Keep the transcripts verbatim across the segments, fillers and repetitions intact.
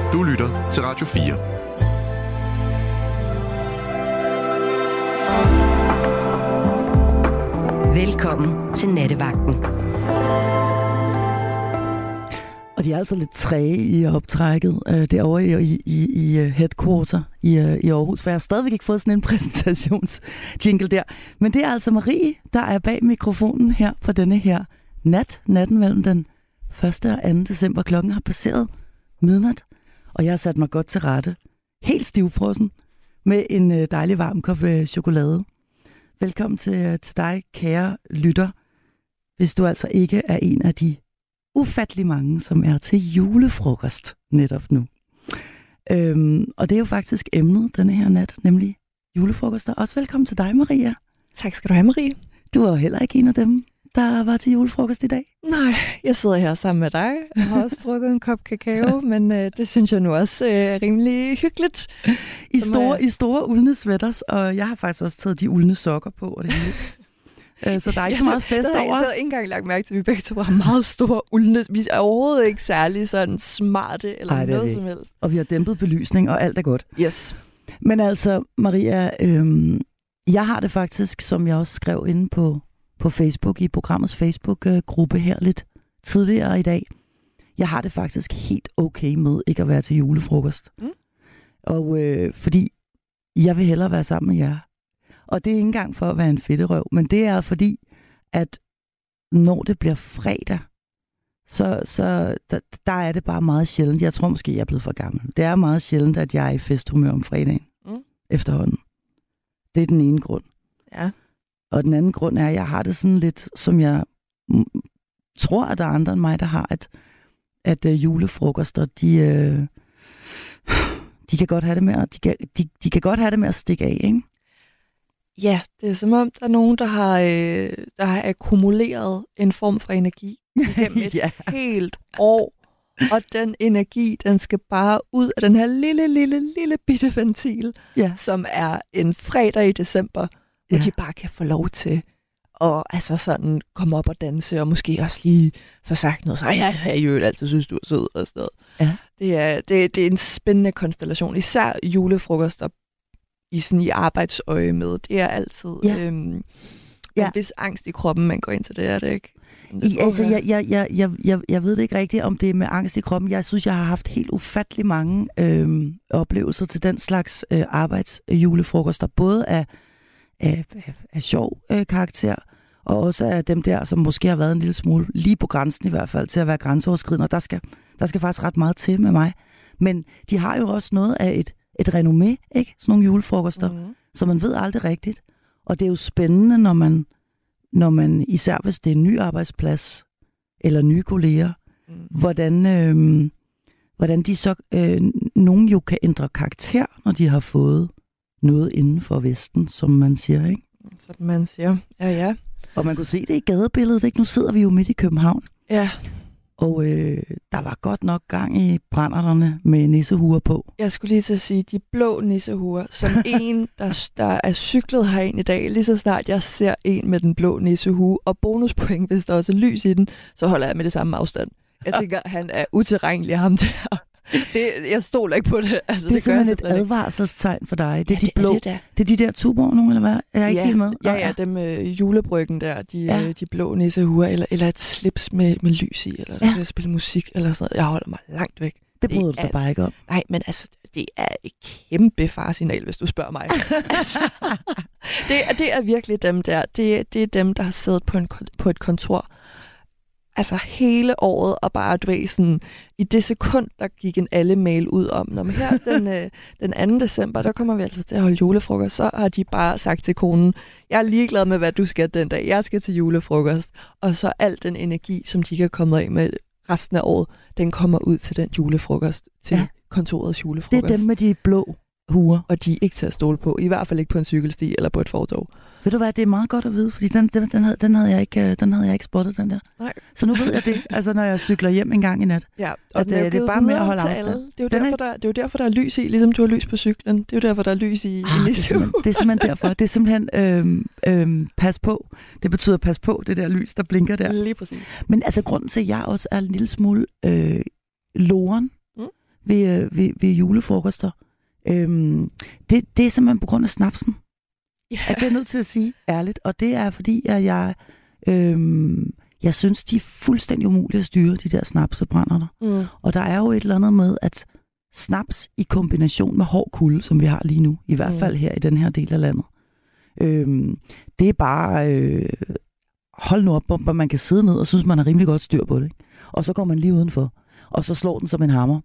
Du lytter til Radio fire. Velkommen til Nattevagten. Og de er altså lidt træge i optrækket øh, derovre i, i, i, i headquarter i, øh, i Aarhus, for jeg har stadigvæk ikke fået sådan en præsentationsjingle der. Men det er altså Marie, der er bag mikrofonen her på denne her nat, natten mellem den første og anden december. Klokken har passeret midnat, og jeg har sat mig godt til rette, helt stivfrossen, med en øh, dejlig varm kop øh, chokolade. Velkommen til, til dig, kære lytter, hvis du altså ikke er en af de ufattelig mange, som er til julefrokost netop nu. Øhm, og det er jo faktisk emnet denne her nat, nemlig julefrokoster. Også velkommen til dig, Maria. Tak skal du have, Marie. Du er jo heller ikke en af dem, der var til julefrokost i dag. Nej, jeg sidder her sammen med dig. Jeg har også drukket en kop kakao, men øh, det synes jeg nu også øh, er rimelig hyggeligt. I store, jeg... I store uldne sweaters, og jeg har faktisk også taget de uldne sokker på, og det hele. Så der er ikke så meget fest over os. Jeg har ikke engang lagt mærke til, at vi begge to har meget store uldne. Vi er overhovedet ikke særlig sådan smarte eller Ej, noget som helst. Og vi har dæmpet belysning, og alt er godt. Yes. Men altså, Maria, øhm, jeg har det faktisk, som jeg også skrev inde på, på Facebook, i programmets Facebook-gruppe her lidt tidligere i dag. Jeg har det faktisk helt okay med ikke at være til julefrokost. Mm. Og øh, fordi jeg vil hellere være sammen med jer. Og det er ikke engang for at være en fedterøv, men det er fordi, at når det bliver fredag, så, så der, der er det bare meget sjældent. Jeg tror måske, jeg er blevet for gammel. Det er meget sjældent, at jeg er i festhumør om fredagen mm. efterhånden. Det er den ene grund. Ja. Og den anden grund er, at jeg har det sådan lidt, som jeg m- tror, at der er andre end mig, der har, at, at uh, julefrokoster, de, uh, de kan godt have det med at, de kan, de, de kan godt have det med at stikke af, ikke? Ja, det er som om, der er nogen, der har, øh, der har akkumuleret en form for energi igennem et ja. helt år. Og den energi, den skal bare ud af den her lille, lille, lille bitte ventil, ja. som er en fredag i december, hvor ja. de bare kan få lov til at altså sådan, komme op og danse, og måske også lige få sagt noget. Så ja, jeg jo altid synes, du er sød og sådan noget. Ja. Det, er, det, det er en spændende konstellation. Især julefrokoster i sådan i arbejdsøje med. Det er altid ja. øhm, ja. en vis angst i kroppen, man går ind til det, er det ikke? I, altså, jeg, jeg, jeg, jeg, jeg, jeg ved det ikke rigtigt, om det er med angst i kroppen. Jeg synes, jeg har haft helt ufattelig mange øhm, oplevelser til den slags øh, arbejdsjulefrokoster, både af, af, af, af sjov øh, karakter, og også af dem der, som måske har været en lille smule, lige på grænsen i hvert fald, til at være grænseoverskridende. Og der skal, der skal faktisk ret meget til med mig. Men de har jo også noget af et et renommé, ikke? Sådan nogle julefrokoster, mm. så man ved aldrig rigtigt. Og det er jo spændende, når man, når man især hvis det er en ny arbejdsplads, eller nye kolleger, mm. hvordan, øh, hvordan de så, øh, nogen jo kan ændre karakter, når de har fået noget inden for Vesten, som man siger, ikke? Som man siger, ja, ja. Og man kunne se det i gadebilledet, ikke? Nu sidder vi jo midt i København. Ja. Og øh, der var godt nok gang i brænderne med nissehuer på. Jeg skulle lige til at sige, de blå nissehuer, som en, der, der er cyklet herind i dag, lige så snart jeg ser en med den blå nissehue, og bonuspoint, hvis der også er lys i den, så holder jeg med det samme afstand. Jeg tænker, han er utilregnelig, ham der. Det, jeg stoler ikke på det. Altså, det er det simpelthen et advarselstegn for dig. Det er ja, de det, blå. Det, det, det er de der tuborg nu, eller hvad? Er jeg ikke ja, helt med? Ja, ja, dem øh, julebryggen der, de, ja. øh, de blå nissehuer, eller, eller et slips med, med lys i, eller der kan spille musik, eller sådan noget. Jeg holder mig langt væk. Det bryder du da bare ikke om. Nej, men altså, det er et kæmpe faresignal, hvis du spørger mig. altså, det, det er virkelig dem der. Det, det er dem, der har siddet på, en, på et kontor, altså hele året, og bare, du ved, sådan, i det sekund, der gik en alle mail ud om, når man her den, øh, den anden december, der kommer vi altså til at holde julefrokost, så har de bare sagt til konen, jeg er ligeglad med, hvad du skal den dag, jeg skal til julefrokost, og så al den energi, som de kan komme af med resten af året, den kommer ud til den julefrokost, til ja. kontorets julefrokost. Det er dem med de blå huer. Og de er ikke til at stole på, i hvert fald ikke på en cykelsti eller på et fortov. Ved du hvad, det er meget godt at vide, fordi den, den, den, havde, den, havde, jeg ikke, den havde jeg ikke spottet, den der. Nej. Så nu ved jeg det, altså når jeg cykler hjem en gang i nat. Ja, og at, det, er det er bare med at holde afstand. Det er, jo derfor, der, det er jo derfor, der er lys i, ligesom du har lys på cyklen. Det er jo derfor, der er lys i, ah, i det, er det er simpelthen derfor. Det er simpelthen øhm, øhm, pas på. Det betyder pas på, det der lys, der blinker der. Lige præcis. Men altså grunden til, at jeg også er en lille smule øh, loren, mm. ved, øh, ved, ved julefrokoster. Øhm, det, det er simpelthen på grund af snapsen. Yeah. Altså, det er jeg nødt til at sige ærligt. Og det er fordi, at jeg, øhm, jeg synes, de er fuldstændig umulige at styre, de der snapsebrænderne. Mm. Og der er jo et eller andet med, at snaps i kombination med hård kulde, som vi har lige nu, i hvert fald her i den her del af landet, øhm, det er bare... Øh, hold nu op, hvor man kan sidde ned og synes, man har rimelig godt styr på det. Ikke? Og så går man lige udenfor, og så slår den som en hammer.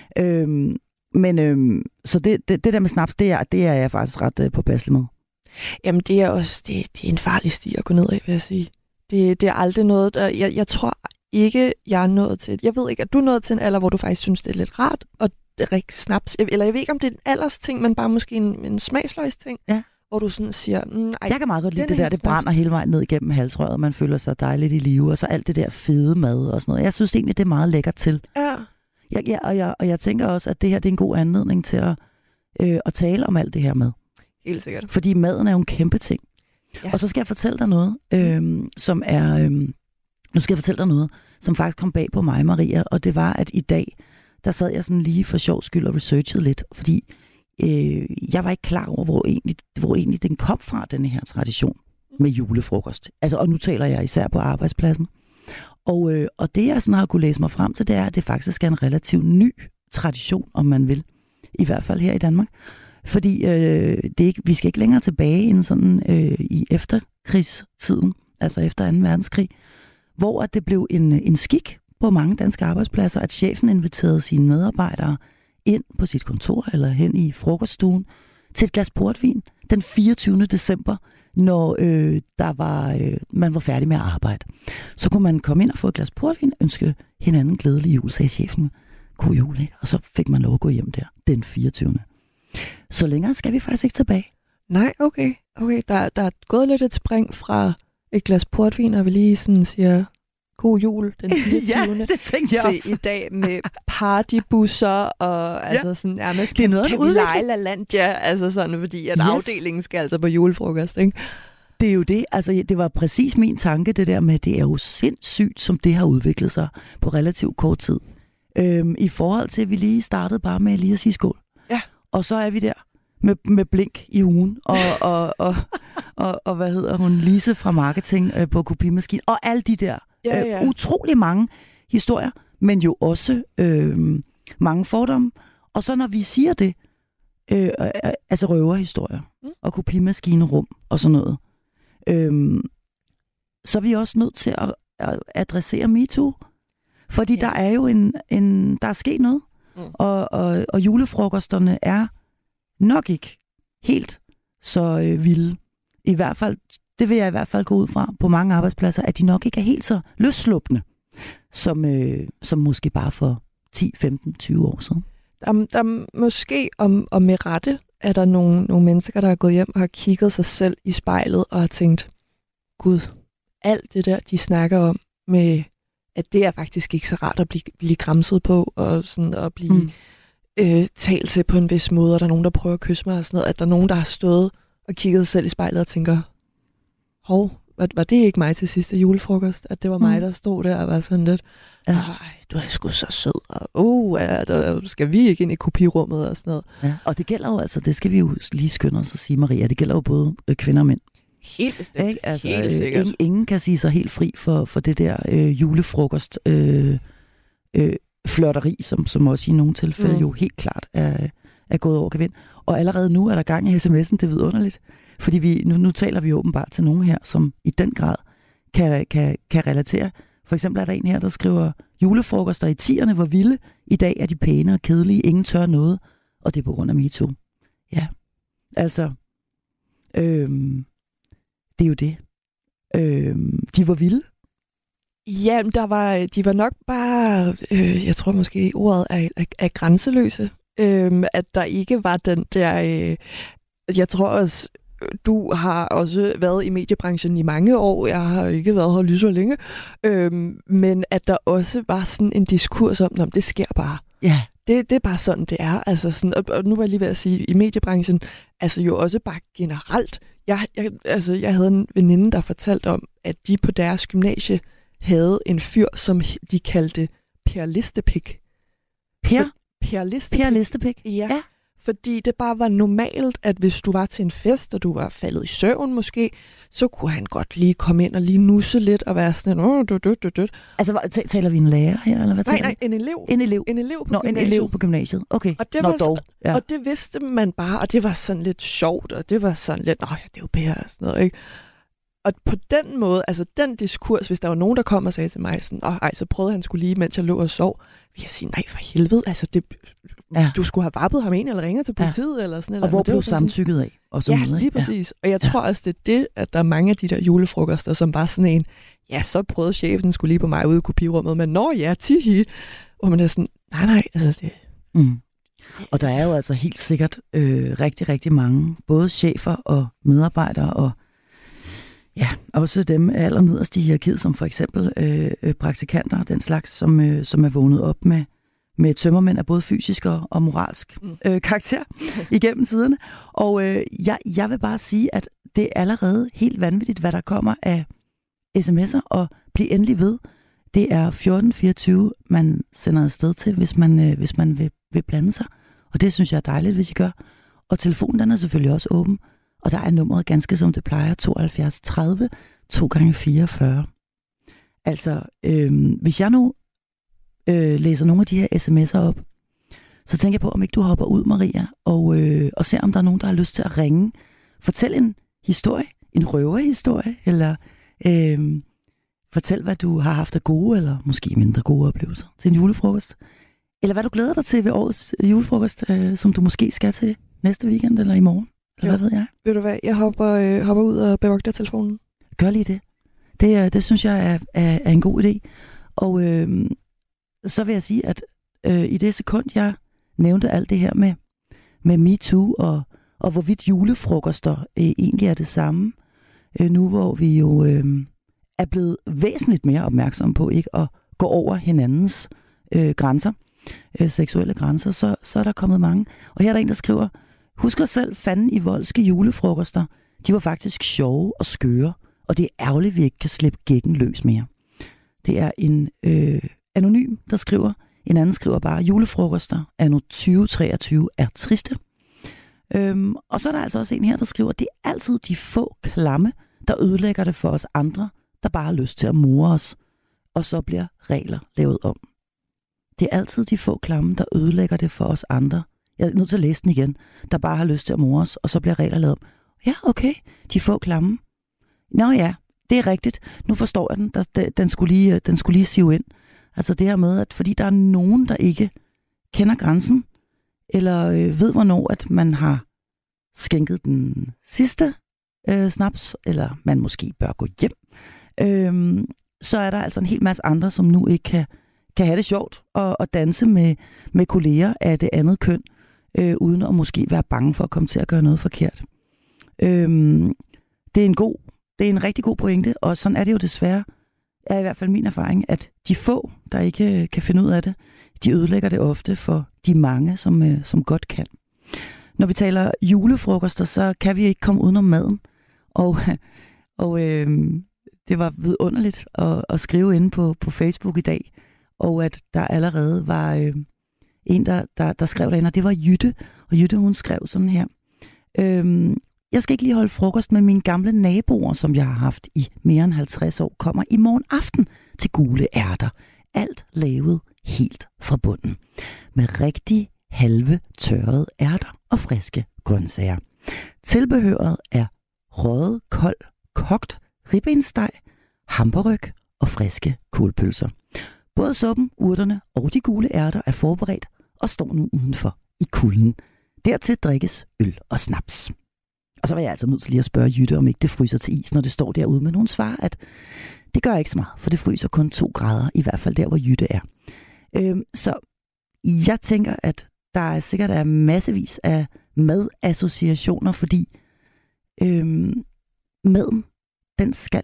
Øhm, men øhm, så det, det, det der med snaps, det er, det er jeg faktisk ret øh, påpasselig med. Jamen, det er også det, det er en farlig sti at gå ned af, vil jeg sige. Det, det er aldrig noget, der... Jeg, jeg tror ikke, jeg er nået til... Jeg ved ikke, at du er nået til en alder, hvor du faktisk synes, det er lidt rart, og drikke snaps. Eller jeg ved ikke, om det er en alders ting, men bare måske en, en smagsløs ting. Ja. Hvor du sådan siger... Mm, ej, jeg kan meget godt lide det der, det brænder hele vejen ned igennem halsrøret, og man føler sig dejligt i live, og så alt det der fede mad og sådan noget. Jeg synes egentlig, det er meget lækkert til. Ja. Jeg, ja og, jeg, og jeg tænker også, at det her det er en god anledning til at, øh, at tale om alt det her mad. Helt sikkert. Fordi maden er jo en kæmpe ting. Ja. Og så skal jeg fortælle dig noget, øh, som er... Øh, nu skal jeg fortælle dig noget, som faktisk kom bag på mig, Maria, og det var, at i dag, der sad jeg sådan lige for sjov skyld og researchede lidt, fordi Øh, jeg var ikke klar over, hvor egentlig, hvor egentlig den kom fra, denne her tradition med julefrokost. Altså, og nu taler jeg især på arbejdspladsen. Og, øh, og det, jeg sådan har kunne læse mig frem til, det er, at det faktisk er en relativt ny tradition, om man vil. I hvert fald her i Danmark. Fordi øh, det er ikke, vi skal ikke længere tilbage end sådan øh, i efterkrigstiden, altså efter anden verdenskrig, hvor at det blev en, en skik på mange danske arbejdspladser, at chefen inviterede sine medarbejdere ind på sit kontor eller hen i frokoststuen til et glas portvin den fireogtyvende december, når øh, der var, øh, man var færdig med at arbejde. Så kunne man komme ind og få et glas portvin, ønske hinanden glædelig jul, sagde chefen. God jul, ikke? Og så fik man lov at gå hjem der den fireogtyvende Så længere skal vi faktisk ikke tilbage. Nej, okay. okay. Der, der er gået lidt et spring fra et glas portvin, og vi lige sådan siger... God jul den fireogtyvende Ja, det tænkte jeg til også. i dag med partybusser og ja. altså sådan nærmest det er noget, kan vi lege LaLandia, altså sådan, fordi at yes. afdelingen skal altså på julefrokost, ikke? Det er jo det, altså det var præcis min tanke, det der med, det er jo sindssygt, som det har udviklet sig på relativt kort tid. Øhm, I forhold til, at vi lige startede bare med lige at sige skål. Ja. Og så er vi der med, med blink i ugen, og, og, og, og, og hvad hedder hun, Lise fra marketing øh, på kopimaskinen, og alle de der Ja, ja. Øh, utrolig mange historier, men jo også øh, mange fordomme. Og så når vi siger det, øh, øh, altså røverhistorier mm. og kopimaskinerum og sådan noget, øh, så er vi også nødt til at, at adressere MeToo. Fordi ja. der er jo en, en, der er sket noget, mm. og, og, og julefrokosterne er nok ikke helt så øh, vilde. I hvert fald Det vil jeg i hvert fald gå ud fra på mange arbejdspladser, at de nok ikke er helt så løsslupne, som, øh, som måske bare for ti, femten, tyve år siden. Der, der måske, om, og med rette, er der nogle, nogle mennesker, der er gået hjem og har kigget sig selv i spejlet og har tænkt, Gud, alt det der, de snakker om, med at det er faktisk ikke så rart at blive, blive gramset på, og sådan at blive mm. øh, talt til på en vis måde, og der er nogen, der prøver at kysse mig og sådan noget, at der er nogen, der har stået og kigget sig selv i spejlet og tænker, hov, var, var det ikke mig til sidste julefrokost? At det var mig, der stod der og var sådan lidt, ej, du er sgu så sød, og uh, ja, der, skal vi ikke ind i kopirummet og sådan noget. Ja, og det gælder jo altså, det skal vi jo lige skynde os at sige, Maria, det gælder jo både kvinder og mænd. Helt bestemt. Ikke? Altså, helt sikkert. Ingen, ingen kan sige sig helt fri for, for det der øh, julefrokost øh, øh, flirteri, som, som også i nogle tilfælde mm. jo helt klart er, er gået over gevind. Og allerede nu er der gang i sms'en, det er vidunderligt. Fordi vi, nu, nu taler vi åbenbart til nogen her, som i den grad kan, kan, kan relatere. For eksempel er der en her, der skriver, julefrokoster i tierne var vilde. I dag er de pæne og kedelige. Ingen tør noget. Og det er på grund af MeToo. Ja, altså, øhm, det er jo det. Øhm, de var vilde. Ja, der var, de var nok bare, øh, jeg tror måske ordet er, er, er grænseløse. Øh, at der ikke var den der, øh, jeg tror også, du har også været i mediebranchen i mange år. Jeg har ikke været her lige så længe. Øhm, men at der også var sådan en diskurs om, at det sker bare. Ja. Det, det er bare sådan, det er. Altså sådan, og, og nu var jeg lige ved at sige, i mediebranchen, altså jo også bare generelt. Jeg, jeg, altså, jeg havde en veninde, der fortalte om, at de på deres gymnasie havde en fyr, som de kaldte Per Listepik. Per? Per Listepik. Per Listepik? Ja. ja. Fordi det bare var normalt, at hvis du var til en fest, og du var faldet i søvn måske, så kunne han godt lige komme ind og lige nusse lidt og være sådan, åh, død, død, død, død. Altså, taler vi en lærer her, eller hvad nej, taler nej, en elev. En elev? En elev på Nå, gymnasiet. en elev på gymnasiet. Okay. Og det, Nå, var, dog. Ja. og det vidste man bare, og det var sådan lidt sjovt, og det var sådan lidt, nå ja, det er jo Per og sådan noget, ikke? Og på den måde, altså den diskurs, hvis der var nogen, der kom og sagde til mig sådan, åh, ej, så prøvede han skulle lige, mens jeg lå og sov, vil jeg sige, nej, for helvede, altså det, ja. du skulle have vappet ham ind, eller ringet til politiet, ja. eller sådan noget. Og hvor blev samtykket af? Og så ja, videre, lige præcis. Ja. Og jeg tror også, det er det, at der er mange af de der julefrokoster, som bare sådan en, ja, så prøvede chefen skulle lige på mig ude i kopirummet, men nå ja, tihi. Og man er sådan, nej, nej, altså det... Mm. Og der er jo altså helt sikkert øh, rigtig, rigtig mange, både chefer og medarbejdere, og ja, også dem allernederst i hierarkiet, som for eksempel øh, praktikanter og den slags, som, øh, som er vågnet op med, med tømmermænd af både fysisk og, og moralsk øh, karakter igennem tiderne. Og øh, jeg, jeg vil bare sige, at det er allerede helt vanvittigt, hvad der kommer af sms'er, og bliv endelig ved. Det er fjorten fireogtyve, man sender afsted til, hvis man, øh, hvis man vil, vil blande sig. Og det synes jeg er dejligt, hvis I gør. Og telefonen, den er selvfølgelig også åben. Og der er nummeret ganske som det plejer, tooghalvfjerds tredive to gange fireogfyrre. Altså, øh, hvis jeg nu øh, læser nogle af de her sms'er op, så tænker jeg på, om ikke du hopper ud, Maria, og, øh, og ser, om der er nogen, der har lyst til at ringe. Fortæl en historie, en røverhistorie, eller øh, fortæl, hvad du har haft af gode, eller måske mindre gode oplevelser til en julefrokost. Eller hvad du glæder dig til ved årets julefrokost, øh, som du måske skal til næste weekend eller i morgen. Eller hvad ved jeg? Ved du hvad, jeg hopper, øh, hopper ud og bevogter telefonen. Gør lige det. Det, det synes jeg er, er, er en god idé. Og øh, så vil jeg sige, at øh, i det sekund, jeg nævnte alt det her med, med MeToo, og, og hvorvidt julefrokoster øh, egentlig er det samme, øh, nu hvor vi jo øh, er blevet væsentligt mere opmærksomme på ikke at gå over hinandens øh, grænser, øh, seksuelle grænser, så, så er der kommet mange. Og her er der en, der skriver, husker selv fanden i voldske julefrokoster. De var faktisk sjove og skøre, og det er ærgerligt, at vi ikke kan slippe gækken løs mere. Det er en øh, anonym, der skriver. En anden skriver bare, julefrokoster anno tyve treogtyve er triste. Øhm, og så er der altså også en her, der skriver, det er altid de få klamme, der ødelægger det for os andre, der bare har lyst til at more os, og så bliver regler lavet om. Det er altid de få klamme, der ødelægger det for os andre. Jeg er nødt til at læse den igen, der bare har lyst til at more os, og så bliver regler lavet om. Ja, okay, de få klamme. Nå ja, det er rigtigt. Nu forstår jeg den. Der, den, skulle lige, den skulle lige sive ind. Altså det her med, at fordi der er nogen, der ikke kender grænsen, eller øh, ved, hvornår at man har skænket den sidste øh, snaps, eller man måske bør gå hjem, øh, så er der altså en hel masse andre, som nu ikke kan, kan have det sjovt og, og danse med, med kolleger af det andet køn, øh, uden at måske være bange for at komme til at gøre noget forkert. Øh, det er en god, det er en rigtig god pointe, og sådan er det jo desværre, er i hvert fald min erfaring, at de få, der ikke kan finde ud af det, de ødelægger det ofte for de mange, som, øh, som godt kan. Når vi taler julefrokoster, så kan vi ikke komme udenom maden. Og, og øh, det var vidunderligt at, at skrive inde på, på Facebook i dag, og at der allerede var øh, en, der, der, der skrev derinde, og det var Jytte. Og Jytte, hun skrev sådan her. Øh, Jeg skal ikke lige holde frokost, men mine gamle naboer, som jeg har haft i mere end halvtreds år, kommer i morgen aften til gule ærter. Alt lavet helt fra bunden. Med rigtig halve tørrede ærter og friske grøntsager. Tilbehøret er røget, kold, kogt ribbensteg, hamburryg og friske kålpølser. Både suppen, urterne og de gule ærter er forberedt og står nu udenfor i kulden. Dertil drikkes øl og snaps. Og så var jeg altså nødt til lige at spørge Jytte, om ikke det fryser til is, når det står derude. Men hun svarer, at det gør ikke så meget, for det fryser kun to grader, i hvert fald der, hvor Jytte er. Øhm, så jeg tænker, at der er sikkert er massevis af madassociationer, fordi øhm, maden, den skal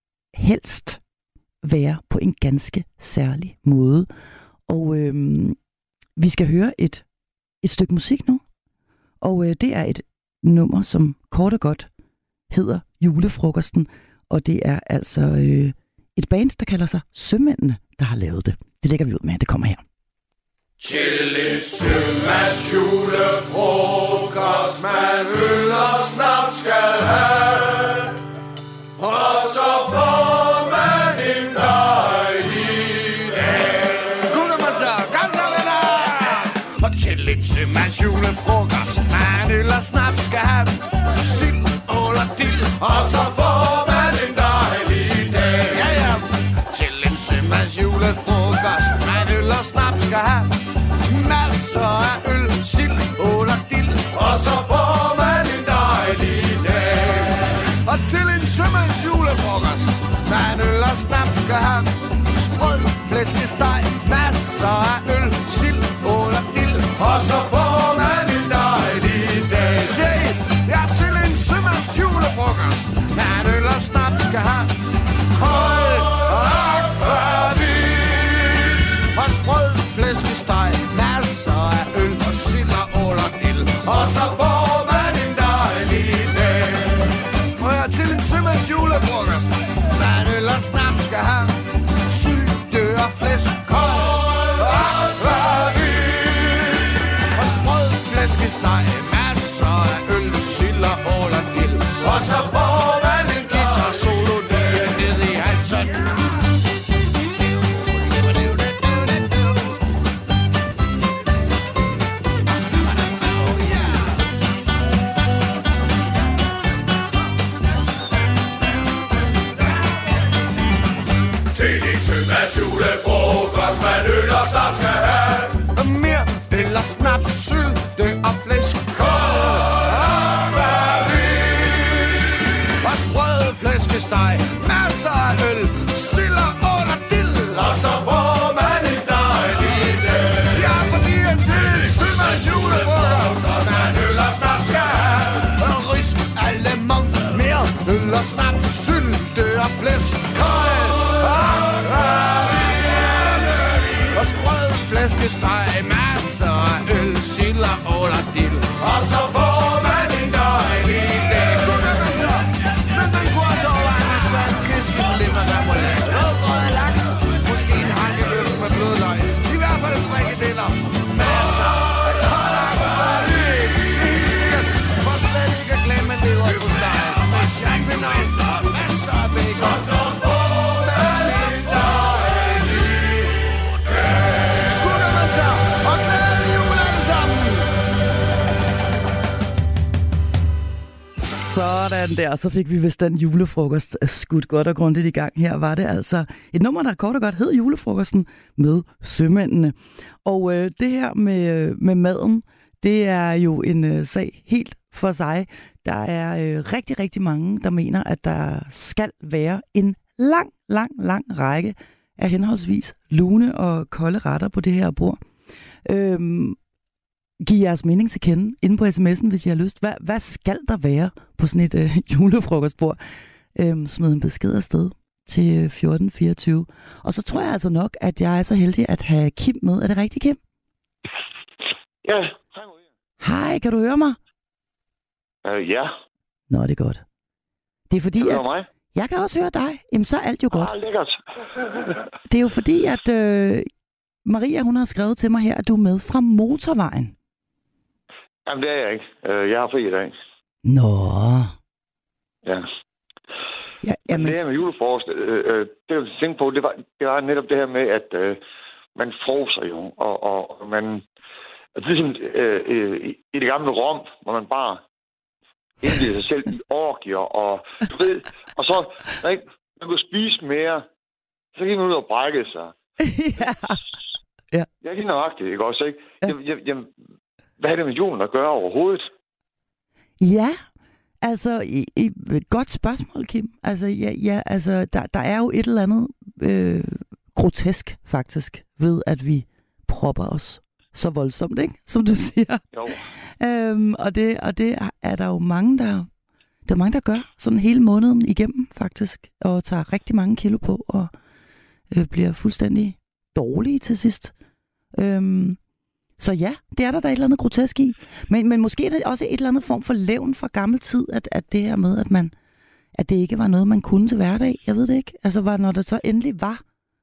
helst være på en ganske særlig måde. Og øhm, vi skal høre et, et stykke musik nu, og øh, det er et nummer, som kort og godt hedder Julefrokosten, og det er altså øh, et band, der kalder sig Sømændene, der har lavet det. Det lægger vi ud med, det kommer her. Til en sømands julefrokost, man øl og snaps skal have. Og så får man en dejlig dag. Gud, man så, kom så, venner! Og til en sømands julefrokost, man øl og snaps skal have. Sild, ål og dild, Og så får man en dejlig dag. ja, ja. Til en sømands julefrokost, man øl og snaps skal have. Masser af øl, sild, ål og dild. Og så får man en dejlig dag. Og til en sømands julefrokost, man øl og snaps skal have. Sprød, flæskesteg, masser af øl, sild, ål og dild. Og så får man en dejlig dag. Se, ja, til en sømands julefrokost, man øl og snaps skal have. Kold akvavit og sprød, flæskesteg, masser af øl og sild og ål og dild. Og så får man en dejlig dag. Og ja, til en sømands julefrokost, man øl og snaps skal have. Sylte og flæsk, kold akvavit og sprød, flæskesteg, masser af øl, sild og ål og dild. Og så får man en Guitar solo lige ned i halsen. til din sømands julefrokost, man øl og snaps skal have. Mere eller snaps, sylte og flæsk, kold akvavit og sprød flæskesteg, masser af øl, sild og ål og dild. Og så får man en dejlig dag. Ja, fordi en til en sømands julefrokost, Man øl og snaps skal have. og ris alle mong, mere øl og snaps, sylte og flæsk, kold akvavit og sprød flæskesteg, masser af øl, sild og ål og dild. Og så får man en dejlig dag. Men den kunne også overveje, at der er en fiskelimmer, der må lave rødgrød laks. Måske en hakkebøf med blødløg. I hvert fald frikadeller. Masser af kold akvavit. Helt sikkert. For slet ikke at glemme leverpostej. Med champignon og masser af bacon. Og så får man en dejlig dag. Kunne man så. Og glædelig jul alle sammen. Sådan der, så fik vi vist den julefrokost skudt godt og grundigt i gang. Her var det altså et nummer, der kort og godt hed Julefrokosten med Sømændene. Og øh, det her med, med maden, det er jo en øh, sag helt for sig. Der er øh, rigtig, rigtig mange, der mener, at der skal være en lang, lang, lang række af henholdsvis lune og kolde retter på det her bord. Øhm, Giv jeres mening til kende inde på sms'en, hvis I har lyst. Hvad, hvad skal der være på sådan et øh, julefrokostbord? Øhm, smid en besked afsted til fjorten fireogtyve. Og så tror jeg altså nok, at jeg er så heldig at have Kim med. Er det rigtigt, Kim? Ja, hej Maria. Hej, kan du høre mig? Uh, ja, Nå, det er godt. Det er fordi, kan du at høre mig? jeg kan også høre dig. Jamen, så er alt jo godt. Ah, lækkert. Det er jo fordi, at øh, Maria, hun har skrevet til mig her, at du er med fra motorvejen. Jamen, det er jeg ikke. Uh, jeg har fri i dag. Nå. Ja. Ja, jamen, Det her med julefrokost, øh, øh, det jeg tænkte på, det var, det var netop det her med, at øh, man froser jo, og, og, og man... Det er ligesom øh, øh, i, i det gamle Rom, hvor man bare indvider sig selv i orgier, og du ved, og så, når ikke, man kunne spise mere, så gik man ud og brække sig. ja. Ja. Jeg er ikke nøjagtigt, ikke også, ikke? Ja. Jeg, jeg, jeg, hvad er det med julen at gøre overhovedet? Ja, altså, i, i, godt spørgsmål, Kim. Altså, ja, ja, altså der, der er jo et eller andet øh, grotesk, faktisk, ved at vi propper os så voldsomt, ikke? Som du siger. Jo. Øhm, og, det, og det er der jo mange, der, der er mange, der gør sådan hele måneden igennem, faktisk, og tager rigtig mange kilo på, og øh, bliver fuldstændig dårlige til sidst. Øhm, Så ja, det er der, der er et eller andet grotesk i. Men, men måske er det også et eller andet form for levn fra gammel tid, at, at det her med, at, man, at det ikke var noget, man kunne til hverdag. Jeg ved det ikke. Altså, var, når der så endelig var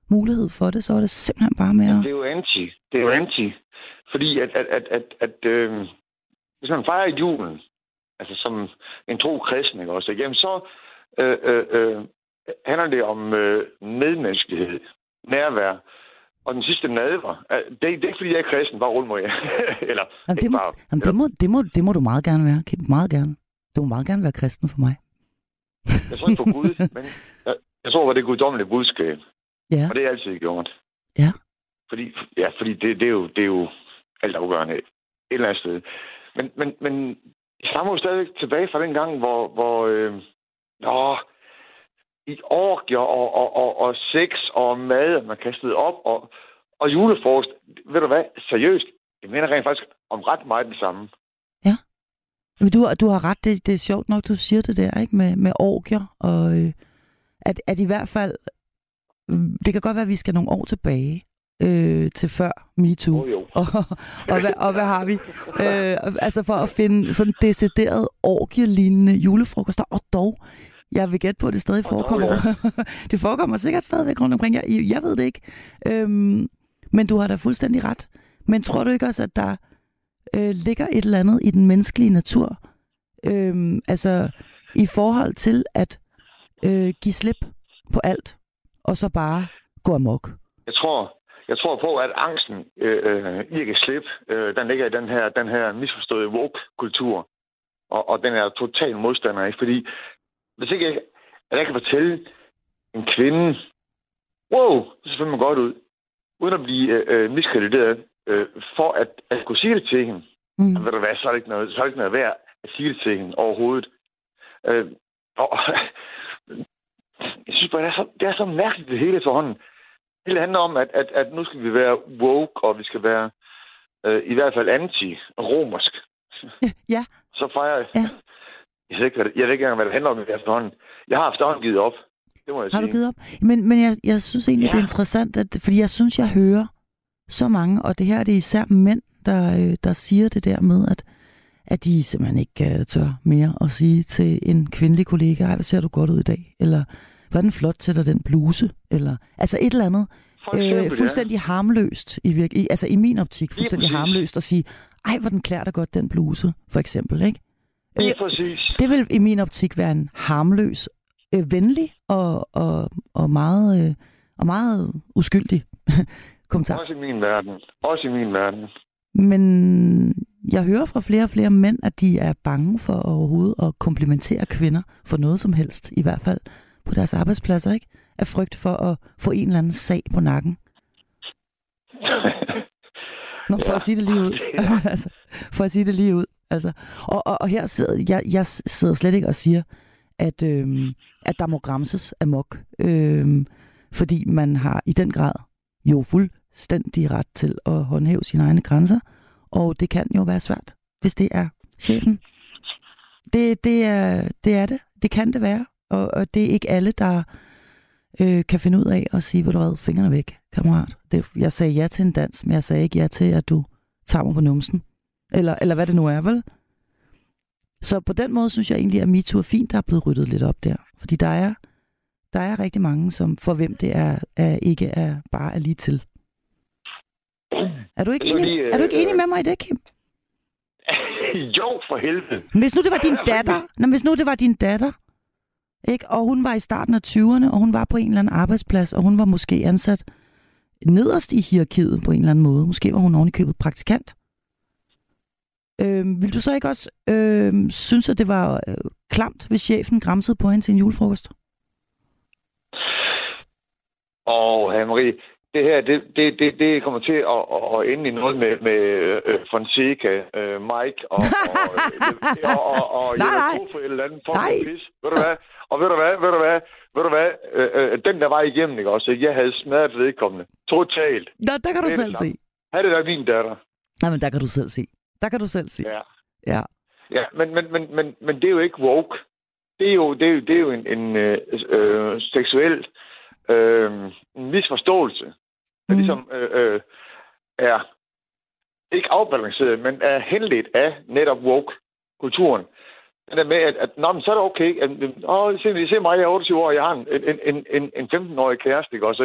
mulighed for det, så var det simpelthen bare mere... Det er jo anti. Det er jo anti. Fordi at, at, at, at, at øh, hvis man fejrer julen, altså som en tro kristen, ikke også, jamen så øh, øh, øh, handler det om øh, medmenneskelighed, nærvær. Og den sidste nadver, det, det er ikke fordi, jeg er kristen, bare rundt må jeg. Eller, jamen, det, må, bare, jamen, det, må, det, må, det må du meget gerne være, Kim. Meget gerne. Du må meget gerne være kristen for mig. Jeg tror ikke på Gud, men jeg, jeg tror, at det er guddommeligt budskab. Ja. Og det er altid gjort. Ja. Fordi, ja, fordi det, det, er jo, det er jo alt afgørende et eller andet sted. Men, men, men jeg stammer jo stadig tilbage fra den gang, hvor, hvor øh, åh, i orgier og, og, og, og sex og mad, man kastede op, og, og julefrokost, ved du hvad, seriøst, jeg mener rent faktisk om ret meget det samme. Ja. Men du, du har ret, det, det er sjovt nok, du siger det der, ikke, med, med orgier, og øh, at, at i hvert fald, det kan godt være, at vi skal nogle år tilbage, øh, til før MeToo. Oh, og, og, hvad, og hvad har vi? Øh, altså for at finde sådan decideret orgielignende julefrokoster, og dog, jeg vil gætte på, at det stadig forekommer. Oh, ja. Det forekommer sikkert stadigvæk rundt omkring. Jeg, jeg ved det ikke. Øhm, men du har da fuldstændig ret. Men tror du ikke også, at der øh, ligger et eller andet i den menneskelige natur? Øhm, altså i forhold til at øh, give slip på alt, og så bare gå amok? Jeg tror, jeg tror på, at angsten øh, i at give slip, øh, den ligger i den her, den her misforståede woke-kultur. Og, og den er total modstander, ikke? Fordi hvis ikke jeg, at jeg kan fortælle en kvinde, wow, det ser fandme godt ud, uden at blive øh, miskrediteret, øh, for at, at kunne sige det til hende. Mm. Ved du hvad, så er det ikke noget, så er det ikke noget værd at sige det til hende overhovedet. Øh, og jeg synes bare, det er så, det er så mærkeligt det hele efterhånden. Det hele handler om, at, at, at nu skal vi være woke, og vi skal være øh, i hvert fald anti-romersk. Ja. Så fejrer jeg. Ja. Jeg ved ikke, jeg ved ikke engang, hvad det handler om i efterhånden. Jeg har efterhånden givet op. Det må jeg har sige. Du givet op? Men, men jeg, jeg synes egentlig, ja. Det er interessant, at, fordi jeg synes, jeg hører så mange, og det her er det især mænd, der, øh, der siger det der med, at, at de simpelthen ikke uh, tør mere at sige til en kvindelig kollega, ej, hvad ser du godt ud i dag? Eller, hvor er den flot til dig, den bluse? Eller, altså et eller andet eksempel, øh, fuldstændig ja. harmløst, i, virke, i, altså i min optik, fuldstændig harmløst at sige, ej, hvor den klæder dig godt, den bluse, for eksempel, ikke? Lige præcis. Det vil i min optik være en harmløs, øh, venlig og, og, og, meget, øh, og meget uskyldig kommentar. Også i min verden. Også i min verden. Men jeg hører fra flere og flere mænd, at de er bange for overhovedet at komplimentere kvinder for noget som helst, i hvert fald på deres arbejdspladser, ikke? Af frygt for at få en eller anden sag på nakken. Nå, for ja. at sige det lige ud. Ja. altså, for at sige det lige ud. Altså, og, og, og her sidder jeg, jeg sidder slet ikke og siger, at, øhm, at der må gramses amok. Øhm, fordi man har i den grad jo fuldstændig ret til at håndhæve sine egne grænser. Og det kan jo være svært, hvis det er chefen. Det, det, er, det er det. Det kan det være. Og, og det er ikke alle, der øh, kan finde ud af at sige, hvor du har fingrene væk, kammerat. Det, jeg sagde ja til en dans, men jeg sagde ikke ja til, at du tager mig på numsen. Eller, eller hvad det nu er, vel? Så på den måde synes jeg egentlig, at MeToo er fint, der er blevet ryddet lidt op der. Fordi der er, der er rigtig mange, som for hvem det er, er ikke er bare er lige til. Er du ikke enig, lige, er du ikke enig med mig i det, Kim? Jo, for helvede. Hvis nu det var din datter, Nå, hvis nu det var din datter, ikke? Og hun var i starten af tyverne, og hun var på en eller anden arbejdsplads, og hun var måske ansat nederst i hierarkiet på en eller anden måde. Måske var hun oven i købet praktikant. Øh, vil du så ikke også øh, synes, at det var øh, klamt, hvis chefen gramsede på hende til en julefrokost? Åh, oh, Marie, det her, det, det, det, det kommer til at, at ende i noget med, med uh, Fonseca, uh, Mike og og og, og, og nej, for et eller andet form nej. for pis. Ved du hvad? Og ved du hvad? Ved du hvad? Ved du hvad? Uh, uh, den der var igennem, ikke også? Jeg havde smadret vedkommende. Totalt. Nå, der kan du selv se. Her er det der min datter. Nej, men der kan du selv se. Der kan du selv se. Ja. Ja. Ja, men, men, men, men, men det er jo ikke woke. Det er jo, det er jo, det er jo en, en øh, øh, seksuel øh, misforståelse, der mm. ligesom øh, øh, er ikke afbalanceret, men er henledt af netop woke-kulturen. Den der med, at, at nå, men så er det okay. At, åh, I ser, I ser mig, jeg er otteogtyve år, og jeg har en, en, en, en, en femten-årig kæreste, ikke også, ikke?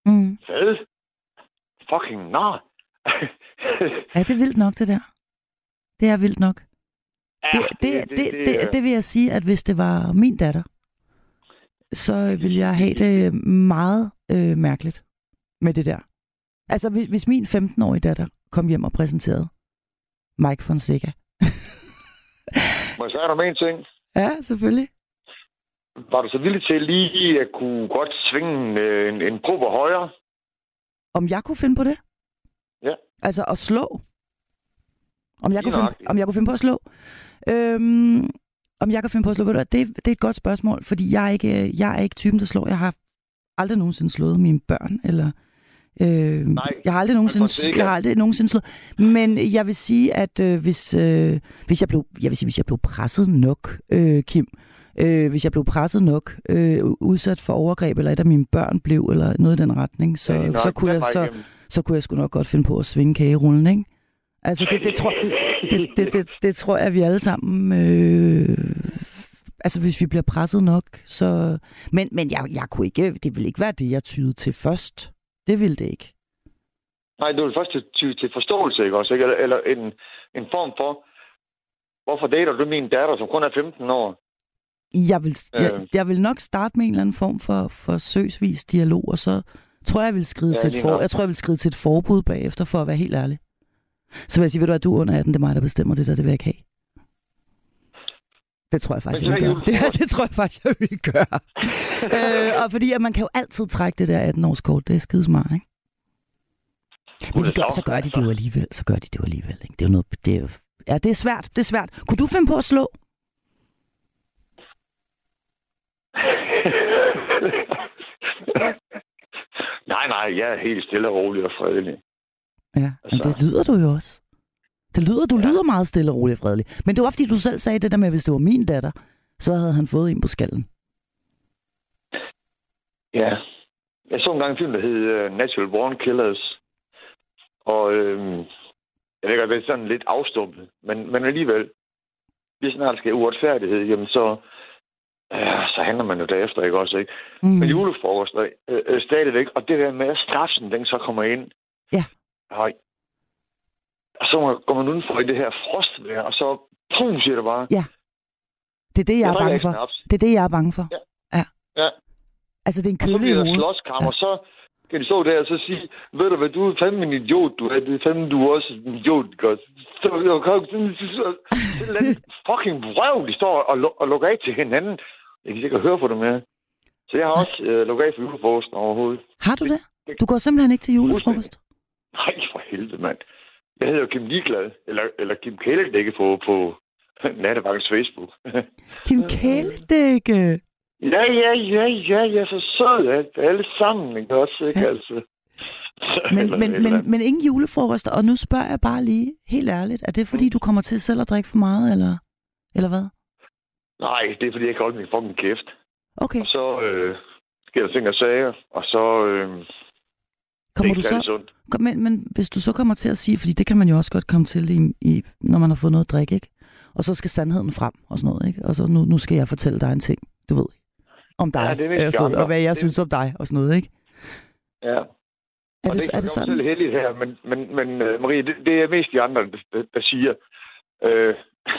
Mm. Hvad? Fucking nar. Ja, det er vildt nok, det der. Det er vildt nok. Ja, det, det, det, det, det, det vil jeg sige, at hvis det var min datter, så ville jeg have det meget øh, mærkeligt med det der. Altså, hvis, hvis min femten-årige datter kom hjem og præsenterede Mike Fonseca. Må jeg sige dig med en ting? Ja, selvfølgelig. Var du så villig til lige at kunne godt svinge en, en gruppe højere? Om jeg kunne finde på det? Ja. Altså at slå? Om jeg, kunne finde, om jeg kunne finde på at slå? Øhm, om jeg kan finde på at slå? Ved du, det, det er et godt spørgsmål, fordi jeg er, ikke, jeg er ikke typen, der slår. Jeg har aldrig nogensinde slået mine børn, eller... Øh, Nej, jeg har aldrig nogensinde, jeg har aldrig nogensinde slået. Men jeg vil sige, at øh, hvis, øh, hvis jeg blev, jeg vil sige, hvis jeg blev presset nok, øh, Kim, øh, hvis jeg blev presset nok, øh, udsat for overgreb, eller et af mine børn blev, eller noget i den retning, så, ja, så, kunne, jeg, så, så kunne jeg sgu nok godt finde på at svinge kagerullen, ikke? Altså, det, det, tror, det, det, det, det tror jeg, vi alle sammen... Øh, altså, hvis vi bliver presset nok, så... Men, men jeg, jeg kunne ikke... Det ville ikke være det, jeg tydede til først. Det ville det ikke. Nej, det ville først ty til forståelse, ikke også? Ikke? Eller, eller en, en form for... Hvorfor dater du min datter, som kun er femten år? Jeg vil, øh. jeg, jeg vil nok starte med en eller anden form for forsøgsvis dialog, og så tror jeg, jeg vil skride, ja, til, et for, jeg tror, jeg vil skride til et forbud bagefter, for at være helt ærlig. Så vil jeg sige, ved du, at du er under atten, det er mig, der bestemmer det der, det vil jeg ikke have. Det tror jeg faktisk, jeg vil gøre. Det, det tror jeg faktisk, jeg vil gøre. øh, og fordi at man kan jo altid trække det der atten-årskort, det er skidesmart, ikke? Men de gør, så gør de det jo alligevel, så gør de det jo alligevel, ikke? Det er jo noget, det er jo, ja, det er svært, det er svært. Kunne du finde på at slå? nej, nej, jeg er helt stille og rolig og fredelig. Ja, men det lyder du jo også. Det lyder, du ja. lyder meget stille og rolig og fredelig. Men det var fordi, du selv sagde det der med, at hvis det var min datter, så havde han fået en på skallen. Ja. Jeg så engang en film, der hed uh, Natural Born Killers. Og øhm, jeg ved ikke, det er sådan lidt afstumpet. Men, men alligevel, hvis snart skal uretfærdighed, jamen så, øh, så handler man jo derefter, ikke også, ikke? Mm. Men julefrokoster øh, øh, stadigvæk. Og det der med, at straffen, den så kommer ind. Ja. Høj. Og så går man udenfor i det her frostvejr, og så pum, siger det bare. Ja. Det er det, jeg, jeg er bange for. Snaps. Det er det, jeg er bange for. Ja. Ja. ja. Altså, det er en køle i hovedet. Og så bliver der slåskammer, ja. Så kan de stå der og så sige, ved du hvad, du er fandme en idiot, du er. Det er fandme, du er også en idiot, ikke også? Så er det fucking vrøv, de står og, og lukker af til hinanden. Jeg kan sikkert høre på det mere. Så jeg har også øh, lukket af for julefrokosten overhovedet. Har du det? Du går simpelthen ikke til julefrokost? Nej, for helvede, mand. Jeg hedder Kim Ligeglad, eller, eller Kim Kæledække på, på Nattevagtens Facebook. Kim Kæledække? Ja, ja, ja, ja, jeg er så sød, at alle sammen, ikke også, ikke, ja. Altså. Men, eller, men, eller. men, men ingen julefrokoster, og nu spørger jeg bare lige, helt ærligt, er det fordi, du kommer til selv at drikke for meget, eller, eller hvad? Nej, det er fordi, jeg kan holde min fucking kæft. Okay. Og så øh, sker der ting og sager, og så... Øh, Kommer du så, men, men hvis du så kommer til at sige, fordi det kan man jo også godt komme til, i, i, når man har fået noget at drikke, ikke? Og så skal sandheden frem og sådan noget, ikke? Og så nu, nu skal jeg fortælle dig en ting, du ved, om dig, ja, det er og, og hvad jeg det... synes om dig og sådan noget, ikke? Ja. Er og det, det, er det sådan? Det er heldigt her, men, men, men uh, Marie, det, det er mest de andre, der, der siger øh,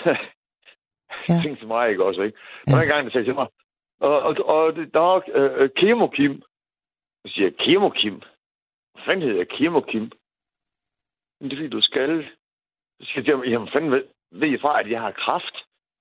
ja. ting til mig, ikke også, ikke? Ja. Og en gang, der sagde til mig, og, og, og der er uh, Kemo Kim. Jeg siger, Kemo Kim? Hvad fanden hedder jeg? Kemo Kim? Men det er fordi, du skal. Så siger jeg, jamen fanden ved, ved jeg fra, at jeg har kræft?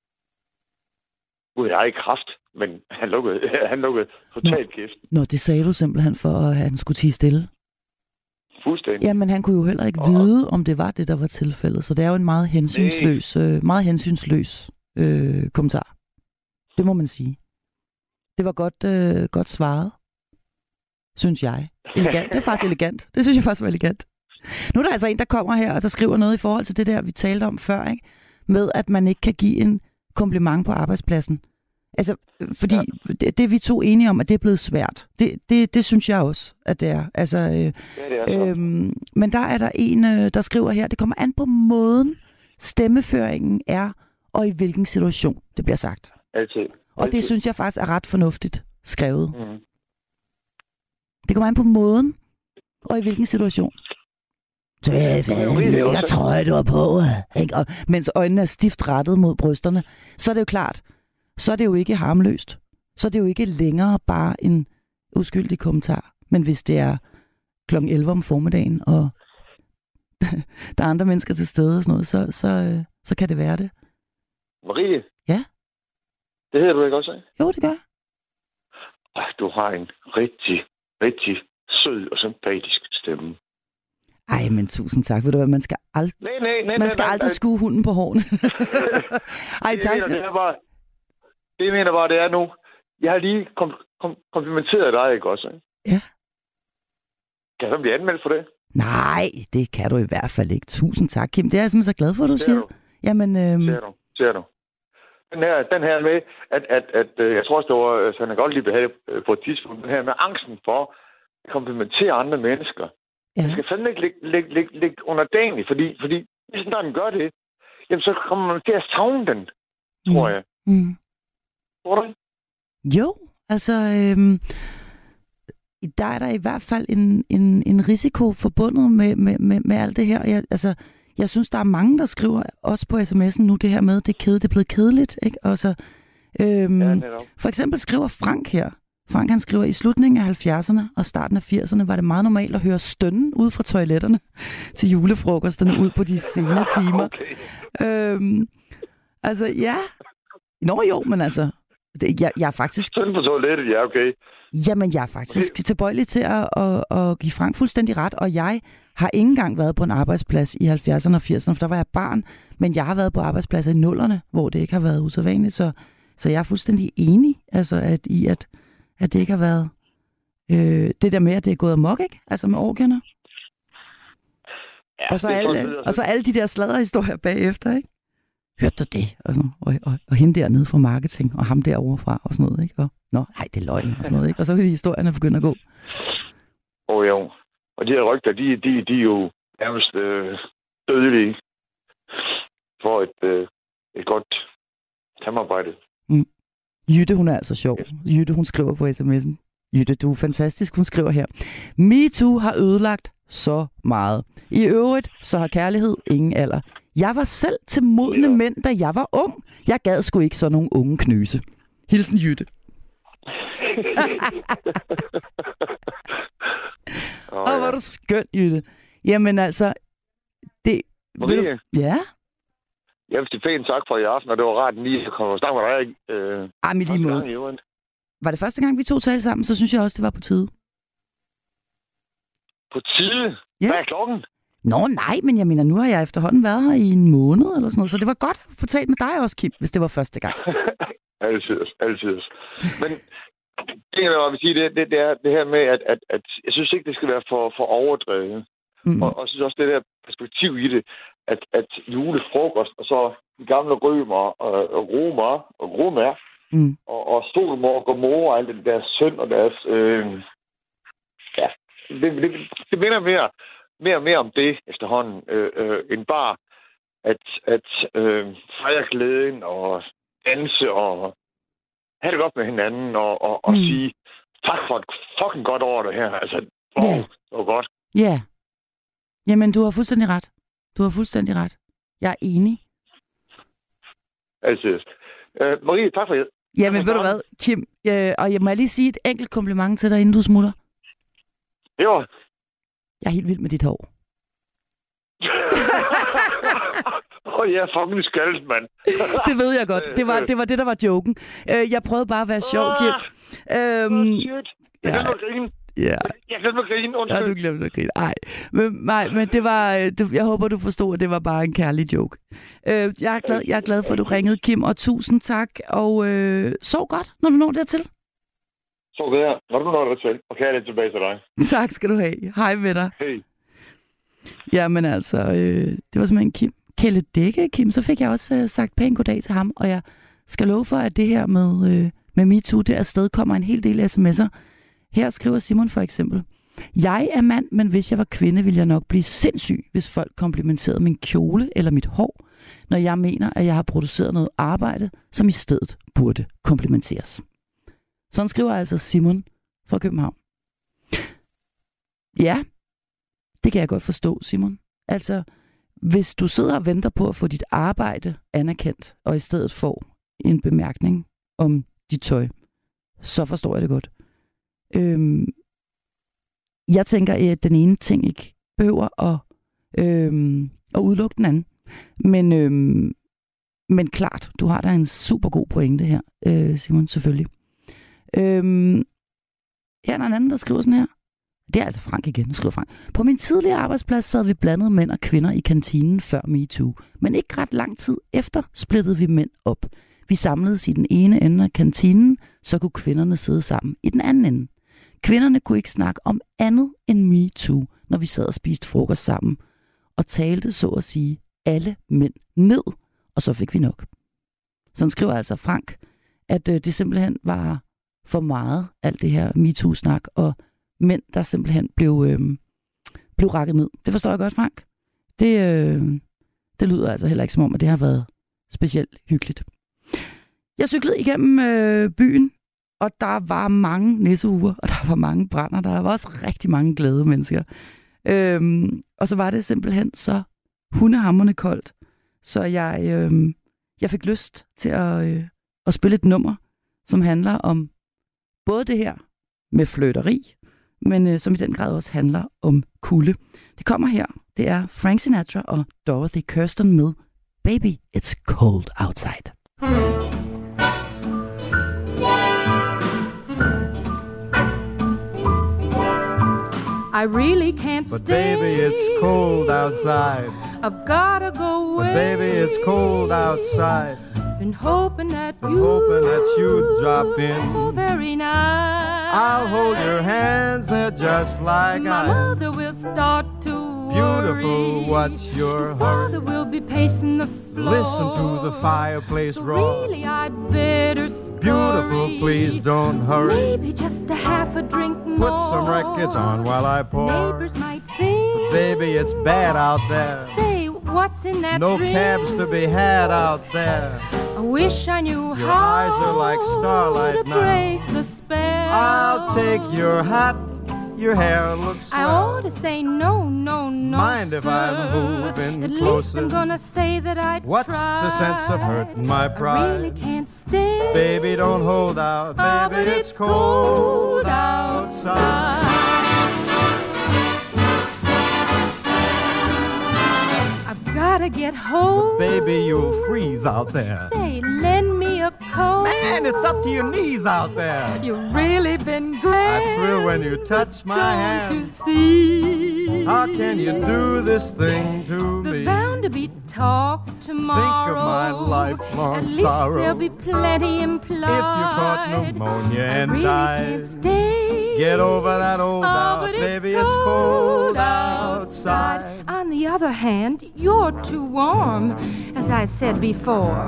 Gud, jeg har ikke kræft, men han lukkede, han lukkede totalt kæft. Nå, det sagde du simpelthen for, at han skulle tie stille? Fuldstændig. Ja, men han kunne jo heller ikke og... vide, om det var det, der var tilfældet. Så det er jo en meget hensynsløs, øh, meget hensynsløs øh, kommentar. Det må man sige. Det var godt, øh, godt svaret, synes jeg. Elegant. Det er faktisk elegant. Det synes jeg faktisk var elegant. Nu er der altså en, der kommer her, og der skriver noget i forhold til det der, vi talte om før, ikke? Med, at man ikke kan give en kompliment på arbejdspladsen. Altså, fordi ja. det, det er vi to enige om, at det er blevet svært. Det, det, det synes jeg også, at det er. Altså, øh, ja, det er øhm, men der er der en, øh, der skriver her, det kommer an på måden, stemmeføringen er, og i hvilken situation det bliver sagt. Altid. Altid. Og det synes jeg faktisk er ret fornuftigt skrevet. Mm. Det kommer an på måden, og i hvilken situation. Så hvad lækker trøje, du har på, ikke? Og mens øjnene er stift rettet mod brysterne, så er det jo klart, så er det jo ikke harmløst. Så er det jo ikke længere bare en uskyldig kommentar. Men hvis det er klokken elleve om formiddagen, og der er andre mennesker til stede og sådan noget, så, så, så kan det være det. Marie? Ja? Det hedder du ikke også, ikke? Jo, det gør jeg. Du har en rigtig, rigtig sød og sympatisk stemme. Ej, men tusind tak. Ved du hvad, man skal aldrig, nej, nej, nej, man skal nej, aldrig nej. skue hunden på hårene. Ej, tak. Det, mener, det, er bare, det jeg mener bare, det er nu. Jeg har lige kom, kom, komplimenteret dig, ikke også? Ikke? Ja. Kan jeg så blive anmeldt for det? Nej, det kan du i hvert fald ikke. Tusind tak, Kim. Det er jeg simpelthen så glad for, at du Ser siger. Du. Jamen, øhm... Ser du. Ser du. Den her, den her med, at, at, at, at jeg tror også, det var Sanne Gottlieb havde på et tidspunkt, den her med angsten for at komplimentere andre mennesker. Ja. Det skal fandme ikke ligge, ligge, ligge, ligge underdanig, fordi, fordi hvis den gør det, jamen så kommer man til at savne den, tror mm. jeg. Mm. Tror du? Jo, altså, øhm, der er der i hvert fald en, en, en risiko forbundet med, med, med, med alt det her. Jeg, altså, jeg synes, der er mange, der skriver også på sms'en nu det her med, det er, ked, det er blevet kedeligt. Ikke? Altså, øhm, ja, for eksempel skriver Frank her. Frank han skriver, i slutningen af halvfjerdserne og starten af firserne var det meget normalt at høre stønnen ud fra toiletterne til julefrokosterne ud på de senere timer. Okay. Øhm, altså, ja. Nå jo, men altså, det, jeg, jeg er faktisk... Stønnen på toilettet, ja, okay. Jamen, jeg er faktisk okay. tilbøjelig til at, at, at give Frank fuldstændig ret, og jeg har ikke engang været på en arbejdsplads i halvfjerdserne og firserne, for der var jeg barn, men jeg har været på arbejdspladser i nullerne, hvor det ikke har været usædvanligt, så, så jeg er fuldstændig enig altså, at, i, at, at det ikke har været øh, det der med, at det er gået amok, ikke? Altså med orgierne. Ja, og, så alle, sådan, og så alle de der sladderhistorier bagefter, ikke? Hørte du det? Og, og, og, og hende dernede fra marketing, og ham derovre fra, og sådan noget, ikke? Og, nå, nej, det er løgn, og sådan noget, ikke? Og så kan de historierne begynde at gå. Åh, oh, jo. Og de her rygter, de, de, de er jo nærmest øh, dødelige for et, øh, et godt samarbejde. Mm. Jytte, hun er altså sjov. Jytte, hun skriver på sms'en. Jytte, du er fantastisk. Hun skriver her. MeToo har ødelagt så meget. I øvrigt, så har kærlighed ingen alder. Jeg var selv til modne ja. mænd, da jeg var ung. Jeg gad sgu ikke sådan nogle unge knøse. Hilsen Jytte. Åh, oh, ja. Hvor er du skøn, Jytte. Jamen altså, det... Marie, du... Ja? Jeg vil sige pænt tak for i aften, og det var rart lige at komme og snakke med dig. Øh, Ej, med lige måde. Var det første gang, vi to talte sammen, så synes jeg også, det var på tide. På tide? Ja. Hvad er klokken? Nå, nej, men jeg mener, nu har jeg efterhånden været her i en måned eller sådan noget, så det var godt at få talt med dig også, Kim, hvis det var første gang. altid, altid. Men det, jeg vil sige, det, det, det er det her med, at, at, at jeg synes ikke, det skal være for, for overdrevet. Mm. Og, og jeg synes også, det der perspektiv i det, at, at julefrokost, og så de gamle rømer og, og romer og romer, mm. og, og Solomor og Gomorra og alt det deres søn og deres... Øh, ja, det, det, det minder mere, mere og mere om det efterhånden, øh, øh, end bare at, at øh, fejre glæden og danse og have det godt med hinanden og, og, og mm. sige tak for et fucking godt år det her. Altså, wow, yeah. det var godt. Ja. Yeah. Jamen, du har fuldstændig ret. Du har fuldstændig ret. Jeg er enig. Altid. Øh, Marie, tak for det. Jamen, ved du hvad, Kim? Øh, og jeg må lige sige et enkelt kompliment til dig, inden du smutter. Jo. Jeg er helt vild med dit hår. Åh, oh, jeg er fucking skaldet, mand. Det ved jeg godt. Det var, det var det, der var joken. Øh, jeg prøvede bare at være sjov, Kim. Øhm, oh, shit. Jeg glemte at grine. Ja. Jeg glemte at grine, undskyld. Ja, du glemte at grine. Ej. Men, nej, men det var... Det, jeg håber, du forstod, at det var bare en kærlig joke. Øh, jeg, er glad, jeg er glad for, at du ringede, Kim, og tusind tak. Og øh, sov godt, når du når dertil. Så det her, når du når dertil, og kærlighed tilbage til dig. Tak skal du have. Hej med dig. Hej. Jamen altså, øh, det var simpelthen Kim. Kjelle Dække, Kim. Så fik jeg også øh, sagt pænt goddag til ham, og jeg skal love for, at det her med, øh, med MeToo, det afsted kommer en hel del sms'er. Her skriver Simon for eksempel. Jeg er mand, men hvis jeg var kvinde, ville jeg nok blive sindssyg, hvis folk komplimenterede min kjole eller mit hår, når jeg mener, at jeg har produceret noget arbejde, som i stedet burde komplimenteres. Sådan skriver altså Simon fra København. Ja, det kan jeg godt forstå, Simon. Altså, hvis du sidder og venter på at få dit arbejde anerkendt, og i stedet får en bemærkning om dit tøj, så forstår jeg det godt. Øhm, jeg tænker, at den ene ting ikke behøver at, øhm, at udelukke den anden. Men, øhm, men klart, du har da en super god pointe her, øh, Simon, selvfølgelig. Øhm, her er der en anden, der skriver sådan her. Det er altså Frank igen, nu skriver Frank. På min tidligere arbejdsplads sad vi blandet mænd og kvinder i kantinen før MeToo. Men ikke ret lang tid efter splittede vi mænd op. Vi samledes i den ene ende af kantinen, så kunne kvinderne sidde sammen i den anden ende. Kvinderne kunne ikke snakke om andet end MeToo, når vi sad og spiste frokost sammen. Og talte, så at sige, alle mænd ned, og så fik vi nok. Sådan skriver altså Frank, at øh, det simpelthen var for meget, alt det her MeToo-snak, og mænd, der simpelthen blev, øh, blev rakket ned. Det forstår jeg godt, Frank. Det, øh, det lyder altså heller ikke som om, at det har været specielt hyggeligt. Jeg cyklede igennem øh, byen, og der var mange nissehuer, og der var mange brænder. Der var også rigtig mange glade mennesker. Øhm, og så var det simpelthen så hundehamrende koldt, så jeg, øh, jeg fik lyst til at, øh, at spille et nummer, som handler om både det her med flirteri, men øh, som i den grad også handler om kulde. Det kommer her. Det er Frank Sinatra og Dorothy Kirsten med Baby, It's Cold Outside. I really can't But stay. baby, it's cold outside. I've gotta go away. But baby, it's cold outside. Been hoping that Been you hoping that you'd drop in. so very nice. I'll hold your hands, they're just like My ice. mother will start to Beautiful, worry. what's your Father hurry? will be pacing the floor. Listen to the fireplace So roar. really, I'd better scurry. Beautiful, please don't hurry. Maybe just a half a drink more. Put some records on while I pour. Neighbors might think. Baby, it's bad out there. Say, what's in that No drink? cabs to be had out there. I wish I knew Your how eyes are like starlight to now. break the spell. I'll take your hat. Your hair looks I swell. ought to say no, no, no, Mind if sir. I'm moving At least closer? I'm gonna say that I What's tried. the sense of hurting my I pride? really can't stay. Baby, don't hold out. Oh, Baby, but it's cold outside. I've gotta get home. But baby, you'll freeze out there. Say, lend me a coat. Man, it's up to your knees out there. You've really been great. I thrill when you touch my Don't hand. you see? How can you do this thing to There's me? bound to be talk tomorrow. Think of my lifelong At least sorrow. there'll be plenty implied. If you caught pneumonia I and really died, can't stay. get over that old Oh, doubt. but Baby, it's cold outside. On the other hand, you're too warm, as I said before.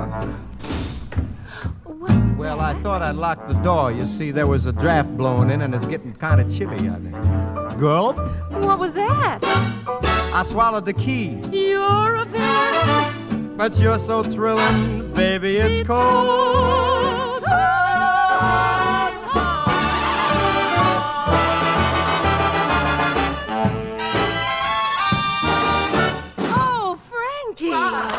What was Well, that? I thought I'd lock the door. You see, there was a draft blowing in, and it's getting kind of chilly, I think. Gulp. What was that? I swallowed the key. You're a villain. But you're so thrilling, baby, it's cold. Oh, Frankie.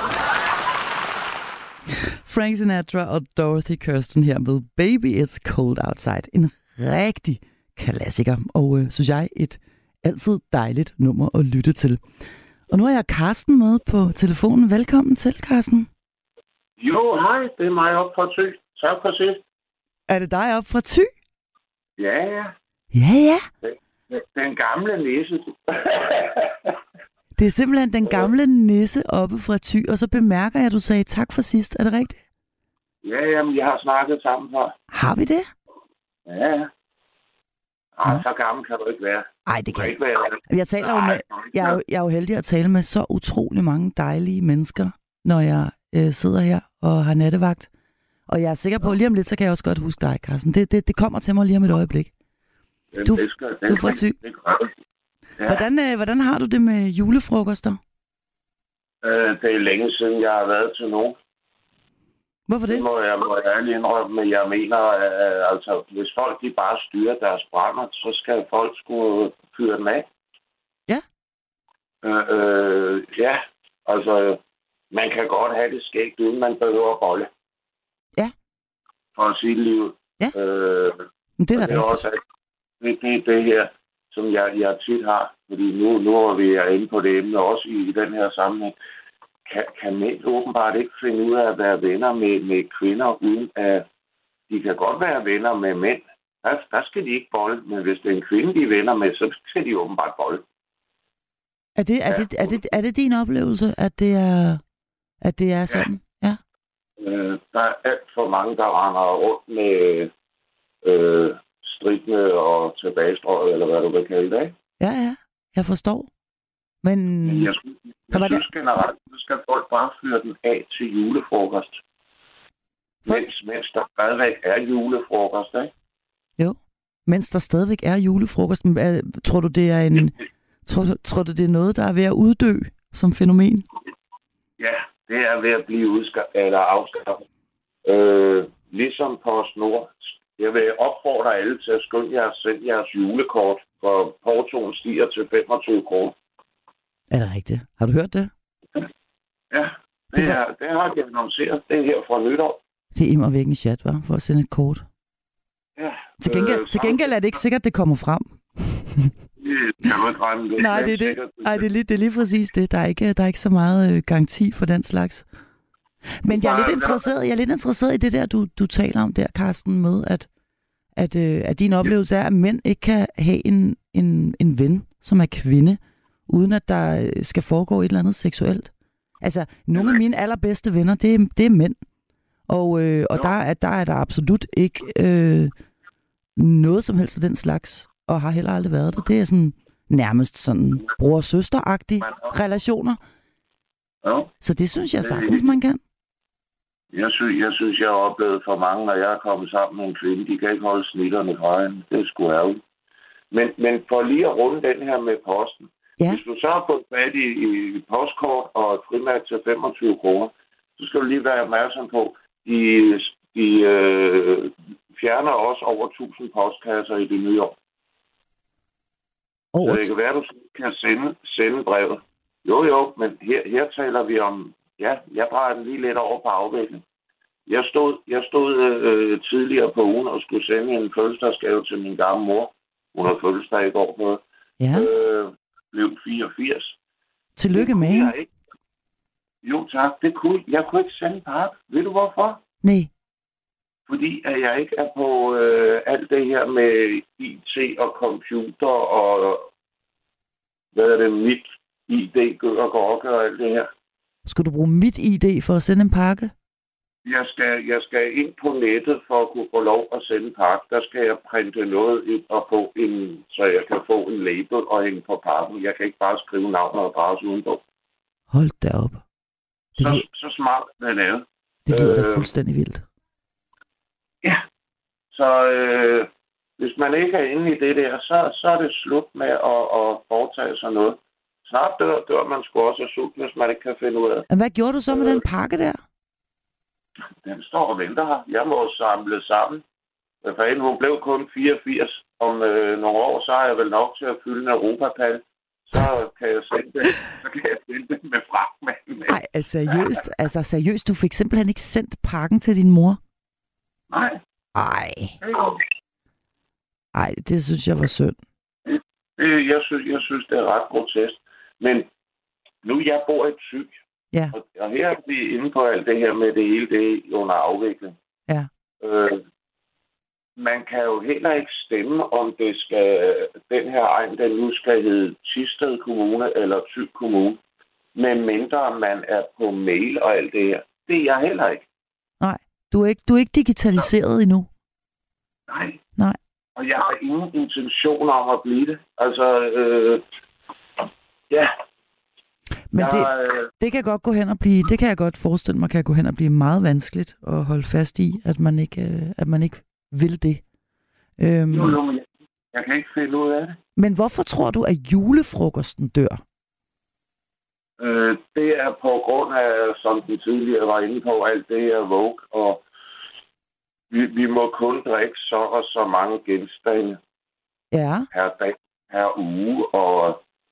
Frank Sinatra og Dorothy Kirsten her med Baby, It's Cold Outside. En rigtig klassiker, og øh, synes jeg, et altid dejligt nummer at lytte til. Og nu har jeg Carsten med på telefonen. Velkommen til, Carsten. Jo, hej. Det er mig op fra Thy. Tak for sidst. Er det dig op fra Thy? Ja, ja. Ja, ja. Den, den gamle nisse. Det er simpelthen den gamle nisse oppe fra Thy, og så bemærker jeg, at du sagde tak for sidst. Er det rigtigt? Ja, jamen, jeg har snakket sammen før. Har vi det? Ja, ja. Ej, så gammel kan du ikke være. Nej, det Du kan kan jeg ikke være. Jeg taler jo Nej, med, jeg er jo, jeg er jo heldig at tale med så utrolig mange dejlige mennesker, når jeg øh, sidder her og har nattevagt. Og jeg er sikker på, at lige om lidt, så kan jeg også godt huske dig, Carsten. Det, det, det kommer til mig lige om et øjeblik. Den, Du- det skal, den, du er fra Thy. det gør det. Ja. Hvordan, øh, hvordan har du det med julefrokoster? Øh, det er længe siden, jeg har været til nogen. Hvorfor det? Det må jeg, må jeg ærligt indrømme, men jeg mener, øh, altså, hvis folk de bare styrer deres brænder, så skal folk skulle fyre den af. Øh, øh, ja, altså, man kan godt have det skægt, uden man behøver bolle. Ja. For at sige livet. Ja, øh, men det er da det er rigtigt. også det, det, det her, som jeg, jeg tit har, fordi nu, nu er vi inde på det emne, også i, i den her sammenhæng. Kan, kan mænd åbenbart ikke finde ud af at være venner med, med kvinder, uden at de kan godt være venner med mænd. Der, der skal de ikke bolle, men hvis det er en kvinde, de er venner med, så skal de åbenbart bolle. Er det, er, Ja. det, er, det, er det din oplevelse, at det er, at det er sådan? Ja. Øh, der er alt for mange, der render rundt med øh, strikkende og tilbagestrøget, eller hvad du vil kalde det, ikke? Ja, ja. Jeg forstår. Men... Men jeg, synes- jeg Hvordan- synes generelt, så skal folk bare fyre den af til julefrokost. For- Mens, mens der stadigvæk er julefrokost, ikke? Jo. Mens der stadigvæk er julefrokost. Men er- Tror du, det er en... Tror, du- tror du, det er noget, der er ved at uddø som fænomen? Ja, det er ved at blive udska- eller afskaffet. Øh, ligesom på Snor. Jeg vil opfordre alle til at skynde jer at sende jeres julekort, for portoen stiger til femogtyve kroner. Er det rigtigt? Har du hørt det? Ja, det, Det var- er, det har de annonceret. Det er her fra nytår. Det er immer væk en chat, var for at sende et kort. Ja, Til gengæld, øh, til gengæld er det ikke sikkert, det kommer frem. Det kan du ikke regne med. Nej, det er det. Ej, det er lige, det er lige præcis det. Der er ikke, der er ikke så meget øh, garanti for den slags. Men jeg er lidt interesseret, jeg er lidt interesseret i det der, du, du taler om der, Carsten, med, at, at, øh, at din oplevelse er, at mænd ikke kan have en, en, en ven, som er kvinde, uden at der øh, skal foregå et eller andet seksuelt. Altså, nogle af mine allerbedste venner, det er, det er mænd. Og, øh, og der, er, der er der absolut ikke øh, noget som helst af den slags, og har heller aldrig været der. Det er sådan nærmest sådan bror- og søster-agtige relationer. Ja. Så det synes jeg sagtens, man kan. Jeg synes, jeg synes, jeg har oplevet for mange, når jeg er kommet sammen med en kvinde. De kan ikke holde snitterne fra hende. Det er sgu ærgerligt. Men, men for lige at runde den her med posten. Ja. Hvis du så har fået fat i, i postkort og et frimærke til femogtyve kroner, så skal du lige være opmærksom på, de, de øh, fjerner også over tusind postkasser i det nye år. Over Så det kan være, at du kan sende, sende brevet. Jo, jo, men her, her taler vi om... Ja, jeg drejer den lige lidt over på afvikling. Jeg stod, jeg stod øh, tidligere på ugen og skulle sende en fødselsdagsgave til min gamle mor. Hun havde fødselsdag i går på. Ja. Øh, blev fireogfirs. Tillykke med Det kunne hende. jeg ikke. Jo tak, det kunne jeg. kunne ikke sende pakke. Ved du hvorfor? Nej. Fordi at jeg ikke er på øh, alt det her med I T og computer og hvad er det, mit I D gør og går og alt det her. Skulle du bruge mit I D for at sende en pakke? Jeg skal, jeg skal ind på nettet for at kunne få lov at sende en pakke. Der skal jeg printe noget ind og få en, så jeg kan få en label og hænge på pakken. Jeg kan ikke bare skrive navn og adresse udenpå. Hold da op. Det Så, lyder, så smart er det lavet. det lyder da øh, fuldstændig vildt. Ja. Så øh, hvis man ikke er inde i det der, så, så er det slut med at, at foretage sig noget. Snart dør, dør man sgu også af sult, hvis man ikke kan finde ud af det. Men hvad gjorde du så med Øh. den pakke der? Den står og venter her. Jeg må samle sammen. Hvad fanden, hun blev kun fireogfirs. Om øh, nogle år, så har jeg vel nok til at fylde en europapal. Så kan jeg sende det, så kan jeg sende det med fragtmanden. Nej, altså seriøst, altså seriøst, du fik simpelthen ikke sendt pakken til din mor? Nej. Ej, Det, ej, det synes jeg var synd. det, jeg, synes, jeg synes, det er ret grotesk. Men nu jeg bor i Thy, Ja, og, og her er vi inde på alt det her med det hele, det er under afvikling. ja. Øh, man kan jo heller ikke stemme, om det skal, den her egen, den nu skal hedde Thisted Kommune eller Thy Kommune, medmindre man er på mail og alt det her. Det er jeg heller ikke. Nej, du er ikke, du er ikke digitaliseret endnu. Nej. Nej. Og jeg har ingen intention om at blive det. Altså, øh, ja. Men jeg, det, øh, det kan godt gå hen og blive, det kan jeg godt forestille mig, kan gå hen og blive meget vanskeligt at holde fast i, at man ikke, øh, at man ikke vil det. Øhm, jo, jo, men jeg, jeg kan ikke finde ud af det. men hvorfor tror du, at julefrokosten dør? Øh, det er på grund af, som den tidligere var inde på, alt det her Vogue, og vi, vi må kun drikke så og så mange genstande Ja. per dag, per uge, og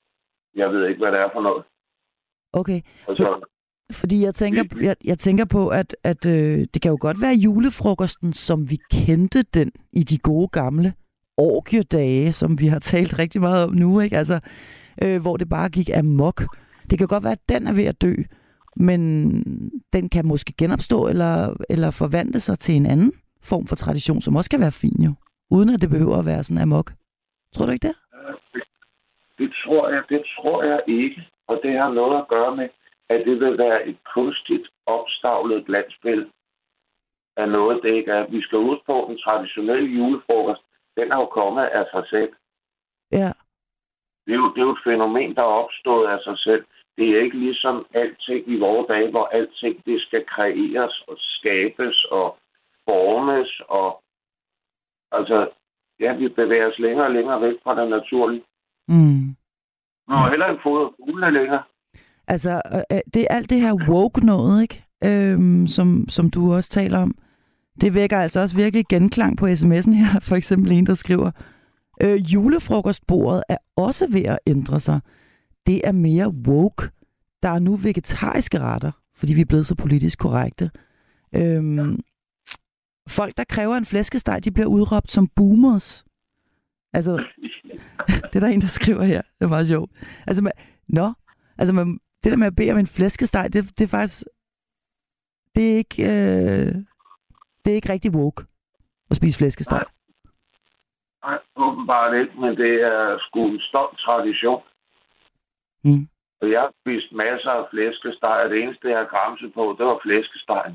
Jeg ved ikke, hvad det er for noget. Okay. Altså, For, fordi jeg tænker, jeg, jeg tænker på, at, at øh, det kan jo godt være julefrokosten, som vi kendte den i de gode gamle orgiedage, som vi har talt rigtig meget om nu, ikke? Altså, øh, hvor det bare gik amok. Det kan godt være, at den er ved at dø, men den kan måske genopstå eller, eller forvandle sig til en anden form for tradition, som også kan være fin jo, uden at det behøver at være sådan amok. Tror du ikke det? Det, det, tror jeg, det tror jeg ikke, og det har noget at gøre med, at det vil være et kunstigt opstavlet glansbillede af noget, det ikke er. Vi skal huske på, den traditionelle julefrokost, den har jo kommet af sig selv. Ja. Det er, jo, det er jo et fænomen, der er opstået af sig selv. Det er ikke ligesom alting i vores dage, hvor alting det skal kreeres og skabes og formes. Og altså, ja, vi bevæger os længere og længere væk fra det naturlige. Mm. Nå, heller en fod og fuglene længere. Altså, det er alt det her woke noget, ikke? Øhm, som, som du også taler om. Det vækker altså også virkelig genklang på sms'en her. For eksempel en, der skriver, øh, julefrokostbordet er også ved at ændre sig. Det er mere woke. Der er nu vegetariske retter, fordi vi er blevet så politisk korrekte. Øhm, folk, der kræver en flæskesteg, de bliver udråbt som boomers. Altså, det er der en, der skriver her. Det er meget sjovt. Altså, man, nå, altså man, det der med at bede om en flæskesteg, det, det er faktisk, det er ikke, øh, det er ikke rigtig woke at spise flæskesteg. Nej. Nej, åbenbart ikke, men det er sgu en stolt tradition. Mm. Og jeg har spist masser af flæskesteg, og det eneste, jeg har gramset på, det var flæskestegen.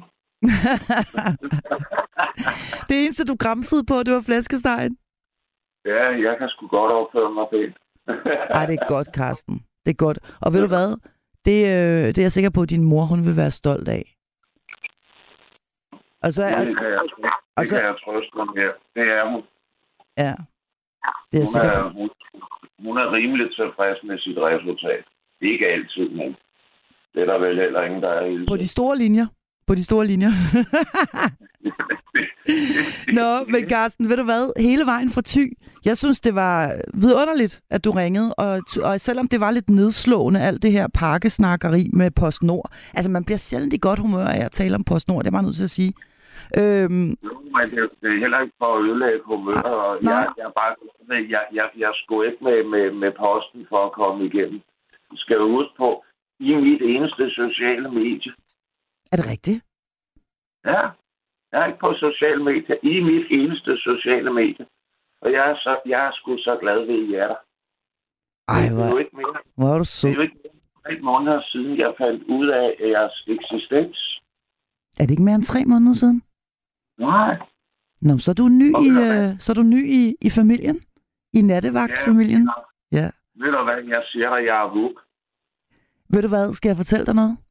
Det eneste, du gramsede på, det var flæskestegen? Ja, jeg kan sgu godt opføre mig pænt. Ej, det er godt, Carsten. Det er godt. Og ved du hvad? Det, øh, det er jeg sikker på, at din mor, hun vil være stolt af. Og så er, det kan jeg, det og så, kan jeg trøste mig med. Det er hun. Ja, det er jeg sikker på. Hun, hun er rimelig tilfreds med sit resultat. Ikke altid, men det er der vel heller ingen, der er hele. På de store linjer. På de store linjer. Nå, men Carsten, ved du hvad? Hele vejen fra Thy. Jeg synes, det var vidunderligt, at du ringede. Og, og selvom det var lidt nedslående, alt det her pakkesnakkeri med PostNord. Altså, man bliver sjældent i godt humør af at tale om PostNord. Det er meget nødt til at sige. Øhm, jo, men det, det er heller ikke for at ødelægge humør. Og jeg, jeg, bare, jeg, jeg, jeg skulle ikke med, med, med posten for at komme igennem. Du skal jo huske på, I er mit eneste sociale medie. Er det rigtigt? Ja. Jeg er ikke på sociale medier. I er mit eneste sociale medie. Og jeg er, så, jeg er sgu så glad ved, at I er der. Ej, hvor, det er jo ikke mere, hvor er du så... Det er jo ikke tre måneder siden, jeg fandt ud af jeres eksistens. Er det ikke mere end tre måneder siden? Nej. Nå, så er du ny, i, øh, så er du ny i, i familien? I nattevagtfamilien? Ja. Ja. Ved du hvad, jeg siger dig, jeg er hook. Ved du hvad, skal jeg fortælle dig noget?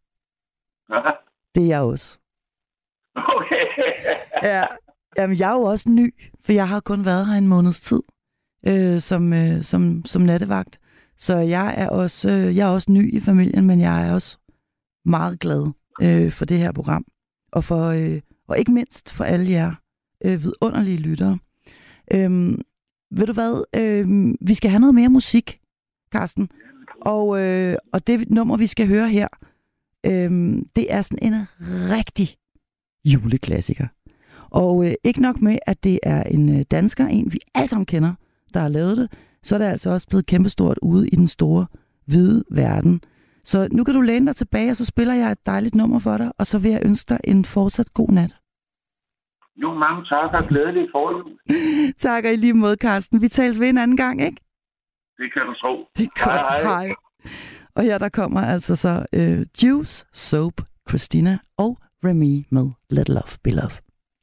Det er jeg også. Okay. Ja, jamen jeg er jo også ny, for jeg har kun været her en måneds tid øh, som, øh, som, som nattevagt. Så jeg er, også, øh, jeg er også ny i familien, men jeg er også meget glad øh, for det her program. Og, for, øh, og ikke mindst for alle jer øh, vidunderlige lyttere. Øhm, ved du hvad, øh, vi skal have noget mere musik, Carsten. Og, øh, og det nummer, vi skal høre her, øh, det er sådan en rigtig juleklassiker. Og øh, ikke nok med, at det er en øh, dansker, en vi alle sammen kender, der har lavet det, så er det altså også blevet kæmpestort ude i den store, hvide verden. Så nu kan du læne dig tilbage, og så spiller jeg et dejligt nummer for dig, og så vil jeg ønske dig en fortsat god nat. Jo, mange tak og glædelig forjul. Tak og i lige måde, Carsten. Vi tales ved en anden gang, ikke? Det kan du tro. Det er godt. Hej. Hej. Og her der kommer altså så uh, Juice, Soap, Christina og Remy med Let Love Be Love.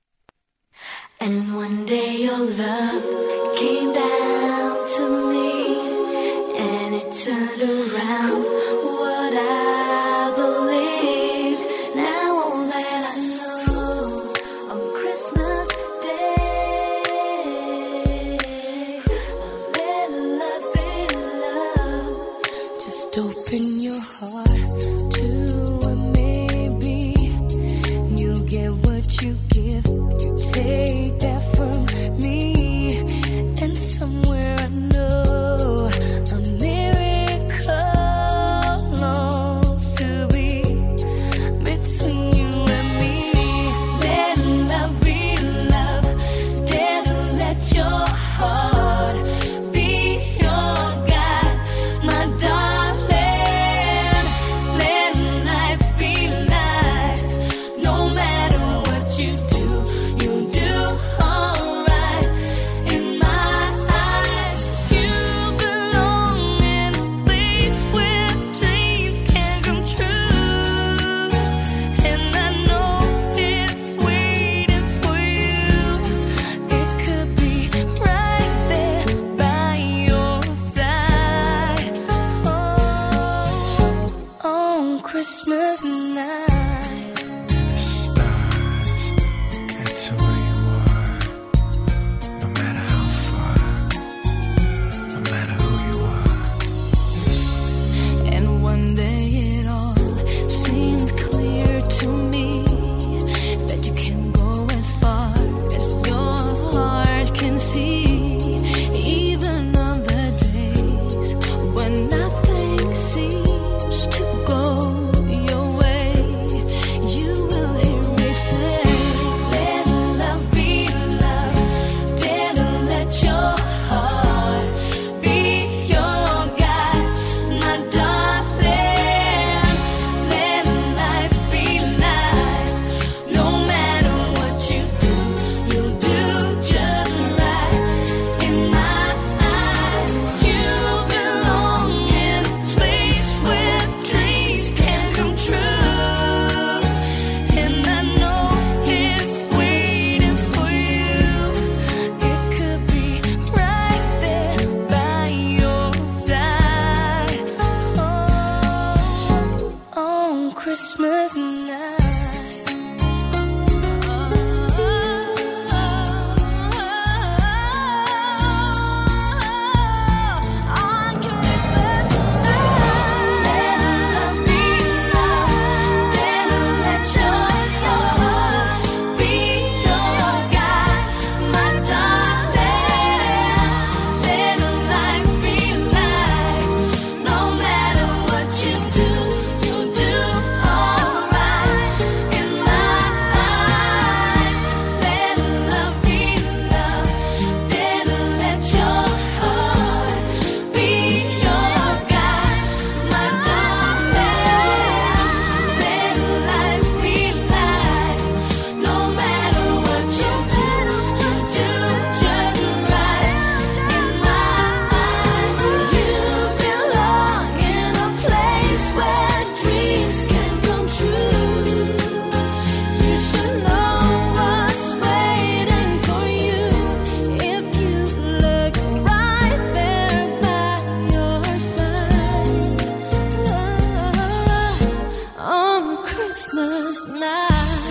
And one day your love came down to me, and it turned around what I believed. Now all that I know on Christmas Day, let love be love. Just open your heart to a maybe. You get what you give. You take that from me. And somewhere I know a miracle Christmas night. The stars get to where you are, no matter how far, no matter who you are. And one day it all seemed clear to me that you can go as far as your heart can see. Even on the days when nothing seems to go your way, you will hear me say, let love be love. Dare to let your heart be your guide, my darling. Let life be life. No matter what you do, you'll do just right in my eyes. You belong in a place where dreams can come true, and I know it's waiting for you. It could be right there by your side. Oh, on Christmas night. On Christmas night, let love be love. Dare to let your heart be your guide, my darling. Let life be life. No matter what you do, you'll do alright in my eyes. Let love be love. Dare to let your heart be your guide, my darling. Let life be life. No matter what you do, you do just right in my eyes. You belong in a place where dreams can come true. You should know what's waiting for you if you look right there by your side. On Christmas night.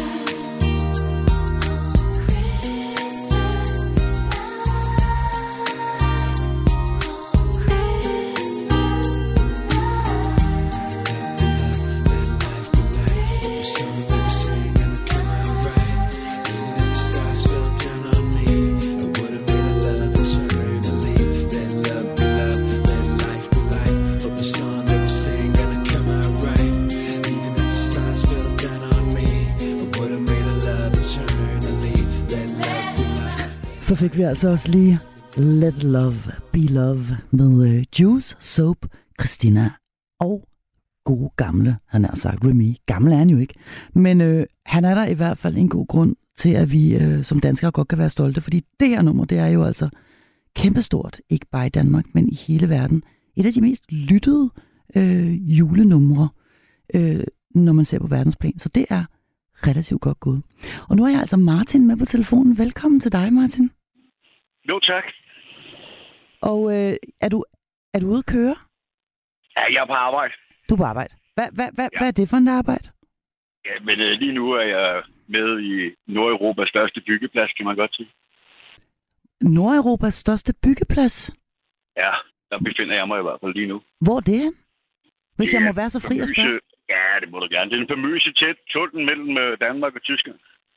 Så fik vi altså også lige Let Love Be Love med øh, Juice, Soap, Christina og gode gamle, han har sagt, Remy. Gammel er han jo ikke. Men øh, han er der i hvert fald en god grund til, at vi øh, som danskere godt kan være stolte, fordi det her nummer, det er jo altså kæmpestort, ikke bare i Danmark, men i hele verden. Et af de mest lyttede øh, julenumre, øh, når man ser på verdensplan. Så det er relativt godt gået. Og nu er jeg altså Martin med på telefonen. Velkommen til dig, Martin. Jo, tak. Og øh, er, du, er du ude at køre? Ja, jeg er på arbejde. Du er på arbejde. Hvad, hvad, hvad, Ja. hvad er det for en arbejde? Ja, men øh, lige nu er jeg med i Nordeuropas største byggeplads, kan man godt sige. Nordeuropas største byggeplads? Ja, der befinder jeg mig i hvert fald lige nu. Hvor er det hen? Hvis Det jeg må er være så fri at famøse- spørge. Ja, det må du gerne. Det er en famøse tæt tunnel mellem øh, Danmark og Tyskland.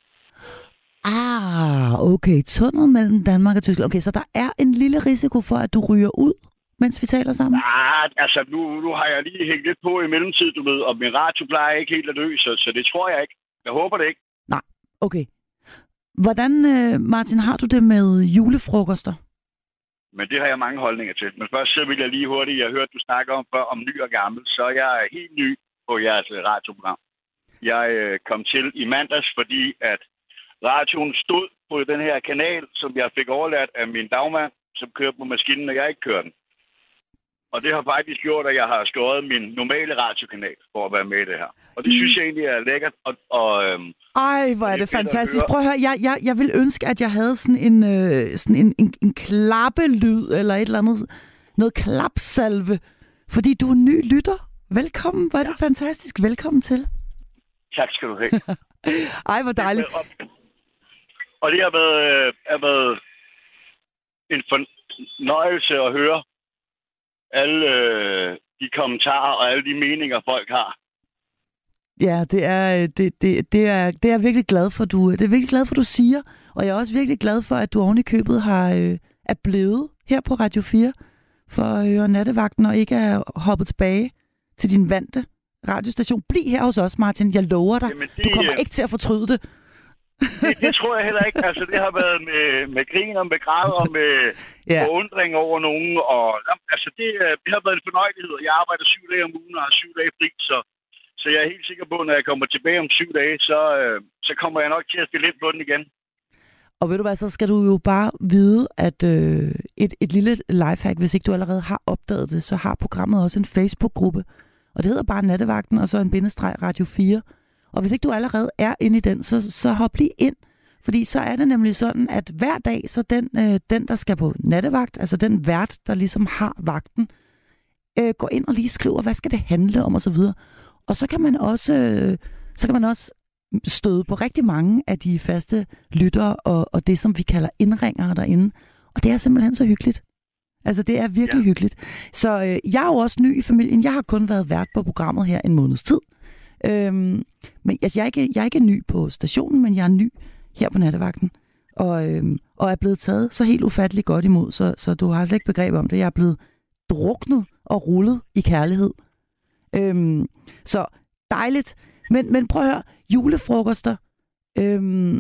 Ah, okay. Tunnel mellem Danmark og Tyskland. Okay, så der er en lille risiko for, at du ryger ud, mens vi taler sammen? Ah, altså, nu, nu har jeg lige hængt lidt på i mellemtid, du ved, og min radio plejer ikke helt at dø, så, så det tror jeg ikke. Jeg håber det ikke. Nej, okay. Hvordan, øh, Martin, har du det med julefrokoster? Men det har jeg mange holdninger til. Men først så vil jeg lige hurtigt, jeg hørte, du snakker om før, om ny og gammel, så er jeg helt ny på jeres radioprogram. Jeg øh, kom til i mandags, fordi at radioen stod på den her kanal, som jeg fik overladt af min dagmand, som kørte på maskinen, og jeg ikke kørte den. Og det har faktisk gjort, at jeg har skåret min normale radiokanal for at være med i det her. Og det synes jeg egentlig er lækkert. Og, og, øhm, Ej, hvor er det fantastisk. Prøv at høre, jeg, jeg, jeg vil ønske, at jeg havde sådan en, øh, sådan en, en, en klappelyd, eller et eller andet, noget klapsalve. Fordi du er ny lytter. Velkommen, hvor er det fantastisk. Velkommen til. Tak skal du have. Ej, hvor dejligt. Og det har været, øh, har været en fornøjelse at høre alle øh, de kommentarer og alle de meninger, folk har. Ja, det er, det, det, det er, det er jeg virkelig glad for, du, det er virkelig glad for, du siger. Og jeg er også virkelig glad for, at du oven i købet har, øh, er blevet her på Radio fire for at høre Nattevagten og ikke er hoppet tilbage til din vante radiostation. Bliv her hos os, Martin. Jeg lover dig. Jamen, det, du kommer ikke til at fortryde det. det. Det tror jeg heller ikke. Altså, det har været med, med grin og med græd og med ja. Forundring over nogen. Og, altså, det, det har været en fornøjelighed. Jeg arbejder syv dage om ugen og har syv dage fri, så, så jeg er helt sikker på, at når jeg kommer tilbage om syv dage, så, øh, så kommer jeg nok til at spille lidt på den igen. Og ved du hvad, så skal du jo bare vide, at øh, et, et lille lifehack, hvis ikke du allerede har opdaget det, så har programmet også en Facebook-gruppe. Og det hedder bare Nattevagten, og så en bindestreg Radio fire. Og hvis ikke du allerede er inde i den, så, så hop lige ind. Fordi så er det nemlig sådan, at hver dag, så den, øh, den der skal på nattevagt, altså den vært, der ligesom har vagten, øh, går ind og lige skriver, hvad skal det handle om, og så videre. Og så kan man også, øh, så kan man også støde på rigtig mange af de faste lyttere, og, og det, som vi kalder indringere derinde. Og det er simpelthen så hyggeligt. Altså, det er virkelig ja. hyggeligt. Så øh, jeg er jo også ny i familien. Jeg har kun været vært på programmet her en måneds tid. Øhm, men altså, jeg er, ikke, jeg er ikke ny på stationen, men jeg er ny her på Nattevagten. Og, øhm, og er blevet taget så helt ufatteligt godt imod, så, så du har slet ikke begreb om det. Jeg er blevet druknet og rullet i kærlighed. Øhm, så dejligt. Men, men prøv at høre, julefrokoster. Øhm,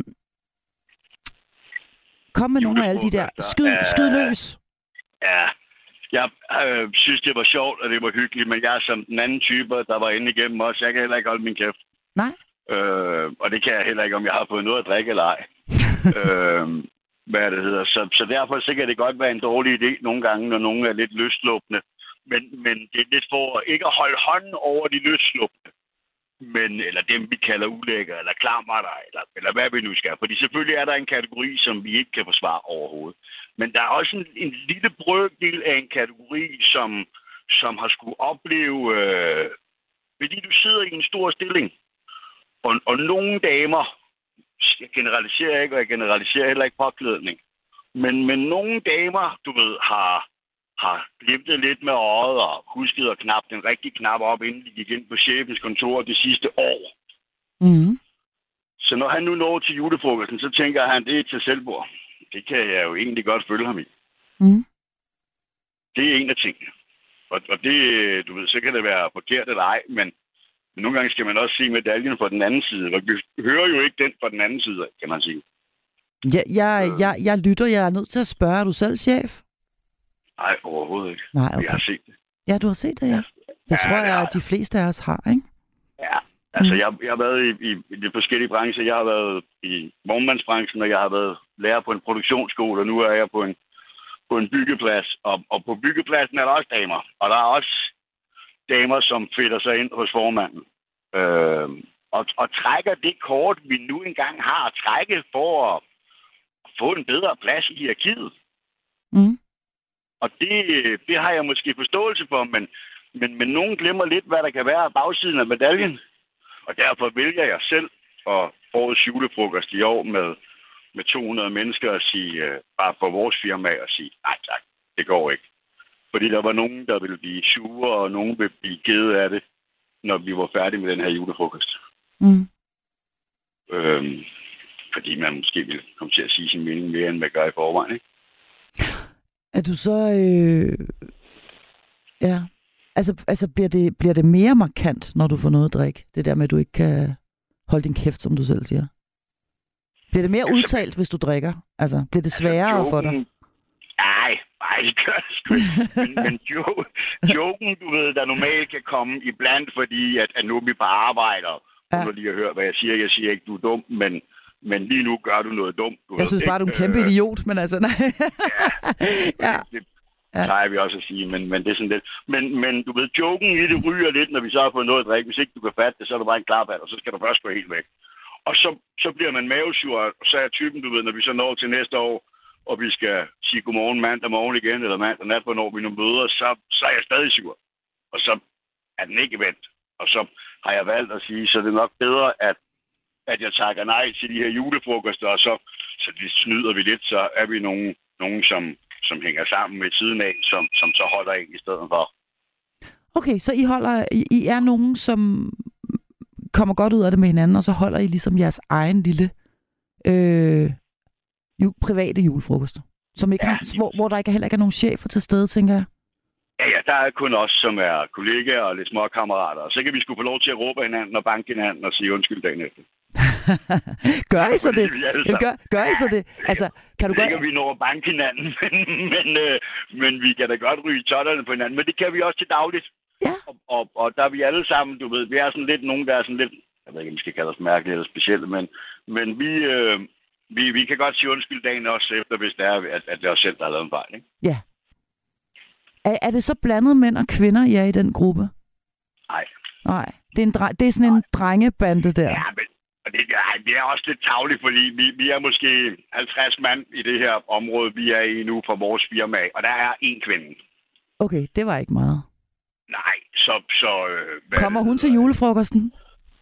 kom med nogle af alle de der. Skyd, skyd løs. Ja, jeg øh, synes, det var sjovt, og det var hyggeligt, men jeg er som den anden type, der var inde igennem også. Jeg kan heller ikke holde min kæft. Nej. Øh, og det kan jeg heller ikke, om jeg har fået noget at drikke eller ej. øh, hvad det hedder. Så, så derfor så kan det godt være en dårlig idé nogle gange, når nogen er lidt løsslupne. Men, men det er lidt for ikke at holde hånden over de løsslupne. Men, eller dem, vi kalder ulækker, eller klammerter, eller, eller hvad vi nu skal. Fordi selvfølgelig er der en kategori, som vi ikke kan forsvare overhovedet. Men der er også en, en lille brøkdel af en kategori, som, som har skulle opleve, øh, fordi du sidder i en stor stilling, og, og nogle damer, jeg generaliserer ikke, og jeg generaliserer heller ikke påklædning, men, men nogle damer, du ved, har, har glimtet lidt med øjet og husket at knappe den rigtige knap op, inden de gik ind på chefens kontor det sidste år. Mm. Så når han nu når til julefrokosten, så tænker han, det er til selvbord. Det kan jeg jo egentlig godt følge ham i. Mm. Det er en af tingene. Og, og det, du ved, så kan det være forkert eller ej, men, men nogle gange skal man også se medaljen fra den anden side. Og vi hører jo ikke den fra den anden side, kan man sige. Ja, jeg, øh. jeg, jeg lytter. Jeg er nødt til at spørge, er du selv chef? Nej, overhovedet ikke. Nej, okay. Jeg har set det. Ja, du har set det, ja. Det ja, tror jeg, ja, at de fleste af os har, ikke? Ja, altså mm. jeg, jeg har været i, i, i de forskellige brancher. Jeg har været i vognmandsbranchen, og jeg har været lærer på en produktionsskole, og nu er jeg på en, på en byggeplads. Og, og på byggepladsen er der også damer. Og der er også damer, som fedter sig ind hos formanden. Øh, og, og trækker det kort, vi nu engang har at trække for at få en bedre plads i hierarkiet. Mm. Og det, det har jeg måske forståelse for, men, men, men nogen glemmer lidt, hvad der kan være af bagsiden af medaljen. Og derfor vælger jeg selv at årets julefrokost i år med, med to hundrede mennesker at sige, uh, bare for vores firma at sige, nej tak, det går ikke. Fordi der var nogen, der ville blive sure, og nogen ville blive kede af det, når vi var færdige med den her julefrokost. Mm. Øhm, fordi man måske ville komme til at sige sin mening mere, end man gør i forvejen, ikke? Er du så... Øh... Ja. Altså, altså bliver, det, bliver det mere markant, når du får noget at drikke? Det der med, at du ikke kan holde din kæft, som du selv siger. Bliver det mere udtalt, hvis du drikker? Altså, bliver det sværere altså, joken, for dig? Nej, nej, det gør det sgu ikke. men, men jo, joken, du ved, der normalt kan komme iblandt, fordi at, at nu er vi på arbejde, og ja. Nu lige at høre, hvad jeg siger. Jeg siger ikke, du er dum, men, men lige nu gør du noget dumt. Du jeg ved, synes bare, ikke? Du er en kæmpe øh, idiot, men altså, nej. ja, ja. Det, det plejer vi også at sige, men, men det er sådan lidt. Men, men du ved, joken i det ryger lidt, når vi så har fået noget at drikke. Hvis ikke du kan fatte det, så er du bare en klarpat, og så skal du først gå helt væk. Og så, så bliver man mavesur, og så er typen, du ved, når vi så når til næste år, og vi skal sige godmorgen mandag morgen igen, eller mandag nat, hvornår vi nu møder, så, så er jeg stadig sur. Og så er den ikke vendt. Og så har jeg valgt at sige, så det er nok bedre, at, at jeg takker nej til de her julefrokoster, og så, så det snyder vi lidt, så er vi nogen, nogen som, som hænger sammen med siden af, som, som så holder en i stedet for. Okay, så I holder, I, I er nogen, som kommer godt ud af det med hinanden, og så holder I ligesom jeres egen lille øh, ju, private julefrokost, som ikke ja. har, hvor, hvor der ikke, heller ikke er nogen chefer til stede, tænker jeg. Ja, ja, der er kun os, som er kollegaer og lidt små kammerater. Og så kan vi sgu få lov til at råbe hinanden og banke hinanden og sige undskyld dagen efter. Gør I så det? Gør, gør I så det? Altså, kan du godt... gøre... vi når at banke hinanden, men, men, øh, men vi kan da godt ryge totterne på hinanden. Men det kan vi også til dagligt. Ja. Og, og, og der er vi alle sammen, du ved, vi er sådan lidt nogen, der er sådan lidt, jeg ved ikke, om vi skal kalde os mærkelige eller specielle, men, men vi, øh, vi, vi kan godt sige undskyld dagen også efter, hvis det er, at, at det er os selv, der har lavet en fejl, ikke? Ja. Er, er det så blandet mænd og kvinder, I er i den gruppe? Nej. Nej. Det er, en dre- det er sådan Nej. en drengebande der. Ja, men og det, ja, det er også lidt tarveligt, fordi vi, vi er måske halvtreds mand i det her område, vi er i nu fra vores firma, og der er en kvinde. Okay, det var ikke meget. Nej, så... så øh, kommer hun til julefrokosten?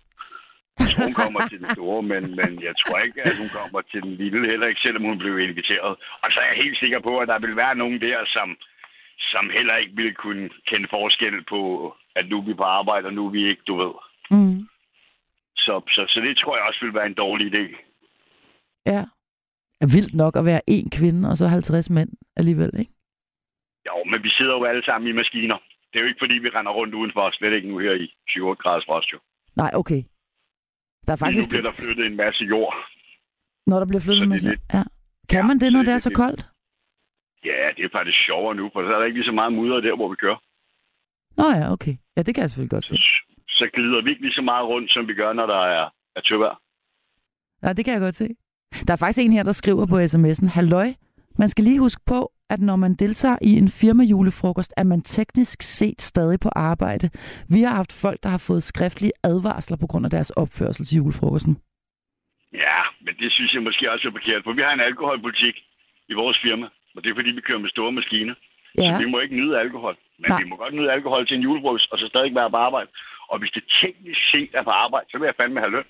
Hun kommer til den store, men, men jeg tror ikke, at hun kommer til den lille, heller ikke, selvom hun blev inviteret. Og så er jeg helt sikker på, at der vil være nogen der, som... som heller ikke ville kunne kende forskel på, at nu er vi på arbejde, og nu er vi ikke, du ved. Mm. Så, så, så det tror jeg også ville være en dårlig idé. Ja. Det er vildt nok at være én kvinde, og så halvtreds mænd alligevel, ikke? Jo, men vi sidder jo alle sammen i maskiner. Det er jo ikke, fordi vi render rundt udenfor, slet ikke nu her i syv otte graders frost, jo. Nej, okay. Der er faktisk... Nu bliver der flyttet en masse jord. Når der bliver flyttet en masse jord? Ja. Kan ja, man det, når det, det er så koldt? Ja, det er faktisk sjovere nu, for så er der ikke lige så meget mudder der, hvor vi kører. Nå ja, okay. Ja, det kan jeg selvfølgelig godt se. Så, så glider vi ikke lige så meget rundt, som vi gør, når der er, er tøvejr. Ja, det kan jeg godt se. Der er faktisk en her, der skriver på sms'en, halløj, man skal lige huske på, at når man deltager i en firmajulefrokost, er man teknisk set stadig på arbejde. Vi har haft folk, der har fået skriftlige advarsler på grund af deres opførsel til julefrokosten. Ja, men det synes jeg måske også er forkert, for vi har en alkoholpolitik i vores firma. Og det er, fordi vi kører med store maskiner. Ja. Så vi må ikke nyde alkohol. Men Nej. vi må godt nyde alkohol til en julefrokost, og så stadig være på arbejde. Og hvis det teknisk set er på arbejde, så vil jeg fandme have løn.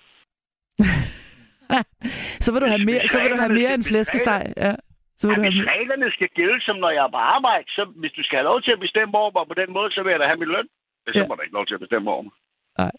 så vil du have mere, så vil du have mere end flæskesteg. Ja. Så vil ja, du hvis have reglerne skal gælde, som når jeg er på arbejde, så hvis du skal have lov til at bestemme over mig på den måde, så vil jeg da have min løn. Så ja. må du ikke lov til at bestemme over mig. Nej.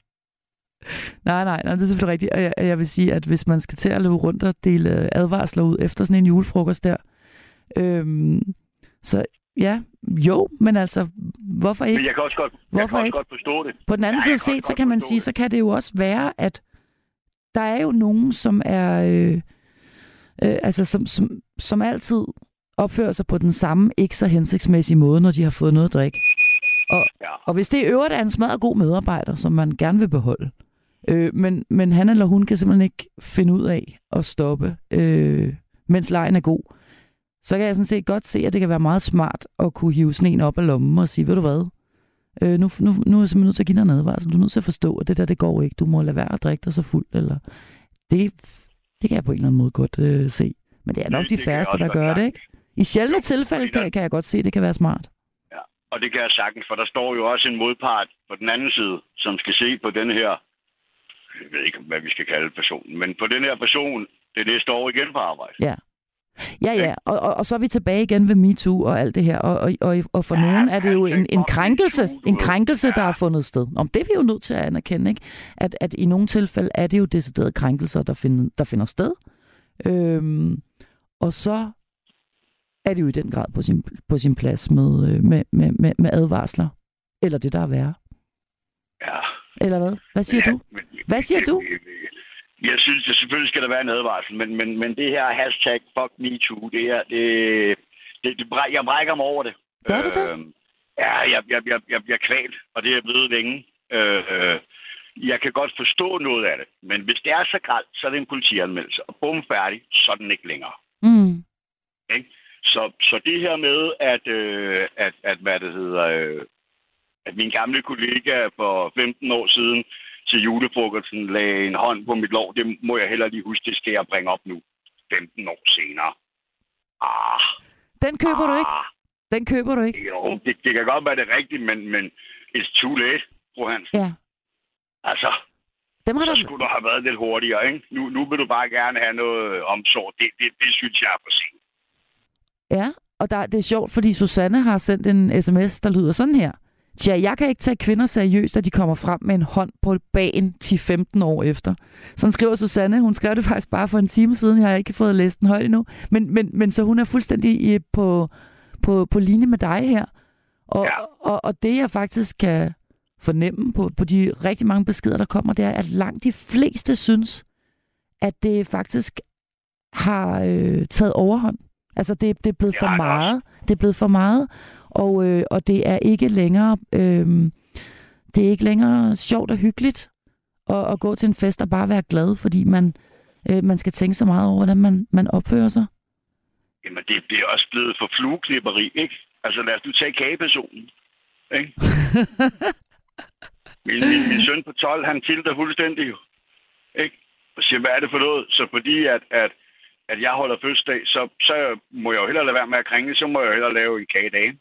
Nej, nej, nej, det er selvfølgelig rigtigt. Og jeg, jeg vil sige, at hvis man skal til at løbe rundt og dele advarsler ud efter sådan en julefrokost der, Øhm, så ja, jo, men altså, hvorfor ikke? Men jeg kan også godt, jeg kan også godt forstå det. På den anden ja, side set, så kan man sige, det. så kan det jo også være, at der er jo nogen, som er, øh, øh, altså som, som, som altid opfører sig på den samme, ikke så hensigtsmæssige måde, når de har fået noget at drikke. Og, ja. og hvis det i øvrigt er en smadret god medarbejder, som man gerne vil beholde, øh, men, men han eller hun kan simpelthen ikke finde ud af at stoppe, øh, mens lejen er god, så kan jeg sådan set godt se, at det kan være meget smart at kunne hive sådan en op af lommen og sige, ved du hvad, øh, nu, nu, nu er jeg simpelthen nødt til at give dig en advarsel. Du er nødt til at forstå, at det der, det går ikke. Du må lade være at drikke dig så fuld. Eller... Det, det kan jeg på en eller anden måde godt øh, se. Men det er nok det, de færreste, der gør det, ikke? I sjældne tilfælde kan, kan jeg godt se, at det kan være smart. Ja, og det kan jeg sagtens, for der står jo også en modpart på den anden side, som skal se på den her, jeg ved ikke, hvad vi skal kalde personen, men på den her person, det er det, står igen på arbejde. Ja. Ja, ja, og, og, og så er vi tilbage igen ved MeToo og alt det her, og, og, og, og for ja, nogen er det jo en, en krænkelse, en krænkelse, der har fundet sted. Om det er vi jo nødt til at anerkende, ikke? At, at i nogle tilfælde er det jo deciderede krænkelser, der finder, der finder sted. Øhm, og så er det jo i den grad på sin, på sin plads med, med, med, med, med advarsler. Eller det, der er værre. Ja. Eller hvad? Hvad siger ja, du? Men, hvad siger du? Jeg synes, at selvfølgelig skal der være en advarsel, men, men, men det her hashtag fuck MeToo, det er, det, det, det, jeg brækker mig over det. Gør du det? Øh, ja, jeg, jeg, jeg, jeg, jeg er kvalt, og det er jeg blevet længe. Øh, jeg kan godt forstå noget af det, men hvis det er så grelt, så er det en politianmeldelse, og bum færdig, så er den ikke længere. Mm. Okay? Så, så det her med, at, øh, at, at hvad det hedder, øh, at min gamle kollega for femten år siden til julefrokosten lagde en hånd på mit lår, det må jeg heller lige huske, det skal jeg bringe op nu, femten år senere. Ah. Den køber ah. du ikke? Den køber du ikke? Jo, det, det kan godt være det rigtigt, men, men it's too late, fru Hansen. Ja. Altså, Dem har så der... skulle du have været lidt hurtigere, ikke? Nu, nu vil du bare gerne have noget omsorg. Det, det, det synes jeg er for sent. Ja, og der, det er sjovt, fordi Susanne har sendt en sms, der lyder sådan her. Tja, jeg kan ikke tage kvinder seriøst, at de kommer frem med en hånd på bagen ti til femten år efter. Sådan skriver Susanne. Hun skrev det faktisk bare for en time siden. Jeg har ikke fået læst den højt endnu. Men, men, men så hun er fuldstændig på, på, på linje med dig her. Og, ja. og, og det, jeg faktisk kan fornemme på, på de rigtig mange beskeder, der kommer, det er, at langt de fleste synes, at det faktisk har øh, taget overhånd. Altså, det, det er blevet ja, for meget. Det er blevet for meget. Og, øh, og det er ikke længere øh, det er ikke længere sjovt og hyggeligt at, at gå til en fest og bare være glad, fordi man, øh, man skal tænke så meget over, hvordan man, man opfører sig. Jamen, det, det er også blevet for flueklipperi, ikke? Altså, lad os nu tage kagepersonen, ikke? min, min, min søn på tolv, han tilter fuldstændig jo, ikke? Og siger, hvad er det for noget? Så fordi, at, at, at jeg holder fødselsdag, så, så må jeg jo hellere lade være med at kringle, så må jeg jo hellere lave en kagedag.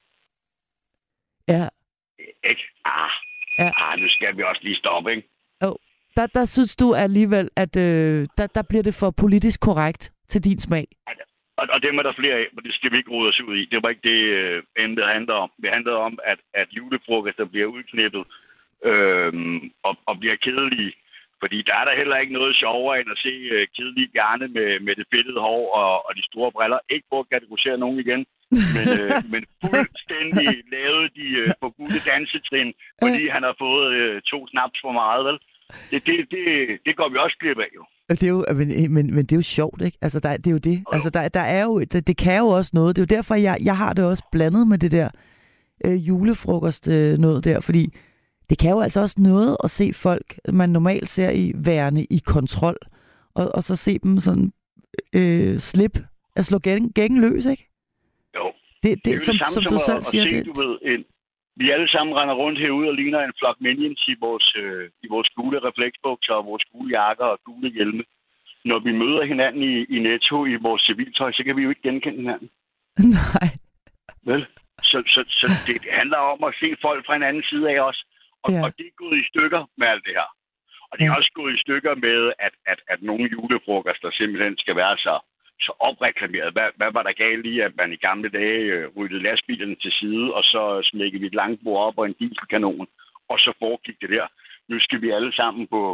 Ja. Ikke? Ah, ja. ah, nu skal vi også lige stoppe, ikke? Oh. Der, der synes du alligevel, at øh, der, der bliver det for politisk korrekt til din smag. Og, og dem er der flere af, men det skal vi ikke rode os ud i. Det var ikke det, øh, emnet handler om. Det handler om, at, at julefrokoster bliver udknippet øh, og, og bliver kedelige. Fordi der er der heller ikke noget sjovere end at se øh, kedelige gerne med, med det fedtede hår og, og de store briller. Ikke på at kategorisere nogen igen, men, øh, men fuldstændig lavet de øh, forbudte dansetrin, fordi han har fået øh, to snaps for meget, vel? Det, det, det, det går vi også glip af, jo. Det er jo, men, men, men det er jo sjovt, ikke? Altså, der, det er jo det. Altså, der, der er jo, det, det kan jo også noget. Det er jo derfor, jeg, jeg har det også blandet med det der øh, julefrokost øh, noget der, fordi det kan jo altså også noget at se folk, man normalt ser i værende i kontrol, og, og så se dem sådan øh, slip, at slå gæng, gængen løs, ikke? Jo. Det, det, det er som, det samme som, som du at, selv at siger. Se, det. Du ved, en, vi alle sammen render rundt herude og ligner en flok minions i vores, øh, i vores gule refleksbukser og vores gule jakker og gule hjelme. Når vi møder hinanden i, i Netto i vores civiltøj, så kan vi jo ikke genkende hinanden. Nej. Vel? Så, så, så det handler om at se folk fra en anden side af os. Og, ja. og det er gået i stykker med alt det her. Og det er ja. også gået i stykker med, at, at, at nogle julefrokoster simpelthen skal være så, så opreklameret. Hvad, hvad var der galt i, at man i gamle dage øh, ryddede lastbilerne til side, og så smækkede vi et langt bord op og en dieselkanon, og så foregik det der. Nu skal vi alle sammen på,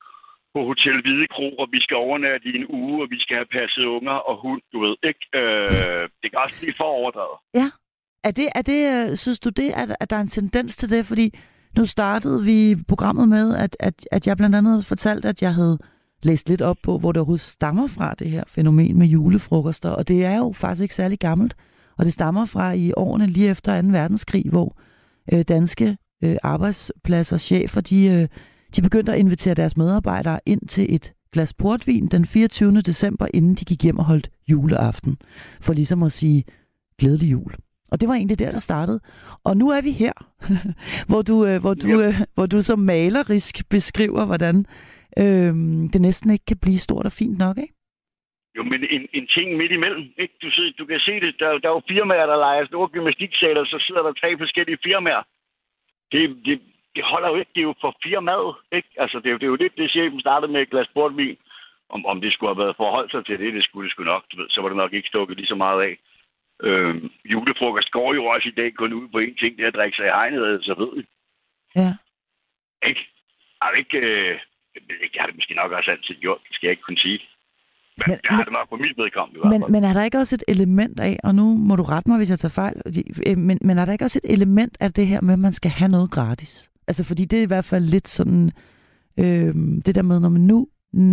på Hotel Hvide Kro, og vi skal overnatte i en uge, og vi skal have passet unger og hund, du ved, ikke? Øh, det kan også blive for overdrevet. Ja. Er det, er det, synes du det, at, at der er en tendens til det? Fordi nu startede vi programmet med, at, at, at jeg blandt andet fortalte, at jeg havde læst lidt op på, hvor det overhovedet stammer fra, det her fænomen med julefrokoster. Og det er jo faktisk ikke særlig gammelt. Og det stammer fra i årene lige efter anden verdenskrig, hvor øh, danske øh, arbejdspladser, chefer, de, øh, de begyndte at invitere deres medarbejdere ind til et glas portvin den fireogtyvende december, inden de gik hjem og holdt juleaften. For ligesom at sige glædelig jul. Og det var egentlig der, det startede. Og nu er vi her, hvor, du, øh, hvor, du, øh, hvor du så malerisk beskriver, hvordan øh, det næsten ikke kan blive stort og fint nok, ikke? Jo, men en, en ting midt imellem, ikke? Du, du kan se det, der, der er jo firmaer, der leger store gymnastiksaler, så sidder der tre forskellige firmaer. Det, det, det holder jo ikke, det er jo for firmaet, ikke? Altså, det er, det er jo lidt, det chefen startede med et glas portvin. Om, om det skulle have været forholdt sig til det, det skulle det sgu nok, du ved, så var det nok ikke stukket lige så meget af. Øh, julefrokost går jo også i dag kun ud på en ting, det er at drikke sig i hegnet, så ved vi. Ja. Ikke? Er det ikke... Øh, jeg har det måske nok også altid gjort, det skal jeg ikke kunne sige. Men, men jeg har det nok på mit vedkommende. Men, men er der ikke også et element af, og nu må du rette mig, hvis jeg tager fejl, men, men er der ikke også et element af det her med, at man skal have noget gratis? Altså, fordi det er i hvert fald lidt sådan, øh, det der med, når man nu, nu,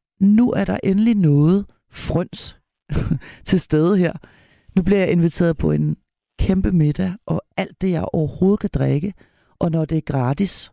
nu er der endelig noget frøns til stede her. Nu bliver jeg inviteret på en kæmpe middag, og alt det, jeg overhovedet kan drikke, og når det er gratis,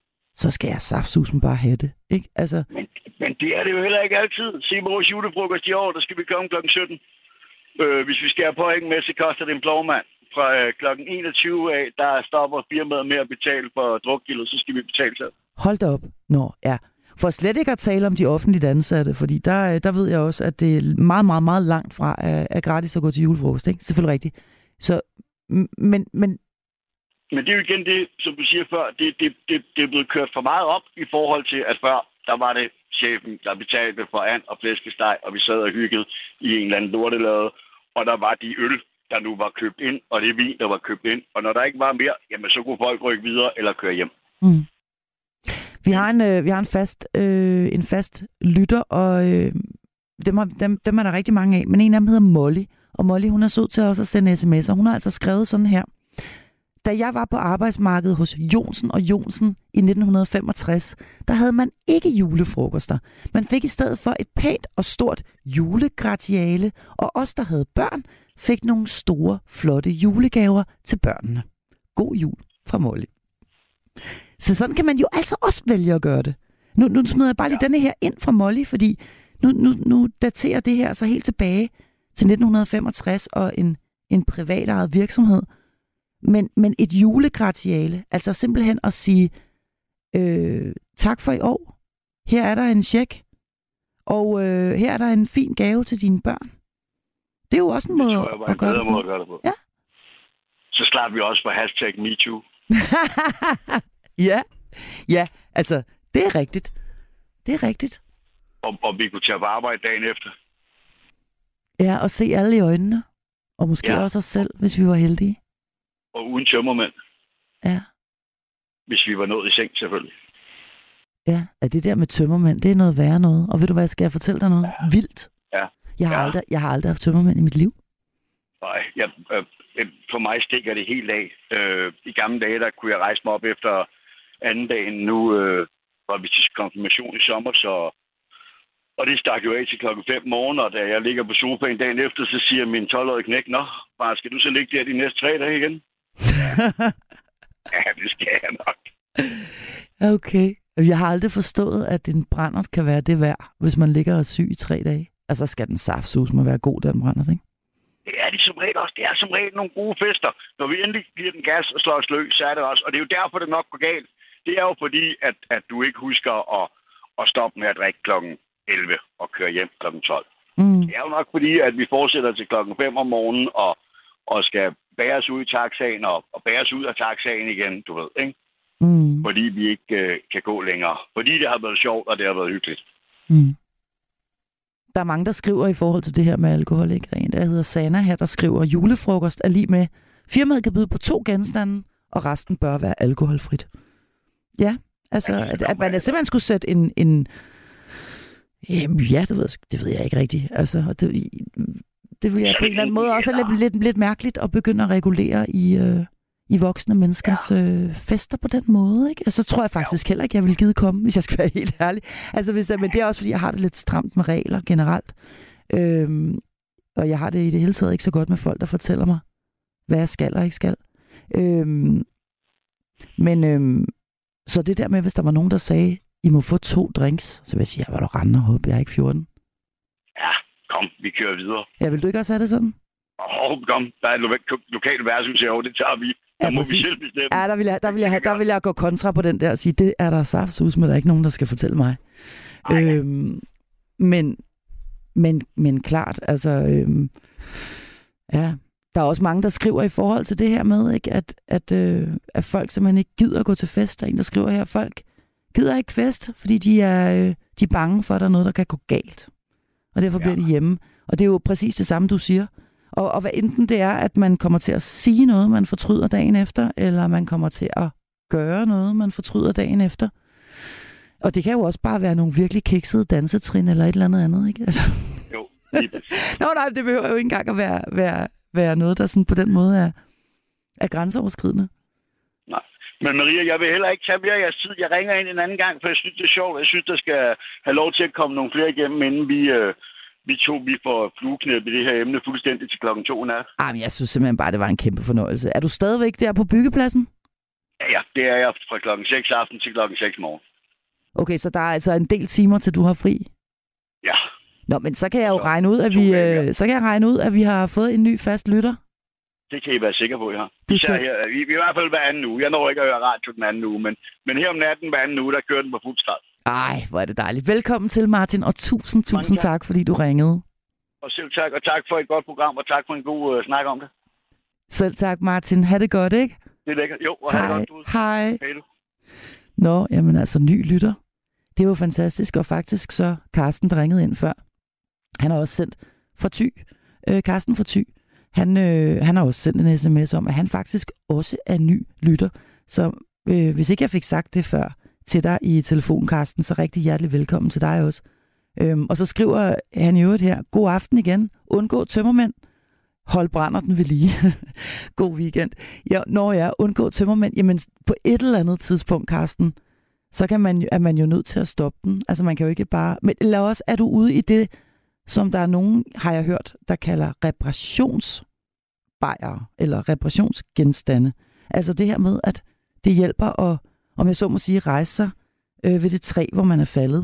så skal jeg saftsusen bare have det, ikke? Altså... Men, men det er det jo heller ikke altid. Se vores julefrokost i år, der skal vi komme klokken sytten. Øh, hvis vi skal have point med, så koster det en plovmand. Fra øh, klokken enogtyve af, der stopper firmaet med at betale for drukgildet, så skal vi betale selv. Hold da op. Nå, ja. For slet ikke at tale om de offentligt ansatte, fordi der, der ved jeg også, at det er meget, meget, meget langt fra at, at gratis at gå til julefrokost, ikke? Selvfølgelig rigtigt. Så, men, men men det er jo igen det, som du siger før, det, det, det, det er blevet kørt for meget op i forhold til, at før, der var det chefen, der betalte for and og flæskesteg, og vi sad og hyggede i en eller anden lortelade, og der var de øl, der nu var købt ind, og det vin, der var købt ind. Og når der ikke var mere, jamen så kunne folk rykke videre eller køre hjem. Mm. Vi har en, øh, vi har en fast, øh, en fast lytter, og øh, dem, har, dem, dem er der rigtig mange af. Men en af dem hedder Molly, og Molly, hun er sød til også at sende sms'er. Hun har altså skrevet sådan her. Da jeg var på arbejdsmarkedet hos Jonsen og Jonsen i nitten femogtres, der havde man ikke julefrokoster. Man fik i stedet for et pænt og stort julegratiale, og os, der havde børn, fik nogle store, flotte julegaver til børnene. God jul fra Molly. Så sådan kan man jo altså også vælge at gøre det. Nu, nu smider jeg bare lige ja. denne her ind fra Molly, fordi nu, nu, nu daterer det her så helt tilbage til nitten femogtres og en, en privatejet virksomhed. Men, men et julegratiale, altså simpelthen at sige, øh, tak for i år, her er der en check, og øh, her er der en fin gave til dine børn. Det er jo også en måde, det tror jeg, var en at, gøre bedre måde at gøre det på. Ja. Så slap vi også på hashtag MeToo. ja, ja, altså, det er rigtigt. Det er rigtigt. Og, og vi kunne tage på arbejde dagen efter. Ja, og se alle i øjnene. Og måske ja. også os selv, hvis vi var heldige. Og uden tømmermænd. Ja. Hvis vi var nået i seng, selvfølgelig. Ja, at det der med tømmermænd, det er noget værre noget. Og ved du hvad, skal jeg fortælle dig noget? Ja. Vildt. Ja. Jeg har, ja. aldrig, jeg har aldrig haft tømmermænd i mit liv. Nej, jeg, øh, for mig stikker det helt af. Øh, I gamle dage, der kunne jeg rejse mig op efter anden dagen. Nu øh, var vi til konfirmation i sommer, så... Og det stak jo af til klokken fem morgen, og da jeg ligger på sofaen dagen efter, så siger min tolv-årige knæk, nå, bare skal du så ligge der de næste tre dage igen? Ja, det skal jeg nok. Okay. Jeg har aldrig forstået, at en brændert kan være det værd, hvis man ligger og er syg i tre dage. Altså skal den saftsus med være god, den brændert, ikke? Det er de som regel også. Det er som regel nogle gode fester. Når vi endelig giver den gas og slår os løs, så er det også. Og det er jo derfor, det nok går galt. Det er jo fordi, at, at du ikke husker at, at stoppe med at drikke klokken elleve og køre hjem klokken tolv. Mm. Det er jo nok fordi, at vi fortsætter til klokken fem om morgenen og, og skal bæres ud i taxaen og, og bæres ud af taxaen igen, du ved, ikke? Mm. Fordi vi ikke øh, kan gå længere. Fordi det har været sjovt, og det har været hyggeligt. Mm. Der er mange, der skriver i forhold til det her med alkohol, ikke? Der hedder Sana her, der skriver, julefrokost er lige med. Firmaet kan byde på to genstande, og resten bør være alkoholfrit. Ja, altså, at, at man simpelthen skulle sætte en... en Jamen, ja, det ved, det ved jeg ikke rigtigt. Altså, det, det vil jeg på en eller anden måde også lidt, lidt, lidt mærkeligt at begynde at regulere i, øh, i voksne menneskers øh, fester på den måde. Ikke? Altså, så tror jeg faktisk heller ikke, jeg vil gide komme, hvis jeg skal være helt ærlig. Altså, hvis, men det er også, fordi jeg har det lidt stramt med regler generelt. Øhm, og jeg har det i det hele taget ikke så godt med folk, der fortæller mig, hvad jeg skal og ikke skal. Øhm, men øhm, så det der med, hvis der var nogen, der sagde, I må få to drinks, så vil jeg sige, hvad du render op, jeg er ikke fjorten. Ja, kom, vi kører videre. Ja, vil du ikke også have det sådan? Åh, oh, kom, der er et lo- lokalt værtshus her, det tager vi. Der ja, må præcis. vi selv bestemme. Ja, der vil, jeg, der, vil jeg, der vil jeg gå kontra på den der og sige, det er der saftsus, men der er ikke nogen, der skal fortælle mig. Øhm, men, men, men klart, altså, øhm, ja, der er også mange, der skriver i forhold til det her med, ikke, at, at, øh, at folk simpelthen ikke gider at gå til fest. Der er en, der skriver her, folk gider ikke fest, fordi de er, øh, de er bange for, at der er noget, der kan gå galt. Og derfor ja. bliver de hjemme. Og det er jo præcis det samme, du siger. Og, og hvad enten det er, at man kommer til at sige noget, man fortryder dagen efter, eller man kommer til at gøre noget, man fortryder dagen efter. Og det kan jo også bare være nogle virkelig kiksede dansetrin, eller et eller andet andet, ikke? Altså. Jo. Nå nej, det behøver jo ikke engang at være, være, være noget, der sådan på den måde er, er grænseoverskridende. Nej. Men Maria, jeg vil heller ikke tage mere af jeres tid. Jeg ringer ind en anden gang, for jeg synes, det er sjovt. Jeg synes, der skal have lov til at komme nogle flere igennem, inden vi... Øh Vi to, vi får flueknæp i det her emne fuldstændig til klokken to nat. Ah, men jeg synes simpelthen bare, det var en kæmpe fornøjelse. Er du stadigvæk der på byggepladsen? Ja, ja, det er jeg fra klokken seks aften til klokken seks morgen. Okay, så der er altså en del timer, til du har fri? Ja. Nå, men så kan jeg jo så, regne ud, at vi, øh, så kan jeg regne ud, at vi har fået en ny fast lytter. Det kan I være sikre på, ja. Det skal... her, vi, vi er i hvert fald hver anden uge. Jeg når ikke at høre radio den anden uge, men, men her om natten hver anden uge, der kører den på fuld start. Ej, hvor er det dejligt. Velkommen til, Martin, og tusind, tusind tak, fordi du ringede. Og selv tak, og tak for et godt program, og tak for en god uh, snak om det. Selv tak, Martin. Ha' det godt, ikke? Det er lækkert. Jo, og hej. Godt, du. Hej. Hej du. Nå, jamen altså, ny lytter. Det var fantastisk, og faktisk så Carsten, der ringede ind før, han har også sendt fra Thy, øh, Carsten fra Thy, han, øh, han har også sendt en sms om, at han faktisk også er ny lytter. Så øh, hvis ikke jeg fik sagt det før til dig i telefonen, Carsten, så rigtig hjertelig velkommen til dig også. Øhm, og så skriver han i øvrigt her, god aften igen, undgå tømmermænd, hold brænder den ved lige. God weekend. Ja, når jeg undgå tømmermænd, jamen på et eller andet tidspunkt, Carsten, så kan man, er man jo nødt til at stoppe den. Altså man kan jo ikke bare... Men eller også er du ude i det, som der er nogen, har jeg hørt, der kalder reparationsbajere, eller reparationsgenstande. Altså det her med, at det hjælper at, om jeg så må sige, rejse sig øh, ved det træ, hvor man er faldet.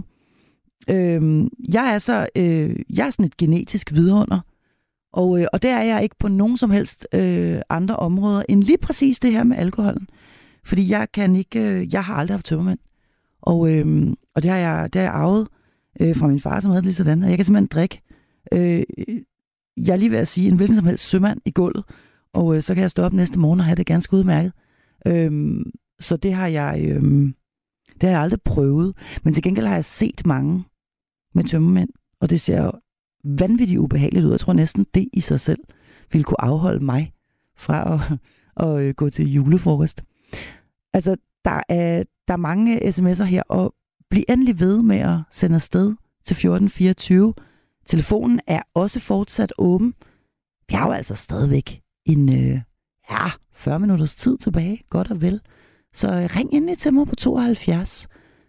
Øh, jeg er så... Øh, jeg er sådan et genetisk vidunder, og, øh, og det er jeg ikke på nogen som helst øh, andre områder, end lige præcis det her med alkoholen. Fordi jeg kan ikke... Øh, jeg har aldrig haft tømmermænd. Og, øh, og det har jeg, det har jeg arvet øh, fra min far, som havde det lige sådan. Og jeg kan simpelthen drikke, øh, jeg er lige ved at sige, en hvilken som helst sømand i gulvet. Og øh, så kan jeg stå op næste morgen og have det ganske udmærket. Øh, så det har jeg øh, det har jeg aldrig prøvet. Men til gengæld har jeg set mange med tømmermænd. Og det ser jo vanvittigt ubehageligt ud. Jeg tror næsten, det i sig selv ville kunne afholde mig fra at, at, at gå til julefrokost. Altså, der er, der er mange sms'er her, og bliv endelig ved med at sende afsted til fjorten fireogtyve. Telefonen er også fortsat åben. Vi har jo altså stadigvæk en øh, ja, fyrre minutters tid tilbage, godt og vel. Så øh, ring endelig til mig på tooghalvfjerds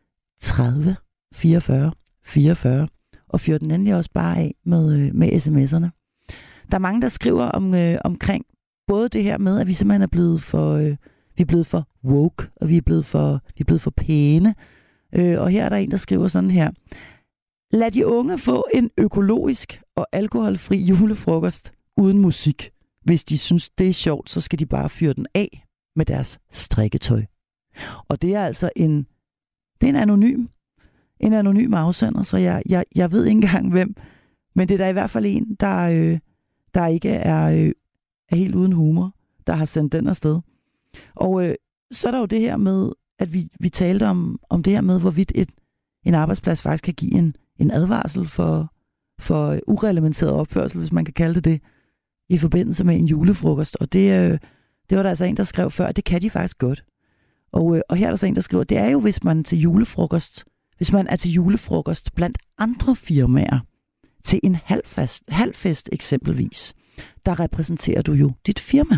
tredive fireogfyrre fireogfyrre, og fyr den endelig også bare af med, øh, med sms'erne. Der er mange, der skriver om, øh, omkring både det her med, at vi simpelthen er blevet for... Øh, Vi er blevet for woke, og vi er blevet for, vi er blevet for pæne. Øh, og her er der en, der skriver sådan her. Lad de unge få en økologisk og alkoholfri julefrokost uden musik. Hvis de synes, det er sjovt, så skal de bare fyre den af med deres strikketøj. Og det er altså en, det er en anonym, en anonym afsender, så jeg, jeg, jeg ved ikke engang hvem. Men det er der i hvert fald en, der, øh, der ikke er, øh, er helt uden humor, der har sendt den afsted. Og øh, så er der jo det her med, at vi, vi talte om, om det her med, hvorvidt et, en arbejdsplads faktisk kan give en, en advarsel for, for ureglementeret opførsel, hvis man kan kalde det det, i forbindelse med en julefrokost. Og det, øh, det var der altså en, der skrev før, at det kan de faktisk godt. Og, øh, og her er der så en, der skriver, det er jo, hvis man til julefrokost, hvis man er til julefrokost blandt andre firmaer, til en halvfest, halvfest eksempelvis, der repræsenterer du jo dit firma.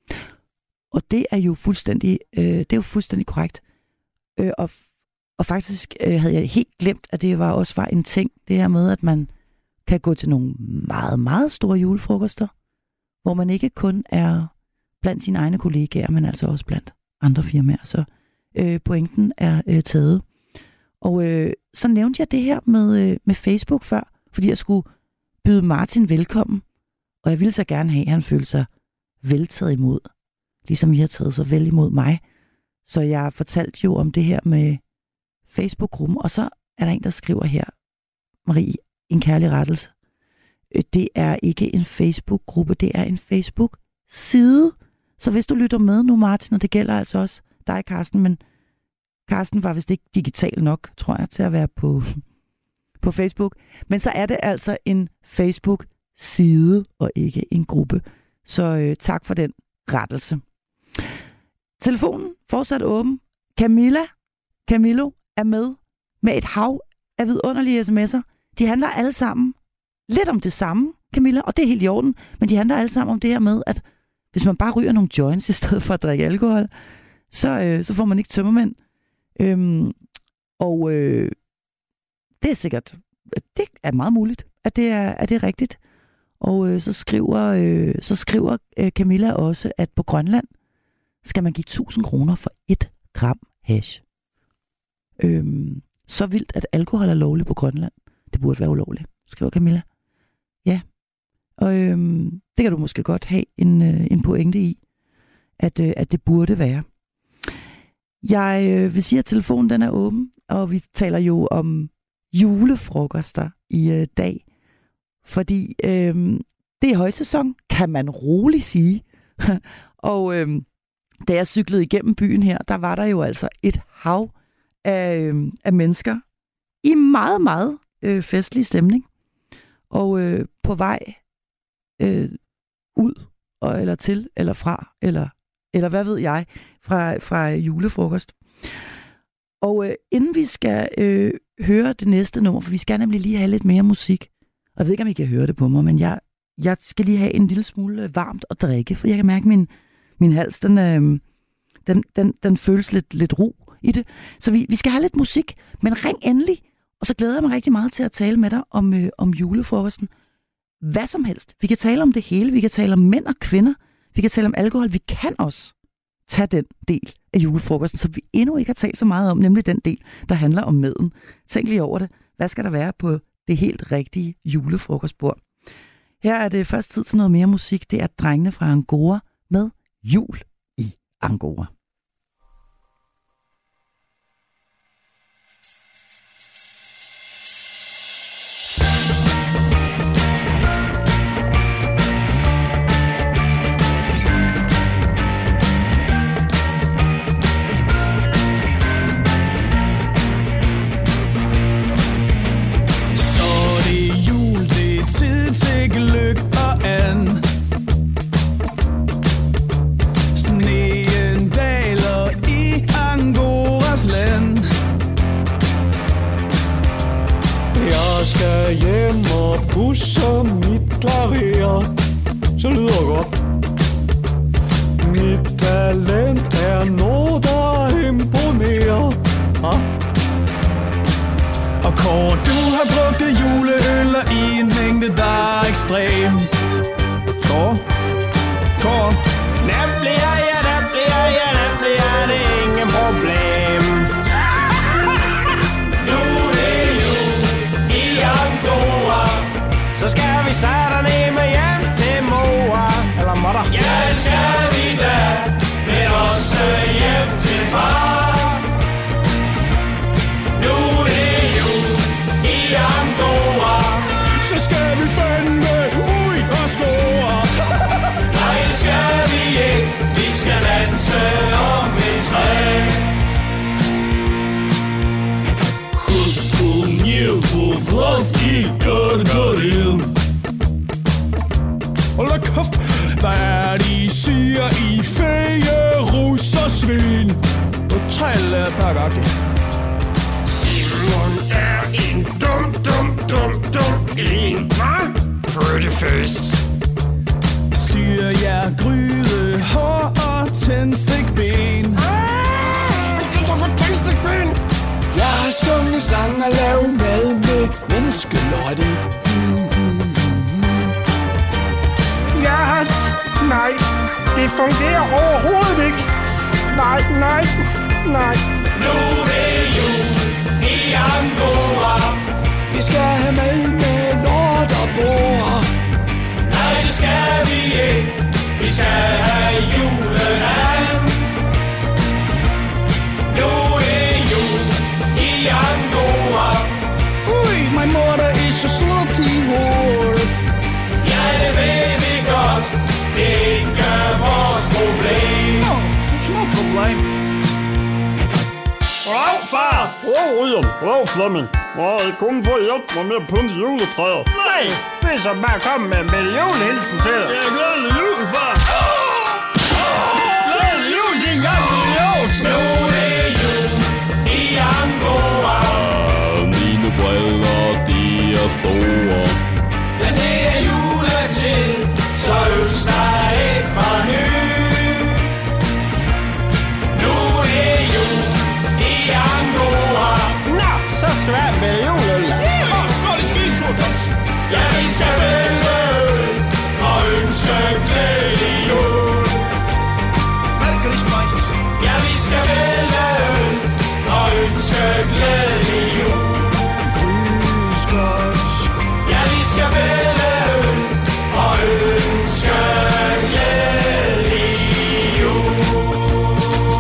Og det er jo fuldstændig, øh, det er jo fuldstændig korrekt. Øh, og, og faktisk øh, havde jeg helt glemt, at det var også var en ting, det her med, at man kan gå til nogle meget, meget store julefrokoster, hvor man ikke kun er blandt sine egne kollegaer, men altså også blandt andre firmaer. Så øh, pointen er øh, taget. Og øh, så nævnte jeg det her med, øh, med Facebook før, fordi jeg skulle byde Martin velkommen, og jeg ville så gerne have, at han følte sig veltaget imod, ligesom I har taget så vel imod mig. Så jeg fortalte jo om det her med Facebook-gruppen, og så er der en, der skriver her, Marie, en kærlig rettelse. Det er ikke en Facebook-gruppe, det er en Facebook-side. Så hvis du lytter med nu, Martin, og det gælder altså også dig, Carsten, men Carsten var vist ikke digital nok, tror jeg, til at være på, på Facebook. Men så er det altså en Facebook-side, og ikke en gruppe. Så øh, tak for den rettelse. Telefonen fortsat åben. Camilla, Camillo er med med et hav af vidunderlige sms'er. De handler alle sammen lidt om det samme, Camilla, og det er helt i orden, men de handler alle sammen om det her med, at hvis man bare ryger nogle joints i stedet for at drikke alkohol, så, øh, så får man ikke tømmermænd. Øhm, og øh, det er sikkert, det er meget muligt, at det er, at det er rigtigt. Og øh, så skriver, øh, så skriver øh, Camilla også, at på Grønland skal man give tusind kroner for et gram hash. Øhm, så vildt, at alkohol er lovligt på Grønland. Det burde være ulovligt, skriver Camilla. Ja, og øhm, det kan du måske godt have en, øh, en pointe i, at, øh, at det burde være. Jeg øh, vil sige, at telefonen den er åben, og vi taler jo om julefrokoster i øh, dag. Fordi øh, det er højsæson, kan man roligt sige. og øh, da jeg cyklede igennem byen her, der var der jo altså et hav af, øh, af mennesker i meget, meget øh, festlig stemning. Og øh, på vej øh, ud, og, eller til, eller fra, eller, eller hvad ved jeg, fra, fra julefrokost. Og øh, inden vi skal øh, høre det næste nummer, for vi skal nemlig lige have lidt mere musik. Og jeg ved ikke, om I kan høre det på mig, men jeg, jeg skal lige have en lille smule varmt at drikke, for jeg kan mærke, at min, min hals, den, øh, den, den, den føles lidt, lidt ro i det. Så vi, vi skal have lidt musik, men ring endelig. Og så glæder jeg mig rigtig meget til at tale med dig om, øh, om julefrokosten. Hvad som helst. Vi kan tale om det hele. Vi kan tale om mænd og kvinder. Vi kan tale om alkohol. Vi kan også tage den del af julefrokosten, som vi endnu ikke har talt så meget om, nemlig den del, der handler om maden. Tænk lige over det. Hvad skal der være på det helt rigtige julefrokostbord? Her er det først tid til noget mere musik. Det er Drengene fra Angora med Jul i Angora. Hjem og pusser mit klaver, så lyder det godt. Mit talent er noget, der imponerer. Ha? Og Kåre, du har drukket juleøller i en mængde, der er ekstrem. Kåre? Kåre? Nemlig er jeg, nemlig er jeg, nemlig er det ingen problem. Så skal vi sætte ned med hjem til mor. Eller mutter. Ja, skal vi da, men også hjem til far. Nu er det jul i Angora. Så skal vi fandme ud og score. Nej, skal vi ikke. Vi skal danse om et træ. Власть и горгорил. Hold da kæft, hvad er de siger i fæge rus og svin? Totale pagaki. Simon er en dum, dum, dum, dum en. Hvad? Pretty face. Styr jer gryde, hår og tændstikben. Det er for tændstikben. Jeg har sunget sang og lavet mad med menneskelotte. Ja, nej, det fungerer overhovedet ikke. Nej, nej, nej. Nu er det jul i Angora. Vi skal have mad med lort og bord. Nej, det skal vi ikke. Vi skal have julen an. Nu er det jul i Angora. Ui, min mutter er så slutty whore. Ja, det ved vi godt. Det er ikke vores problem. Nå, små problem. Goddag, far. Goddag, William. Goddag, Flemming. Nå, jeg kunne få hjælp mig med at pynte juletræet. Nej, det er så bare komme med en julehilsen til dig. Ja, glædelig jul, far. Glædelig jul, din gang. Nu er det jul i Angora. Mine briller, de er store. Ja, det er juletid, så ønsk dig et par nye. Nu er det jul i Angora. Nå, så skal vi have med juleøl. Ja, skål i skistur. Ja, vi skal vælge øl og ønske glædelig jul. Hvad kan det spices? Ja, vi skal vælge øl og ønske glædelig jul. Ja, vi skal vælge øl og ønske glædelig jul.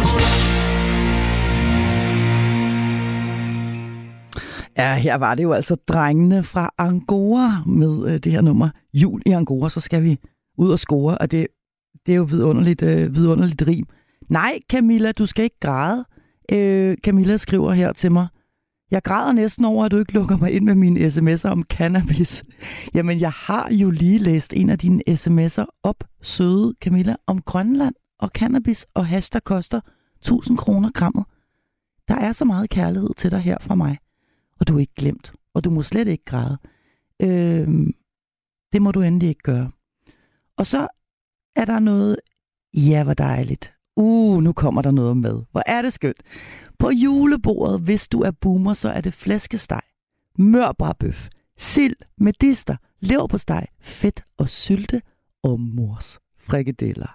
Ja, her var det jo altså Drengene fra Angora med øh, det her nummer Jul i Angora. Så skal vi ud og score, og det, det er jo vidunderligt, øh, vidunderligt rim. Nej, Camilla, du skal ikke græde. Øh, Camilla skriver her til mig. Jeg græder næsten over, at du ikke lukker mig ind med mine sms'er om cannabis. Jamen, jeg har jo lige læst en af dine sms'er op, søde Camilla, om Grønland og cannabis og hash, der koster tusind kroner grammet. Der er så meget kærlighed til dig her fra mig, og du er ikke glemt, og du må slet ikke græde. Øh, det må du endelig ikke gøre. Og så er der noget, ja, hvor dejligt. Uh, nu kommer der noget med. Hvor er det skønt. På julebordet, hvis du er boomer, så er det flæskesteg, mørbræbøf, sild, medister, leverpostej, fedt og sylte og mors frikadeller.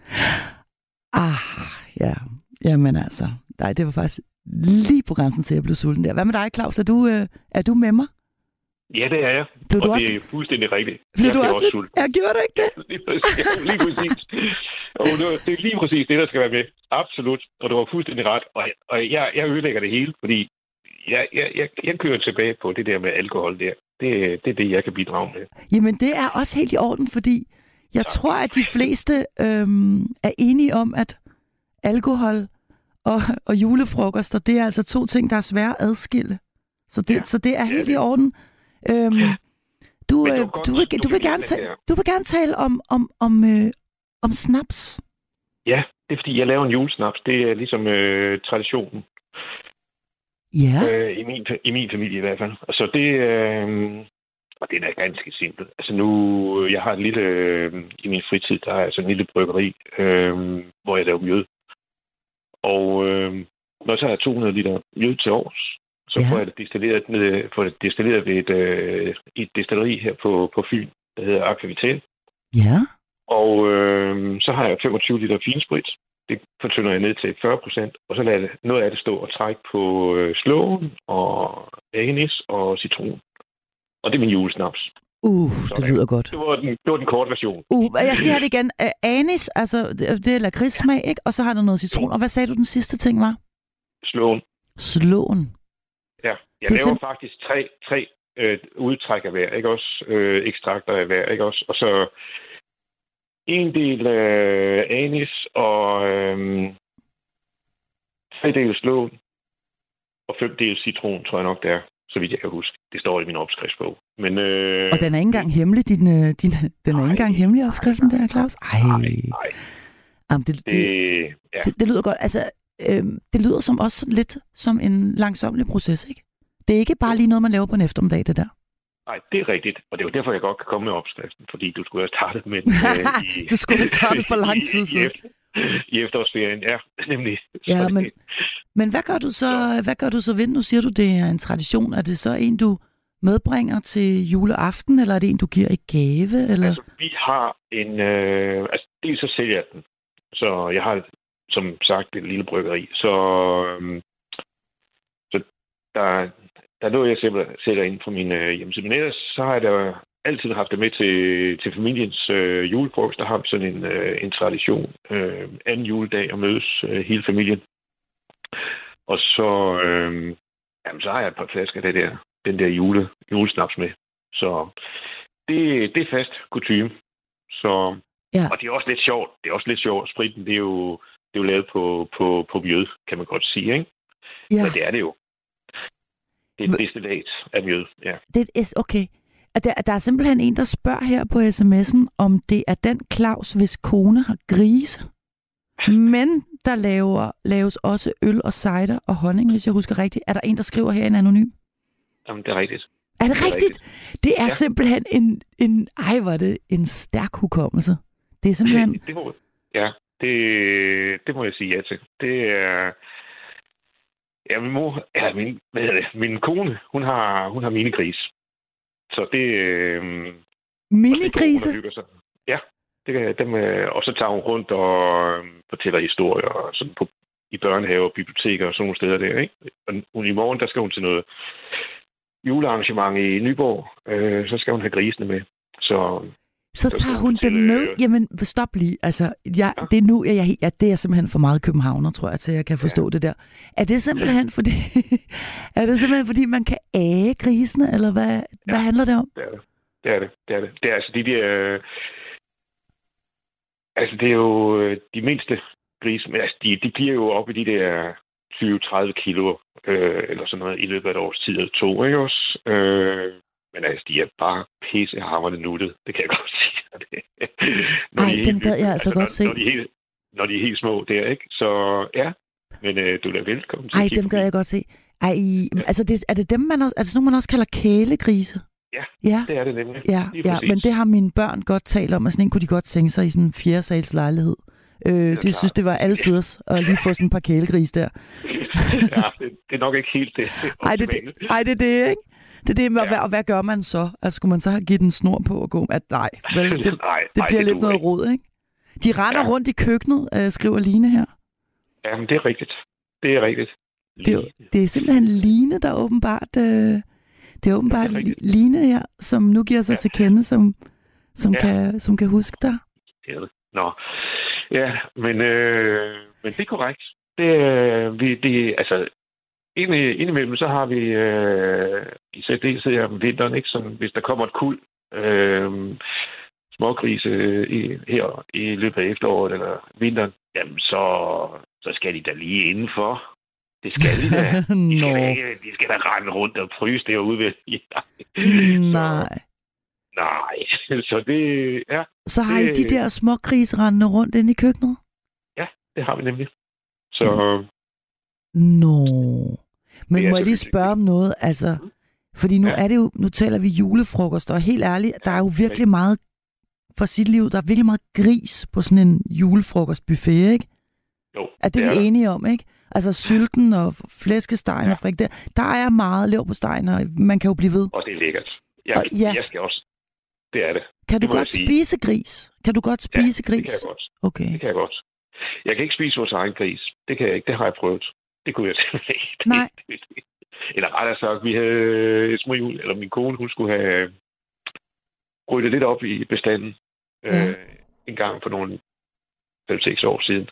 Ah, ja. Jamen altså. Nej, det var faktisk lige på grænsen til, at jeg blev sulten der. Hvad med dig, Claus? Er du, øh, er du med mig? Ja, det er jeg. Blev og du det også... er fuldstændig rigtigt. Blev jeg du også, også lidt... sulten. Jeg gjorde du ikke det? Lige præcis. Lige præcis. Og det er lige præcis det, der skal være med. Absolut. Og du har fuldstændig ret. Og, og jeg, jeg ødelægger det hele, fordi jeg, jeg, jeg, jeg kører tilbage på det der med alkohol der. Det, det er det, jeg kan bidrage med. Jamen, det er også helt i orden, fordi jeg tror, at de fleste øhm, er enige om, at alkohol og, og julefrokoster, det er altså to ting, der er svære at adskille. Så det, ja. så det er helt ja, det. i orden. Øhm, ja. du, øh, du, vil, du, vil gerne tale, du vil gerne tale om, om, om, øh, om snaps. Ja, det er fordi, jeg laver en julesnaps. Det er ligesom øh, traditionen. Ja. Øh, i, min, I min familie i hvert fald. Så det, øh, og det er ganske simpelt. Altså nu, jeg har et lille, øh, i min fritid, der er altså en lille bryggeri, øh, hvor jeg laver mjød. Og øh, når så har jeg to hundrede liter mjød til års, så ja. får jeg det destilleret, med, får det destilleret ved et, øh, et destilleri her på, på Fyn, der hedder Aquavital. Ja. Og øh, så har jeg femogtyve liter finsprit. Det fortynder jeg ned til fyrre procent, og så lader jeg noget af det stå og trække på øh, slåen og anis og citron. Og det er min julesnaps. Uh, det Sådan. lyder godt. Det var den, det var den korte version. Uh, jeg skal lige have det igen. Uh, anis, altså det, det er lakridssmag, ikke? Og så har der noget citron. Og hvad sagde du, den sidste ting var? Slåen. Slåen. Ja, jeg det laver sim- faktisk tre, tre øh, udtræk af hver, ikke også? Øh, ekstrakter af hver, ikke også? Og så en del øh, anis og øh, tre del slåen og fem del citron, tror jeg nok, det er. Så vidt jeg kan huske. Det står i min opskriftsbog. Men, øh, og den er ikke engang hemmelig, din, din, den er ikke engang hemmelig, opskriften der, Claus? Ej. Nej, nej. Jamen, det, det, det, ja. det, det lyder godt. Altså, øh, det lyder som også lidt som en langsomlig proces, ikke? Det er ikke bare lige noget, man laver på en eftermiddag, det der. Nej, det er rigtigt. Og det er jo derfor, jeg godt kan komme med opskriften. Fordi du skulle have startet med den. øh, i, du skulle have startet for lang tid siden. I, i efterårsferien, ja, nemlig. Ja, men, men hvad gør du så, hvad gør du så ved? Nu siger du, det er en tradition. Er det så en, du medbringer til juleaften, eller er det en, du giver i gave? Eller? Altså, vi har en... Øh, altså, dels så sælger jeg den. Så jeg har, som sagt, et lille bryggeri. Så, øh, så der, der er noget, jeg simpelthen sætter ind på min øh, hjemmeside. Men ellers, så har jeg da altid haft det med til, til familiens øh, julefrokost. Der har vi sådan en, øh, en tradition. Øh, anden juledag at mødes øh, hele familien. Og så, øh, jamen, så har jeg et par flasker af det der, den der jule, julesnaps med. Så det, det er fast kutyme. Så, ja. Og det er også lidt sjovt. Det er også lidt sjovt. Spritten, det er jo, det er jo lavet på, på, på mjød, kan man godt sige, ikke? Ja. Men det er det jo. Det er et destillat af mjød, ja. Det er, okay. Der, der er simpelthen en, der spørger her på sms'en, om det er den Claus, hvis kone har grise. Men der laver, laves også øl og cider og honning, hvis jeg husker rigtigt. Er der en, der skriver her en anonym? Jamen, det er rigtigt. Er det, det er rigtigt? rigtigt? Det er ja. simpelthen en, en... Ej, hvor er det en stærk hukommelse. Det er simpelthen... Det, det må, ja, det, det må jeg sige ja til. Det er... Ja, min mor... Ja, min, hvad hedder det? Min kone, hun har, hun har minigris. Så det... Øh, minigrise? Ja, det, dem, og så tager hun rundt og øh, fortæller historier og sådan på, i børnehaver, biblioteker og sådan nogle steder der, ikke? Og i morgen, der skal hun til noget julearrangement i Nyborg. Øh, så skal hun have grisene med. Så... Så tager hun dem med? Jamen, stop lige. Altså, jeg, ja. det, er nu, jeg, jeg, det er simpelthen for meget københavner, tror jeg, til jeg kan forstå ja. det der. Er det simpelthen fordi, er det simpelthen fordi man kan æge grisene, eller hvad, ja. hvad handler det om? Det er det. Det er det. Det er, det. Det er altså de der... Altså, det er jo de mindste grise, men altså, de, de bliver jo op i de der tyve til tredive kilo, øh, eller sådan noget, i løbet af et års tid eller to, ikke også? Øh, men altså, de er bare pissehamrende nuttet, det kan jeg godt sige. Nej, dem gad jeg altså når, godt se. Når de, er helt, når de er helt små der, ikke? Så ja, men øh, du er da velkommen til Ej, at kigge dem gad forbi. jeg godt se. Ej, ja. altså det, er det dem, man også, altså nogen, man også kalder kælegrise? Ja, ja, det er det nemlig. Ja, ja, men det har mine børn godt talt om, og sådan en kunne de godt tænke sig i sådan en fjerdesals lejlighed. Øh, det det synes det var altid at lige få sådan et par kælegris der. Ja, det, det er nok ikke helt det. Ej, det, det, ej, det er det, ikke? Det er det med, ja. hvad, og hvad gør man så? Altså, skulle man så have givet den snor på og gå? At nej, vel, det, nej, det nej, bliver det lidt noget ikke. rod, ikke? De render ja. rundt i køkkenet, øh, skriver Line her. Ja, men det er rigtigt. Det er rigtigt. Det er, det er simpelthen Line, der åbenbart... Øh, det er åbenbart ja, det er Line her, som nu giver sig ja. til kende, som, som, ja. kan, som kan huske dig. Det er det. Nå. Ja, men, øh, men det er korrekt. Det, øh, vi, det, altså, ind indimellem, så har vi øh, i særdeleshed om vinteren, ikke? Sådan, hvis der kommer et kuld øh, smågrise i, her i løbet af efteråret eller vinteren, jamen så, så skal de da lige indenfor. Det skal de da. De skal, da, ikke, de skal da rende rundt og fryse derude ved. Ja. Nej. Så, nej, så det, ja. Så har det, I de der smågrise rendende rundt inde i køkkenet? Ja, det har vi nemlig. Så... Nå. Men må jeg lige spørge om noget? Altså, fordi nu ja. er det jo, nu taler vi julefrokost, og helt ærligt, der er jo virkelig meget for sit liv, der er virkelig meget gris på sådan en julefrokostbuffet, ikke? Jo. Er det, det er vi enige om, ikke? Altså sylten og flæskestegen ja. og frikadelle, der er meget leverpostej, og man kan jo blive ved. Og det er lækkert. Jeg, og, ja. jeg skal også. Det er det. Kan du det godt spise gris? Kan du godt spise ja, gris? det kan jeg godt. Okay. Det kan jeg godt. Jeg kan ikke spise vores egen gris. Det kan jeg ikke. Det har jeg prøvet. Det kunne jeg simpelthen ikke. Nej. Eller rettere sagt, vi havde små jul, eller min kone, hun skulle have ryddet lidt op i bestanden ja. øh, en gang for nogle fem seks år siden.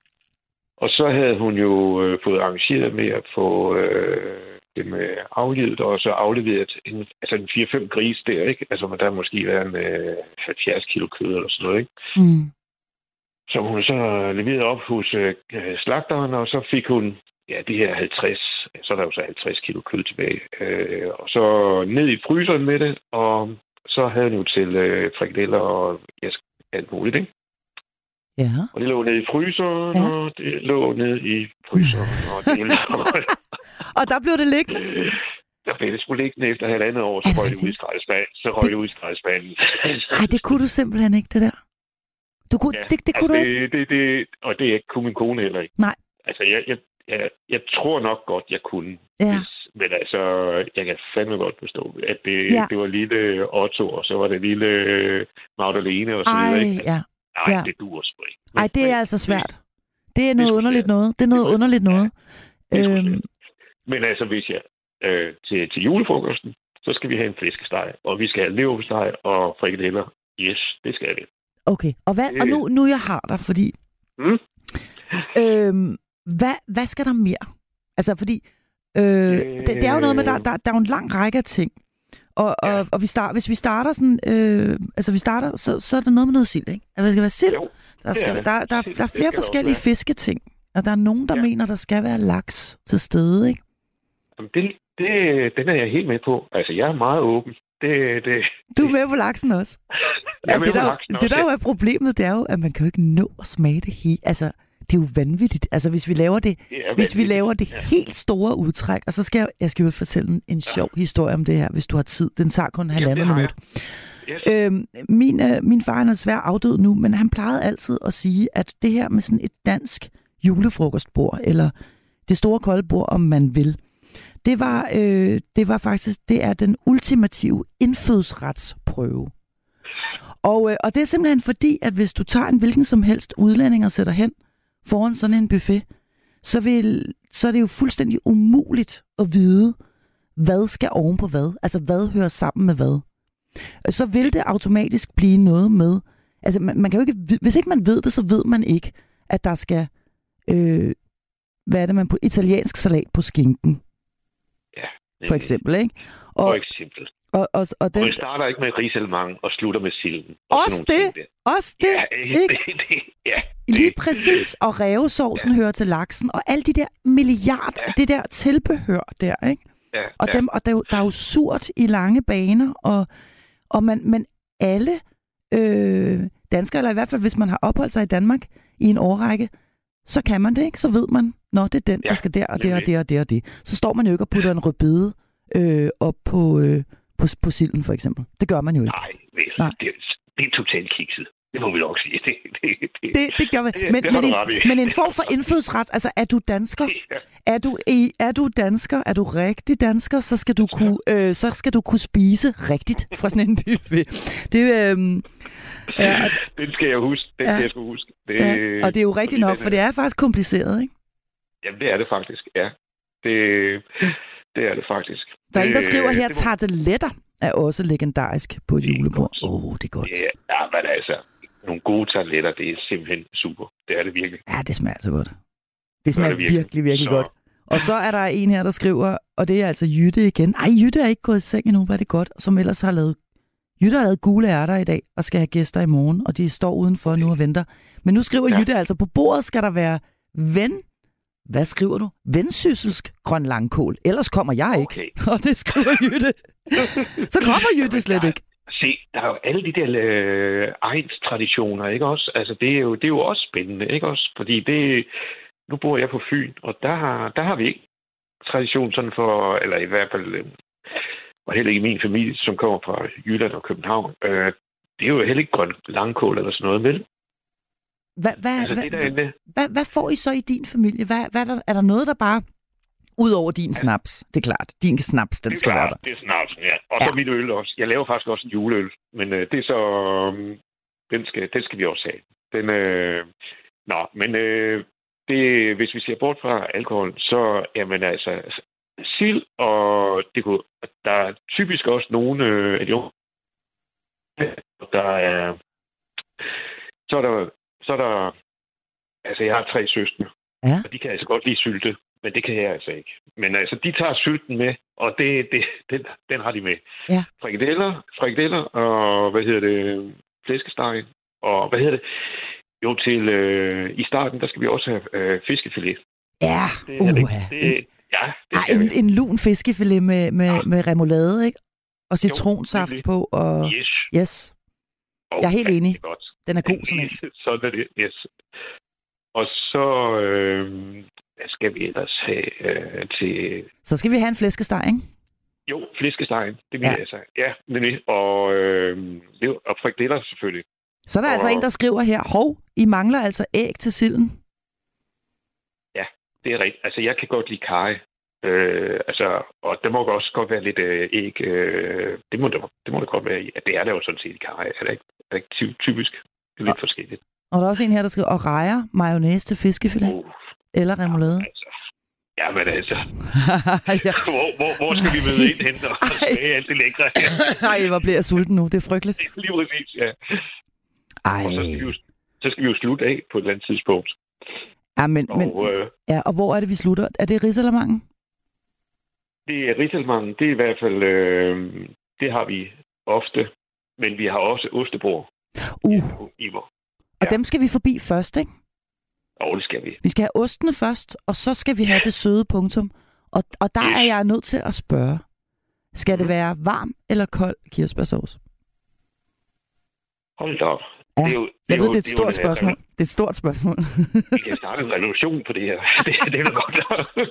Og så havde hun jo øh, fået arrangeret med at få øh, dem øh, aflevet, og så afleveret en, altså en fire fem gris der, ikke? Altså, der måske været en øh, halvfjerds kilo kød eller sådan noget, ikke? Mm. Som hun så leverede op hos øh, slagteren, og så fik hun ja, de her halvtreds, så er der jo så halvtreds kilo kød tilbage. Øh, og så ned i fryseren med det, og så havde hun jo til øh, frikadeller og ja, alt muligt, ikke? Ja. Og det lå nede i fryseren, ja. og det lå nede i fryseren, og det og der blev det liggende? Der blev det sgu liggende efter halvandet år, så røg det ud i skraldespanden. Så røg det ud i skraldespanden. Ej, det kunne du simpelthen ikke, det der. Du kunne, ja, det, det kunne altså du ikke? Det, det, det, og det kunne min kone heller ikke. Nej. Altså, jeg, jeg, jeg, jeg tror nok godt, jeg kunne. Ja. Hvis, men altså, jeg kan fandme godt forstå, at det, ja. det var lille Otto, og så var det lille Magdalene og så Ej, videre. Ikke? Ja. Nej, ja. det duer sgu ikke. Nej, det er men, altså svært. Det er noget det underligt svært. noget. Det er noget det underligt noget. Ja, øhm. Men altså, hvis jeg øh, til, til julefrokosten, så skal vi have en flæskesteg, og vi skal have leverpostej og frikadeller. Yes, det skal vi. Okay, og, hvad, og nu, nu jeg har dig, fordi... Mm? Øhm, hvad, hvad skal der mere? Altså, fordi... Øh, det, det er jo noget med, der, der, der er jo en lang række af ting. Og, ja. og, og vi start, hvis vi starter sådan... Øh, altså, vi starter, så, så er der noget med noget sild, ikke? Altså, der skal være sild. Jo, der, skal, der, der, der, der er flere forskellige fisketing. Og der er nogen, der ja. mener, der skal være laks til stede, ikke? Jamen, det, det, den er jeg helt med på. Altså, jeg er meget åben. Det, det, du er med på laksen også? Ja, det, der, laksen det også, der jo er problemet, det er jo, at man kan jo ikke nå at smage det helt. Altså, det er jo vanvittigt. Altså, hvis vi laver det, hvis vi laver det ja. helt store udtræk, og så skal jeg, jeg skal jo fortælle en, en sjov ja. historie om det her, hvis du har tid. Den tager kun halvandet ja, minut. Yes. Øhm, min, øh, min far han er svært afdød nu, men han plejede altid at sige, at det her med sådan et dansk julefrokostbord, eller det store kolde bord, om man vil, det var, øh, det var faktisk, det er den ultimative indfødsretsprøve. Og, øh, og det er simpelthen fordi, at hvis du tager en hvilken som helst udlænding og sætter hen foran sådan en buffet, så, vil, så er det jo fuldstændig umuligt at vide, hvad skal oven på hvad. Altså, hvad hører sammen med hvad. Så vil det automatisk blive noget med, altså man, man kan jo ikke, hvis ikke man ved det, så ved man ikke, at der skal, øh, hvad er det man på, italiensk salat på skinken. Ja. For eksempel, ikke? Og, for eksempel. Og, og, og, den... og vi starter ikke med risalemang og slutter med silden. Også det! Også det! Ja, ikke? det, det ja, lige præcis. Og rævesovsen ja. hører til laksen. Og alle de der milliard, ja. det der tilbehør der, ikke? Ja, og ja. dem, og der, der er jo surt i lange baner, og, og man, men alle øh, danskere, eller i hvert fald hvis man har opholdt sig i Danmark i en årrække, så kan man det, ikke? Så ved man, nå, det er den, ja, der skal der, og det, og det, og det, og det. Så står man jo ikke og putter en rødbede øh, op på, øh, på, på silden, for eksempel. Det gør man jo ikke. Nej, det, Nej. det, det er totalt kikset. Det må vi nok sige. Det, det, det, det, det gør man. Det, men, det men, en, men en form for indfødsret, altså er du dansker? Ja. Er du, er du dansker? Er du rigtig dansker? Så skal du kunne, øh, så skal du kunne spise rigtigt fra sådan en buffet. Det, øh, ja, den skal jeg huske. Den ja, skal jeg sgu huske. Det, ja, og det er jo rigtigt nok, for det er faktisk kompliceret, ikke? Jamen, det er det faktisk, ja. Det, det er det faktisk. Der er det, en, der skriver her, må... tarteletter er også legendarisk på et julebord. Åh, oh, det er godt. Ja, ja, men altså, nogle gode tarteletter, det er simpelthen super. Det er det virkelig. Ja, det smager så godt. Det smager det virkelig, virkelig, virkelig så... godt. Og så er der en her, der skriver, og det er altså Jytte igen. Ej, Jytte er ikke gået i seng endnu, hvad er det godt. Som ellers har lavet, Jytte har lavet gule ærter i dag, og skal have gæster i morgen, og de står udenfor nu og venter. Men nu skriver ja. Jytte altså, på bordet skal der være ven. Hvad skriver du? Vendsysselsk grøn langkål. Ellers kommer jeg ikke. Okay. Og det skriver Jytte. Så kommer Jytte slet ikke. Se, der er jo alle de der øh, egnstraditioner, ikke også? Altså, det er, jo, det er jo også spændende, ikke også? Fordi det, nu bor jeg på Fyn, og der har, der har vi ikke tradition sådan for, eller i hvert fald, øh, og heller ikke min familie, som kommer fra Jylland og København, øh, det er jo heller ikke grøn langkål eller sådan noget, vel? Hvad, hvad, altså, hvad, det hvad, hvad, hvad får I så i din familie? Hvad, hvad er, der, er der noget, der bare... Udover din ja. snaps, det er klart. Din snaps, den skal være der. Det er snapsen, ja. Og så ja. mit øl også. Jeg laver faktisk også en juleøl, men øh, det er så... Øh, den, skal, den skal vi også have. Den, øh, nå, men øh, det, hvis vi ser bort fra alkohol, så jamen altså... Sild, og det kunne, der er typisk også nogle øh, af de unge, der er... Så er der... Så er der altså, jeg har tre søstre, ja. og de kan altså godt lide sylte. Men det kan jeg altså ikke. Men altså, de tager sylten med, og det, det, den, den har de med. Ja. Frikadeller, frikadeller og, hvad hedder det, flæskesteg. Og, hvad hedder det? Jo, til, øh, i starten, der skal vi også have øh, fiskefilet. Ja, det, uh, det, det, ja, det Ej, en, en lun fiskefilet med, med, ja. med remoulade, ikke? Og citronsaft jo, på, og... Yes. Yes. Oh, jeg er helt enig. Det er godt. Den er god, sådan en. Sådan er det, yes. Og så... Øh, hvad skal vi ellers have øh, til... Så skal vi have en flæskesteg, ikke? Jo, flæskestegen. Det vil ja. jeg altså. Ja, nemlig. Og, øh, og frikadeller selvfølgelig. Så er der og... altså en, der skriver her, hov, I mangler altså æg til silden. Ja, det er rigtigt. Altså, jeg kan godt lide karry. Øh, altså, og det må også godt være lidt øh, æg. Øh, det, må det, det må det godt være i. Det er der jo sådan set i karry. Er det ikke, er det ikke typisk? Det er lidt og... forskelligt. Og der er også en her, der skriver, og rejer mayonnaise til fiskefilet. Uh. Eller remoulade. Ja, altså. Ja, men altså. ja. Hvor, hvor, hvor skal vi møde ind hen og smage alt det lækre? Nej, hvor bliver jeg sulten nu. Det er frygteligt. Lige præcis, ja. Ej. Og så skal, vi jo, så skal vi jo slutte af på et eller andet tidspunkt. Ja, men, og, men, øh, ja, og hvor er det, vi slutter? Er det risalamangen? Det er risalamangen. Det er i hvert fald, øh, det har vi ofte. Men vi har også ostebord. Uh. I, i, og ja. Dem skal vi forbi først, ikke? Jo, det skal vi. Vi skal have ostene først, og så skal vi have det søde punktum. Og, og der yes. er jeg nødt til at spørge. Skal mm. det være varm eller kold kirsebærsauce? Hold da op. Ja. Det er jo, det jeg er ved, jo, det er et det stort er spørgsmål. Det er et stort spørgsmål. Vi kan starte en revolution på det her. Det, det er jo godt.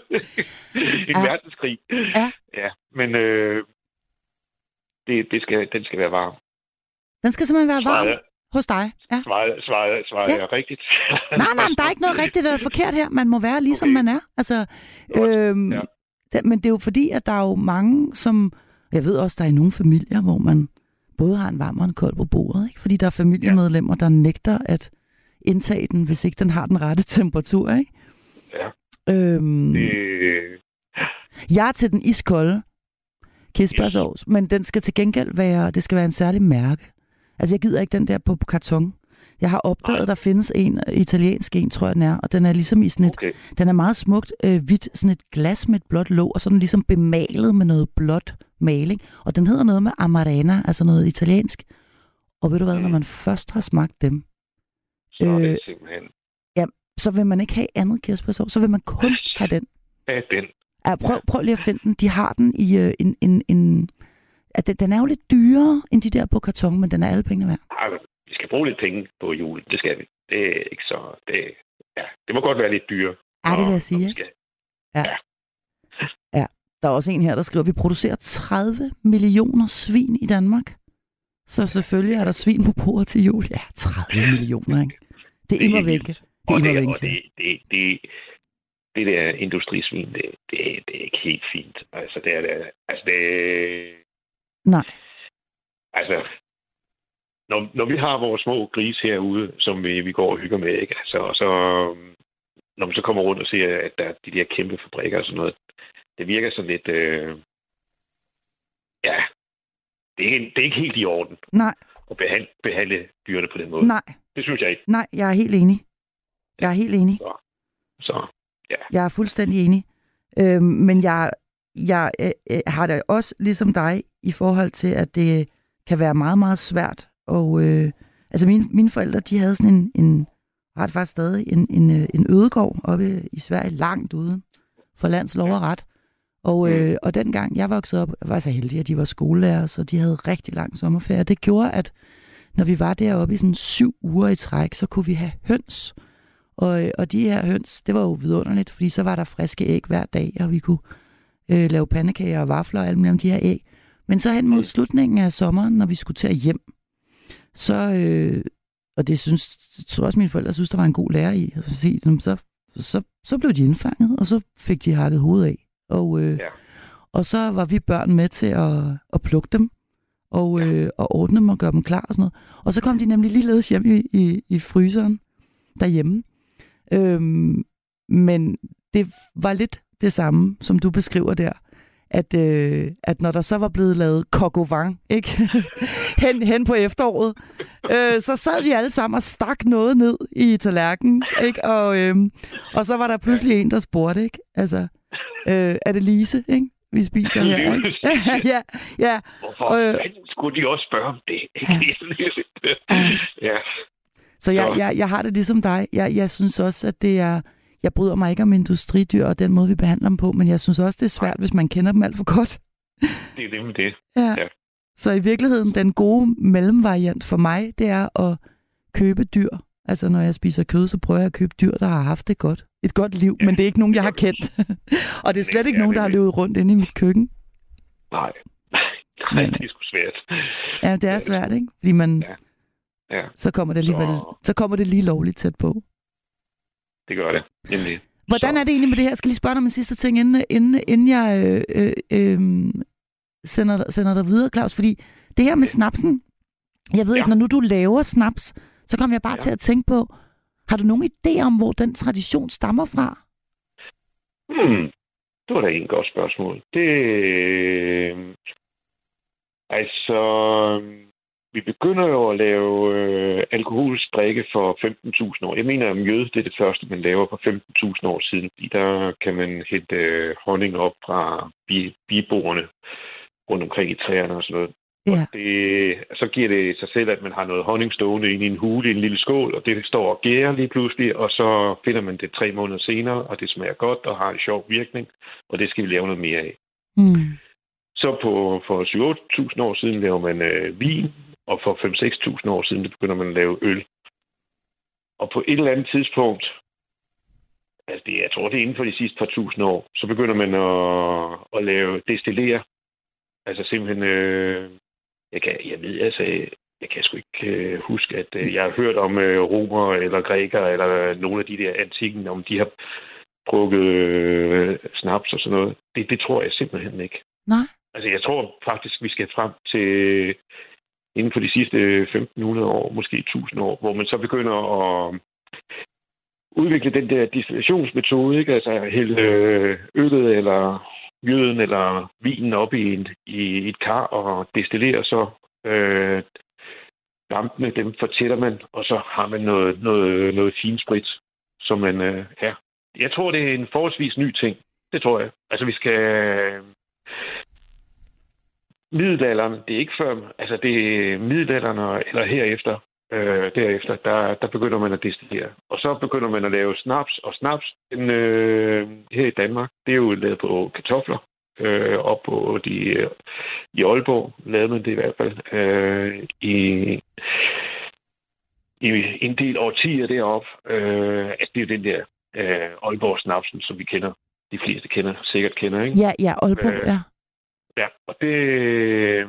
En ja. verdenskrig. Ja. Ja, men øh, det, det skal, den skal være varm. Den skal simpelthen være varm? Svaret. Hos dig, ja. Svaret, svaret, svaret ja. er rigtigt. Nej, nej, der er ikke noget rigtigt eller forkert her. Man må være ligesom okay. man er. Altså, øhm, ja. det, men det er jo fordi, at der er jo mange, som... Jeg ved også, der er i nogle familier, hvor man både har en varm og en kold på bordet. Ikke? Fordi der er familiemedlemmer, der nægter at indtage den, hvis ikke den har den rette temperatur. Ikke? Ja. Øhm, det... Jeg er til den iskolde kirsebærsauce, yes. men den skal til gengæld være... Det skal være en særlig mærke. Altså, jeg gider ikke den der på karton. Jeg har opdaget, at der findes en italiensk en, tror jeg den er, og den er ligesom i sådan et... Okay. Den er meget smukt øh, hvidt, sådan et glas med et blåt låg, og så er den ligesom bemalet med noget blåt maling. Og den hedder noget med Amarena, altså noget italiensk. Og ved du hvad, mm. når man først har smagt dem, så er det øh, simpelthen... Ja, så vil man ikke have andet kirsebærsovs, så vil man kun have den. Ja, den. Ja, prøv, prøv lige at finde den. De har den i uh, en... en, en at den, den er jo lidt dyrere end de der på karton, men den er alle pengene værd. Altså, vi skal bruge lidt penge på jul. Det skal vi. Det er ikke så... Det, ja, det må godt være lidt dyrere. Ja, det vil jeg sige. Skal... Ja. ja. Ja. Der er også en her, der skriver, at vi producerer tredive millioner svin i Danmark. Så selvfølgelig er der svin på bordet til jul. Ja, tredive millioner, ikke? Det er immer væk. Det er immer væk. Det, det, det, det der industrisvin, det, det, det er ikke helt fint. Altså, det er det... Altså, det... Nej. Altså, når, når vi har vores små grise herude, som vi, vi går og hygger med, ikke? Altså, så, når man så kommer rundt og ser, at der er de der kæmpe fabrikker og sådan noget, det virker sådan lidt... Øh, ja, det er, ikke, det er ikke helt i orden. Nej. At behandle, behandle dyrene på den måde. Nej. Det synes jeg ikke. Nej, jeg er helt enig. Jeg er helt enig. Så, så ja. Jeg er fuldstændig enig. Øhm, men jeg, jeg øh, har det også ligesom dig i forhold til, at det kan være meget, meget svært. Og øh, altså mine, mine forældre, de havde sådan en, en ret faktisk stadig, en, en, en ødegård oppe i Sverige, langt ude for lands lov og ret. Og, øh, og dengang jeg voksede op, jeg var så heldig, at de var skolelærer, så de havde rigtig lang sommerferie. Det gjorde, at når vi var deroppe i sådan syv uger i træk, så kunne vi have høns. Og, og de her høns, det var jo vidunderligt, fordi så var der friske æg hver dag, og vi kunne øh, lave pandekager og vafler og alt muligt om de her æg. Men så hen mod slutningen af sommeren, når vi skulle til at hjem, så, øh, og det synes, tror også mine forældre synes, der var en god lærer i, så, så, så blev de indfanget, og så fik de hakket hovedet af. Og, øh, ja. og så var vi børn med til at, at plukke dem, og, øh, og ordne dem og gøre dem klar og sådan noget. Og så kom de nemlig ligeledes hjem i, i, i fryseren derhjemme. Øhm, men det var lidt det samme, som du beskriver der. At, øh, at når der så var blevet lavet coq au vin, ikke? hen, hen på efteråret, øh, så sad vi alle sammen og stak noget ned i tallerkenen, ikke? Og, øh, og så var der pludselig en, der spurgte, ikke? Altså, øh, er det Lise, ikke? Vi spiser her, ikke? ja, ja. Hvorfor øh, skulle de også spørge om det? ja. ja. Så jeg, jeg, jeg har det ligesom dig. Jeg, jeg synes også, at det er... Jeg bryder mig ikke om industridyr og den måde, vi behandler dem på, men jeg synes også, det er svært, hvis man kender dem alt for godt. Det er det med det. Ja. ja. Så i virkeligheden, den gode mellemvariant for mig, det er at købe dyr. Altså, når jeg spiser kød, så prøver jeg at købe dyr, der har haft det godt. Et godt liv, ja. Men det er ikke nogen, jeg har kendt. Og det er slet ikke nogen, der har levet rundt inde i mit køkken. Nej. Nej, det er sgu svært. Ja, det er svært, ikke? Fordi man... Ja. Ja. Så kommer det alligevel, så... så kommer det lige lovligt tæt på. Det gør det. Nemlig. Hvordan er det egentlig med det her? Jeg skal lige spørge dig om en sidste ting, inden, inden, inden jeg øh, øh, sender, sender dig videre, Claus. Fordi det her med snapsen, jeg ved ja. ikke, når nu du laver snaps, så kommer jeg bare ja. til at tænke på, har du nogen idé om, hvor den tradition stammer fra? Hmm. Det var da en godt spørgsmål. Det... Altså... Vi begynder jo at lave øh, alkoholisk drikke for femten tusind år. Jeg mener, at mjød det er det første, man laver for femten tusind år siden. Der kan man hente øh, honning op fra bi- biboerne rundt omkring i træerne og sådan noget. Ja. Og det, så giver det sig selv, at man har noget honning stående inde i en hule i en lille skål, og det står og gærer lige pludselig, og så finder man det tre måneder senere, og det smager godt og har en sjov virkning, og det skal vi lave noget mere af. Mm. Så på, for syv otte tusind år siden laver man øh, vin, og for fem til seks tusind år siden, det begynder man at lave øl. Og på et eller andet tidspunkt, altså det, jeg tror, det er inden for de sidste par tusind år, så begynder man at, at lave, destillere. Altså simpelthen, øh, jeg, kan, jeg ved, altså, jeg kan sgu ikke øh, huske, at øh, jeg har hørt om øh, romer eller grækere, eller nogle af de der antikken, om de har drukket øh, snaps og sådan noget. Det, det tror jeg simpelthen ikke. Nej. Altså jeg tror faktisk, vi skal frem til... inden for de sidste femten hundrede år, måske tusind år, hvor man så begynder at udvikle den der destillationsmetode, ikke? Altså hælde øllet eller mjøden eller vinen op i, en, i et kar og destillere så øh, dampene, dem fortætter man, og så har man noget, noget, noget finsprit, som man, øh, ja. Jeg tror, det er en forholdsvis ny ting. Det tror jeg. Altså vi skal... middelalderen, det er ikke før, altså det er middelalderen eller herefter, øh, derefter, der, der begynder man at destillere. Og så begynder man at lave snaps, og snaps den, øh, her i Danmark, det er jo lavet på kartofler. Øh, op på de, øh, i Aalborg lavede man det i hvert fald. Øh, i, I en del årtier deroppe. Øh, at det er jo den der øh, Aalborg-snapsen, som vi kender. De fleste kender, sikkert kender, ikke? Ja, ja, Aalborg, øh, ja. Ja, og det, øh,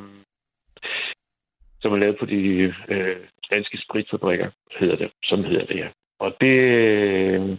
som er lavet på de øh, danske spritfabrikker, hedder det. Sådan hedder det, ja. Og det, øh,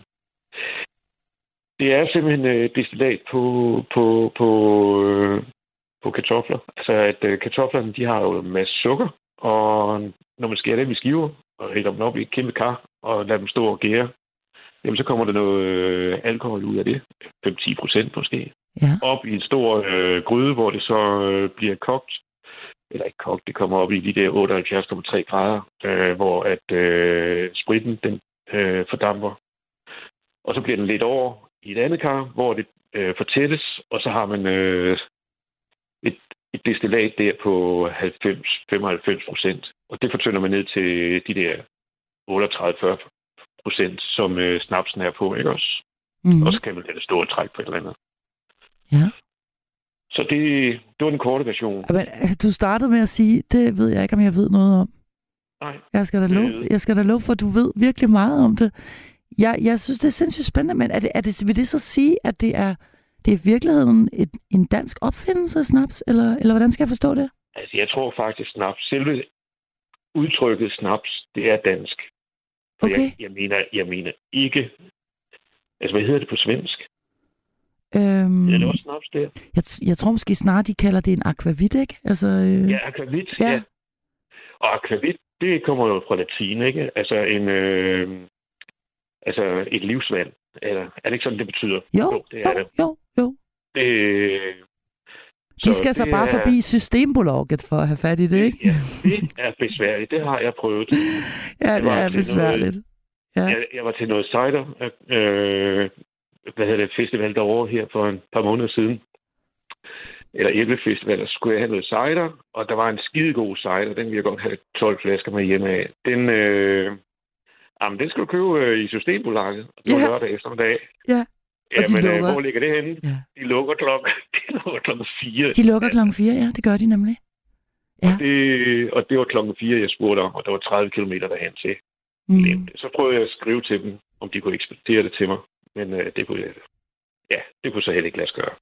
det er simpelthen øh, destillat på, på, på, øh, på kartofler. Altså, at øh, kartoflerne, de har jo en masse sukker, og når man skærer dem i skiver, og hælder dem op i et kæmpe kar, og lader dem stå og gære, jamen så kommer der noget øh, alkohol ud af det. fem til ti procent måske. Ja. Op i en stor øh, gryde, hvor det så øh, bliver kogt. Eller ikke kogt, det kommer op i de der otteoghalvfjerds komma tre grader, øh, hvor at øh, spritten den øh, fordamper. Og så bliver den lidt over i et andet kar, hvor det øh, fortættes, og så har man øh, et, et destillat der på halvfems til femoghalvfems procent. Og det fortynder man ned til de der otteogtredive til fyrre procent, som øh, snapsen er på, ikke også? Mm-hmm. Og så kan man lade det stå og trække på et eller andet. Ja. Så det, det var den korte version. Men du startede med at sige, det ved jeg ikke, om jeg ved noget om. Nej. Jeg skal da love, jeg skal da love for, at du ved virkelig meget om det. Jeg, jeg synes, det er sindssygt spændende, men er det, er det, vil det så sige, at det er, det er i virkeligheden et, en dansk opfindelse af snaps, eller, eller hvordan skal jeg forstå det? Altså, jeg tror faktisk, snaps, selve udtrykket snaps, det er dansk. Okay. Jeg, jeg, mener, jeg mener ikke... Altså, hvad hedder det på svensk? Øhm, er det også snaps der? Jeg, jeg tror måske snart, de kalder det en aquavit, ikke? Altså, øh... Ja, aquavit, ja. ja. Og aquavit, det kommer jo fra latin, ikke? Altså en... Øh, altså et livsvand. Eller, er det ikke sådan, det betyder? Jo, jo, det er jo, det. jo, jo. Det, de skal så, så bare er... forbi Systembolaget for at have fat i det, ikke? Ja, det er besværligt. Det har jeg prøvet. Ja, det er besværligt. Noget, ja. jeg, jeg var til noget cider, øh, hvad hedder det, festival derovre her for et par måneder siden. Eller æblefestival, og så skulle jeg have noget cider, og der var en skidegod cider, den ville jeg godt have tolv flasker med hjemme af. Den, øh, jamen, den skal du købe øh, i Systembolaget, og det var ja. lørdag eftermiddag. Ja. Ja, men øh, hvor ligger det henne? Ja. De lukker klokken, de lukker klokken fire. De lukker klokken fire, ja, det gør de nemlig. Ja. Og, det, og det var klokken fire, jeg spurgte om, og der var tredive kilometer derhen til. Mm. Så prøvede jeg at skrive til dem, om de kunne ekspedere det til mig. Men øh, det kunne jeg, ja, det kunne så heller ikke lade sig gøre.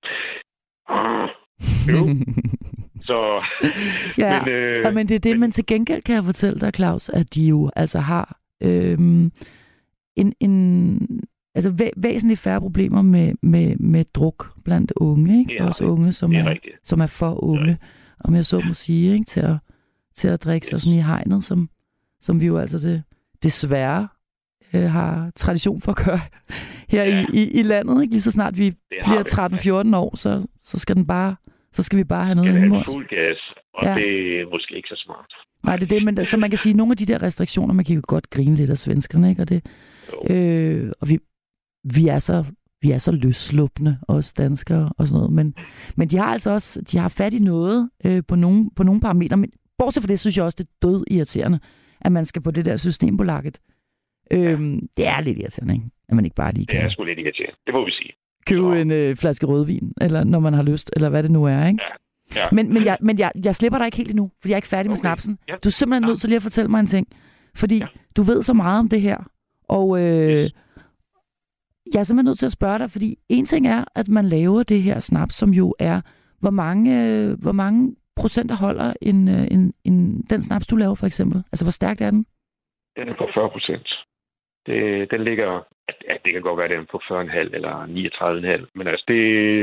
Jo. Så, ja, men, øh, ja, men det er det, men til gengæld kan jeg fortælle dig, Claus, at de jo altså har øhm, en, en altså væ- væsentligt færre problemer med, med, med druk blandt unge, ikke? Ja, også unge, som er, er som er for unge, ja. om jeg så må sige, ikke? Til at, til at drikke sig yes. sådan i hegnet, som, som vi jo altså det, desværre øh, har tradition for at gøre her ja. i, i, i landet, ikke? Lige så snart vi bliver tretten fjorten år, så, så skal den bare, så skal vi bare have noget inde på os. Fuld gas, og ja. det er måske ikke så smart. Nej, det er det, men så man kan sige, nogle af de der restriktioner, man kan jo godt grine lidt af svenskerne, ikke? Og det, øh, og vi, vi er så vi er så løsslupne, os danskere og sådan noget, men, men de har altså også, de har fat i noget øh, på nogle, på nogle parametre, men bortset fra det, synes jeg også, det er død irriterende, at man skal på det der Systembolaget. Øhm, det er lidt irriterende, ikke? At man ikke bare lige kan... Det er sgu lidt irriterende, det må vi sige. Købe en øh, flaske rødvin, eller når man har lyst, eller hvad det nu er, ikke? Ja. Ja. Men, men, jeg, men jeg, jeg slipper dig ikke helt endnu, fordi jeg er ikke færdig okay. med snapsen. Ja. Du er simpelthen ja. nødt til lige at fortælle mig en ting, fordi ja. du ved så meget om det her, og øh, yes. jeg er simpelthen nødt til at spørge dig, fordi en ting er, at man laver det her snaps, som jo er, hvor mange, øh, hvor mange procenter holder en, øh, en, en, den snaps, du laver for eksempel? Altså, hvor stærkt er den? Den er på fyrre procent. Det, den ligger, at det kan godt være, den er på fyrre komma fem eller niogtredive komma fem, men altså, det,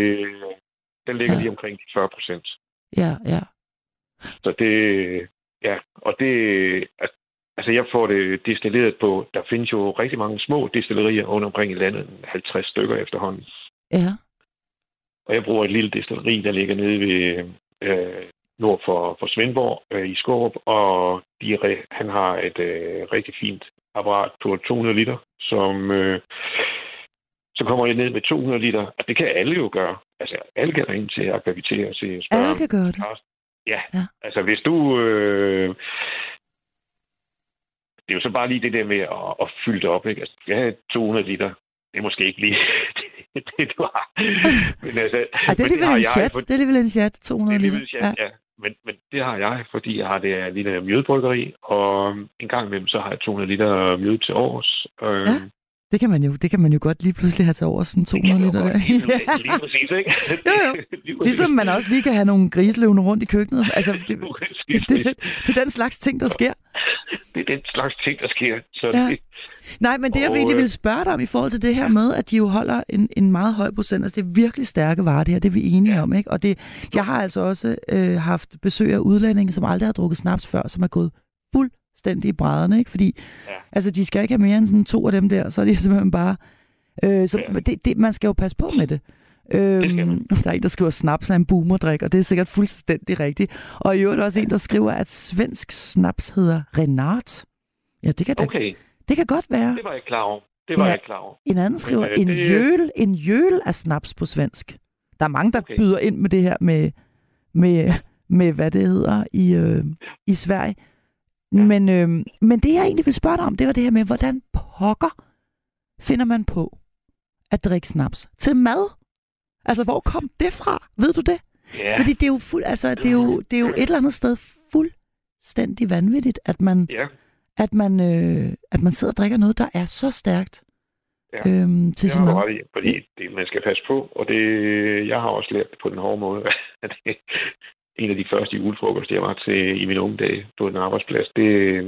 den ligger ja. lige omkring fyrre procent. Ja, ja. Så det, ja, og det, altså jeg får det destilleret på, der findes jo rigtig mange små destillerier rundt omkring i landet, halvtreds stykker efterhånden. Ja. Og jeg bruger et lille destilleri, der ligger nede ved øh, nord for, for Svendborg øh, i Skårup, og de, han har et øh, rigtig fint apparat på to hundrede liter, som øh, så kommer jeg ned med to hundrede liter, og det kan alle jo gøre. Altså, alle kan ringe til at aktivitere og se. Alle kan gøre det? Ja, ja. altså hvis du... Øh, det er jo så bare lige det der med at, at fylde det op, ikke? Altså, jeg har to hundrede liter. Det er måske ikke lige det, det du har. Men altså, ja, det er alligevel en chat. For... Det er alligevel en chat, to hundrede liter. Det er chat, ja. ja. Men, men det har jeg, fordi jeg har det her lille mjødbryggeri, og en gang imellem, så har jeg to hundrede liter mjød til års. Øh, ja. Det kan man jo, det kan man jo godt lige pludselig have til over sådan to hundrede liter der. Lige, lige præcis, ikke? jo, jo. Ligesom man også lige kan have nogle grisløvende rundt i køkkenet. Altså, det, det, det, det er den slags ting, der sker. Det er den slags ting, der sker. Så ja. det, Nej, men det jeg egentlig ville spørge dig om i forhold til det her med, at de jo holder en, en meget høj procent, altså det er virkelig stærke varer det her, det er vi enige ja. om, ikke? Og det, jeg har altså også øh, haft besøg af udlændinge, som aldrig har drukket snaps før, som er gået fuldstændig i brædderne, ikke? Fordi ja. altså, de skal ikke have mere end sådan to af dem der, så er de simpelthen bare... Øh, så ja. det, det, man skal jo passe på med det. Øhm, der er en, der skriver, snaps er en boomerdrik, og det er sikkert fuldstændig rigtigt. Og i øvrigt også en, der skriver, at svensk snaps hedder Renat. Ja, det kan, okay. det, det kan godt være. Det var jeg klar over. Det var ja, jeg klar over. En anden skriver, Men, øh, en, det... jøl, en jøl er snaps på svensk. Der er mange, der okay. byder ind med det her med, med, med hvad det hedder i, øh, i Sverige. Ja. Men, øh, men det, jeg egentlig vil spørge dig om, det var det her med, hvordan pokker finder man på at drikke snaps til mad? Altså, hvor kom det fra? Ved du det? Yeah. Fordi det er jo fuld, altså, det er jo, det er jo et eller andet sted fuldstændig vanvittigt, at man, yeah. at man, øh, at man sidder og drikker noget, der er så stærkt ja. øhm, til sin mad. Ja, fordi det, man skal passe på, og det, jeg har også lært det på den hårde måde, at det, en af de første julefrokoster, jeg var til i mine unge dage på en arbejdsplads, det,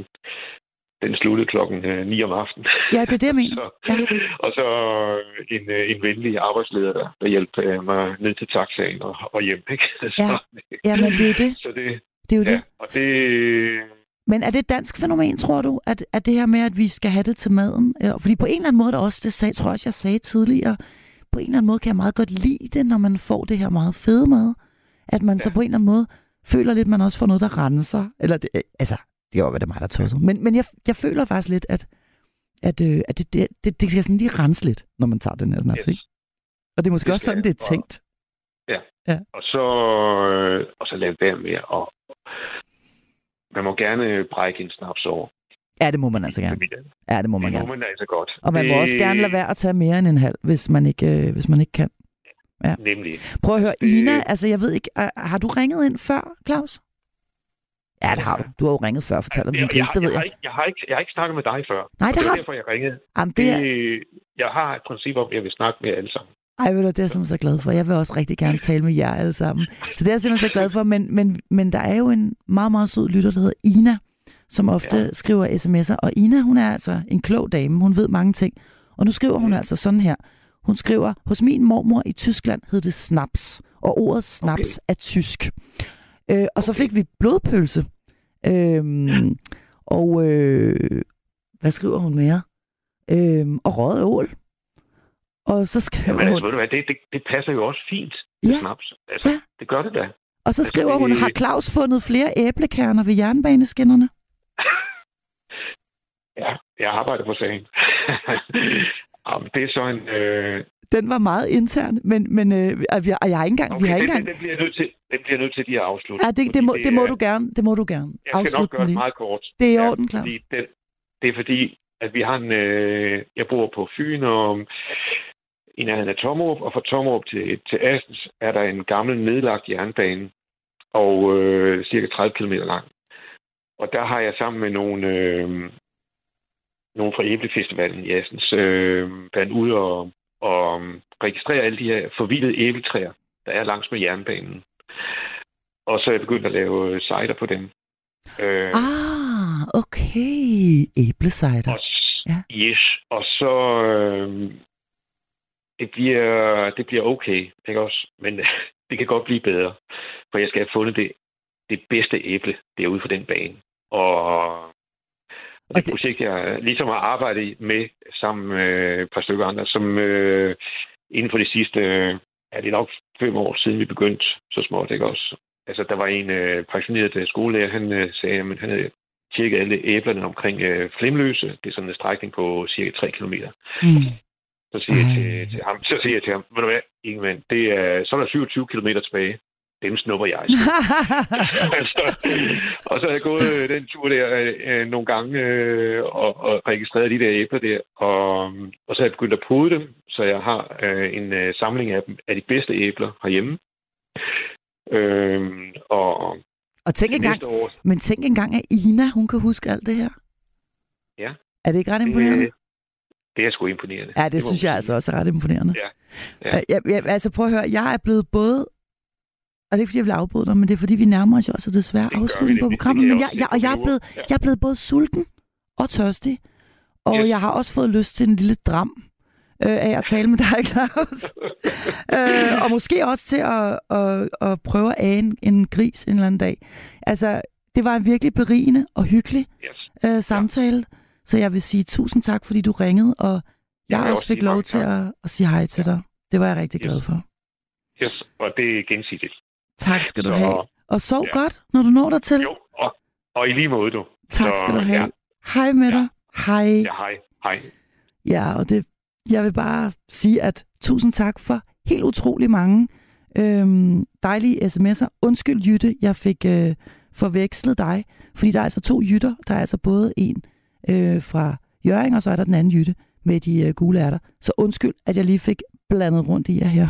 den sluttede klokken øh, ni om aftenen. Ja, det er det, jeg mener. så, ja. Og så en, en venlig arbejdsleder, der, der hjalp øh, mig ned til taxaen og, og hjem. Ikke? Ja. så, ja, men det er jo det. Så det, det er jo ja, det. Og det. Men er det et dansk fænomen, tror du, at, at det her med, at vi skal have det til maden? Fordi på en eller anden måde, der også, det sag, tror jeg også, jeg sagde tidligere, på en eller anden måde kan jeg meget godt lide det, når man får det her meget fede mad. At man ja. så på en eller anden måde føler lidt, at man også får noget, der renser. Eller det, altså, det var, hvad det er mig, der tosser. Men, men jeg, jeg føler faktisk lidt, at, at, øh, at det, det, det, det skal sådan lige rense lidt, når man tager den her snaps, yes. ikke? Og det er måske det også sådan, det er tænkt. Ja. ja. Og så, øh, og så lade være med. Og man må gerne brække en snaps over. Ja, det må man altså gerne. Ja, det må man det gerne. må man altså godt. Og man må det... også gerne lade være at tage mere end en halv, hvis man ikke, øh, hvis man ikke kan. Ja. Nemlig. Prøv at høre, Ina, altså jeg ved ikke, har du ringet ind før, Claus? Ja, det har du. Du har jo ringet før og fortalt om din krise, det ved jeg. Jeg har, ikke, jeg, har ikke, jeg har ikke snakket med dig før. Nej, det, det er har derfor, jeg ringede. Jamen, det er... Jeg har et princip om, at jeg vil snakke med jer alle sammen. Ej, ved du, det er jeg simpelthen så glad for. Jeg vil også rigtig gerne tale med jer alle sammen. Så det er jeg simpelthen så glad for. Men, men, men der er jo en meget, meget sød lytter, der hedder Ina, som ofte ja. skriver sms'er. Og Ina, hun er altså en klog dame. Hun ved mange ting. Og nu skriver hun altså sådan her. Hun skriver, hos min mormor i Tyskland hed det snaps. Og ordet snaps okay. er tysk. Øh, og så fik vi blodpølse. Øhm, og øh, hvad skriver hun mere? Øhm, og røget ål. Og så skriver Jamen, altså, hun... ved du hvad, det, det, det passer jo også fint ja. med snaps. Altså, ja. Det gør det da. Og så altså, skriver det... hun, har Claus fundet flere æblekerner ved jernbaneskinnerne? Ja, jeg arbejder på sagen. Jamen, det er så en... Øh... Den var meget intern, men, men øh, jeg, jeg har ikke engang... Okay, vi har ikke det, engang... det, det bliver nødt til, det bliver nødt til lige at afslutte. Ja, det, det, må, det, det må du gerne. Det må du gerne. Jeg skal Afslut nok gøre det lige. meget kort. Det er i ja, orden, Claus. Fordi det, det er fordi, at vi har en... Øh, jeg bor på Fyn, og i nærheden af Tommerup, og fra Tommerup til, til Assens er der en gammel nedlagt jernbane, og øh, cirka tredive kilometer lang. Og der har jeg sammen med nogle... Øh, nogle fra Æblefestivalen i Assens, øh, været ude og, og registrere alle de her forvildede æbletræer, der er langs med jernbanen. Og så er jeg begyndt at lave cider på dem. Øh, ah, okay. Æblecider. Og, ja. Yes. Og så... Øh, det, bliver, det bliver okay, ikke også? Men det kan godt blive bedre. For jeg skal have fundet det, det bedste æble derude for den bane. Og... Og det, og det projekt, jeg ligesom har arbejdet med sammen med et par stykker andre, som øh, inden for de sidste, øh, er det nok fem år siden, vi begyndte så småt, ikke også? Altså, der var en øh, pensioneret skolelærer, han øh, sagde, at han havde tjekket alle æblerne omkring øh, Flimløse. Det er sådan en strækning på cirka tre kilometer. Mm. Så siger jeg til, til ham, så siger jeg til ham, ved du hvad, Ingemann, det er, så er der syvogtyve kilometer tilbage. dem snupper jeg. så, og så har jeg gået øh, den tur der øh, nogle gange øh, og, og registreret de der æbler der. Og, og så har jeg begyndt at pode dem, så jeg har øh, en øh, samling af dem af de bedste æbler herhjemme. Øh, og, og tænk engang, år... men tænk engang, at Ina, hun kan huske alt det her. Ja. Er det ikke ret imponerende? Det, det er sgu imponerende. Ja, det, det synes jeg altså også er ret imponerende. Ja. Ja. Jeg, jeg, altså prøv at høre, jeg er blevet både, og det er ikke fordi jeg vil afbryde dig, men det er fordi vi nærmer os jo også desværre afslutning på programmet, men jeg, jeg, og jeg er, blevet, jeg er blevet både sulten og tørstig, og yes. jeg har også fået lyst til en lille dram øh, af at tale med dig, Claus. øh, og måske også til at, at, at prøve at ane en gris en eller anden dag. Altså, det var en virkelig berigende og hyggelig yes. øh, samtale, ja. Så jeg vil sige tusind tak, fordi du ringede, og jeg, jeg også fik lov til at, at sige hej til ja. dig. Det var jeg rigtig yes. glad for. Yes, og det er gensidigt. Tak skal du så, have. Og sov ja. godt, når du når dig til. Jo, og, og i lige måde, du. Tak så, skal du have. Ja. Hej med dig. Ja. Hej. Ja, hej. Hej. Ja, og det, jeg vil bare sige, at tusind tak for helt utrolig mange øhm, dejlige sms'er. Undskyld, Jytte, jeg fik øh, forvekslet dig, fordi der er altså to Jytter. Der er altså både en øh, fra Hjørring, og så er der den anden Jytte med de øh, gule ærter. Så undskyld, at jeg lige fik blandet rundt i jer her.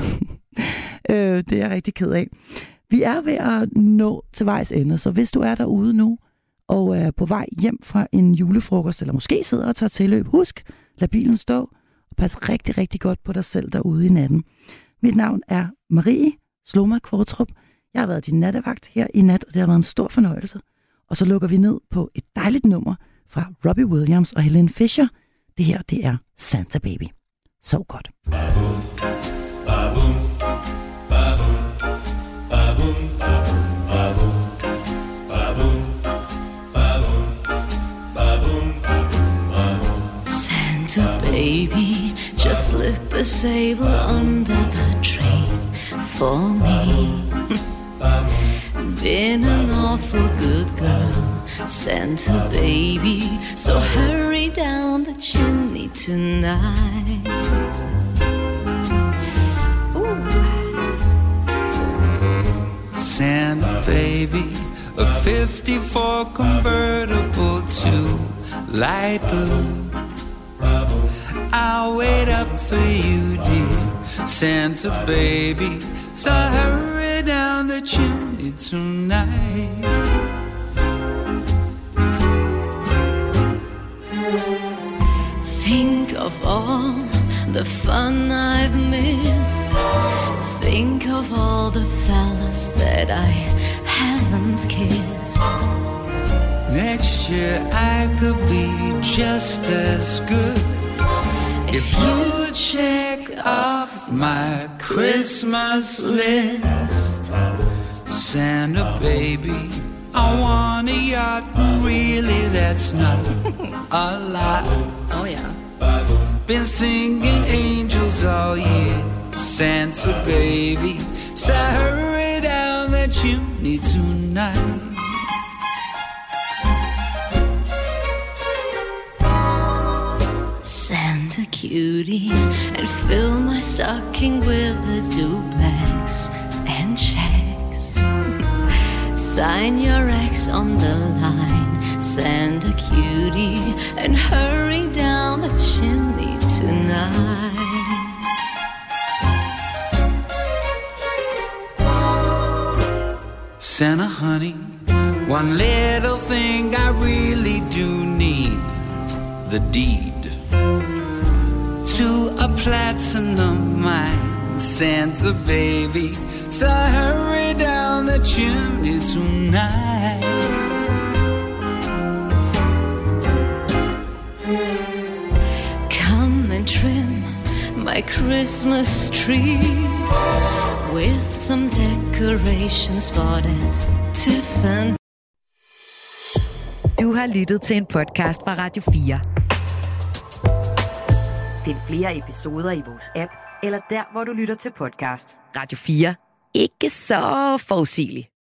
øh, det er jeg rigtig ked af. Vi er ved at nå til vejs ende, så hvis du er derude nu og er på vej hjem fra en julefrokost, eller måske sidder og tager tilløb, husk, lad bilen stå og pas rigtig, rigtig godt på dig selv derude i natten. Mit navn er Marie Sloma Kvartrup. Jeg har været din nattevagt her i nat, og det har været en stor fornøjelse. Og så lukker vi ned på et dejligt nummer fra Robbie Williams og Helene Fischer. Det her, det er Santa Baby. Så godt. Ba-boom, ba-boom, ba-boom, ba-boom, ba-boom, ba-boom, ba-boom, ba-boom, ba-boom. Santa baby, just slip a sable under the tree for me. Been an awful good girl, Santa baby, so hurry down the chimney tonight. Ooh. Santa baby, a fifty-four convertible to light blue. I'll wait up for you, dear Santa baby, so hurry down the chimney tonight. Think of all the fun I've missed. Think of all the fellas that I haven't kissed. Next year I could be just as good if you check off my Christmas list. Santa baby, I want a yacht, really that's not a lot. Oh yeah. Been singing angels all year, Santa baby, so hurry down that chimney tonight. Santa cutie, and fill my stocking with the duplex and checks. Sign your ex on the line, Santa cutie, and hurry down the chimney tonight. Santa honey, one little thing I really do need, the deed to a platinum mine, Santa baby, so hurry down the chimney tonight. Come and trim my Christmas tree with some decorations bought at Tiffany. Du har lyttet til en podcast fra Radio fire. Find flere episoder i vores app, eller der, hvor du lytter til podcast. Radio fire. Ikke så forudsigeligt.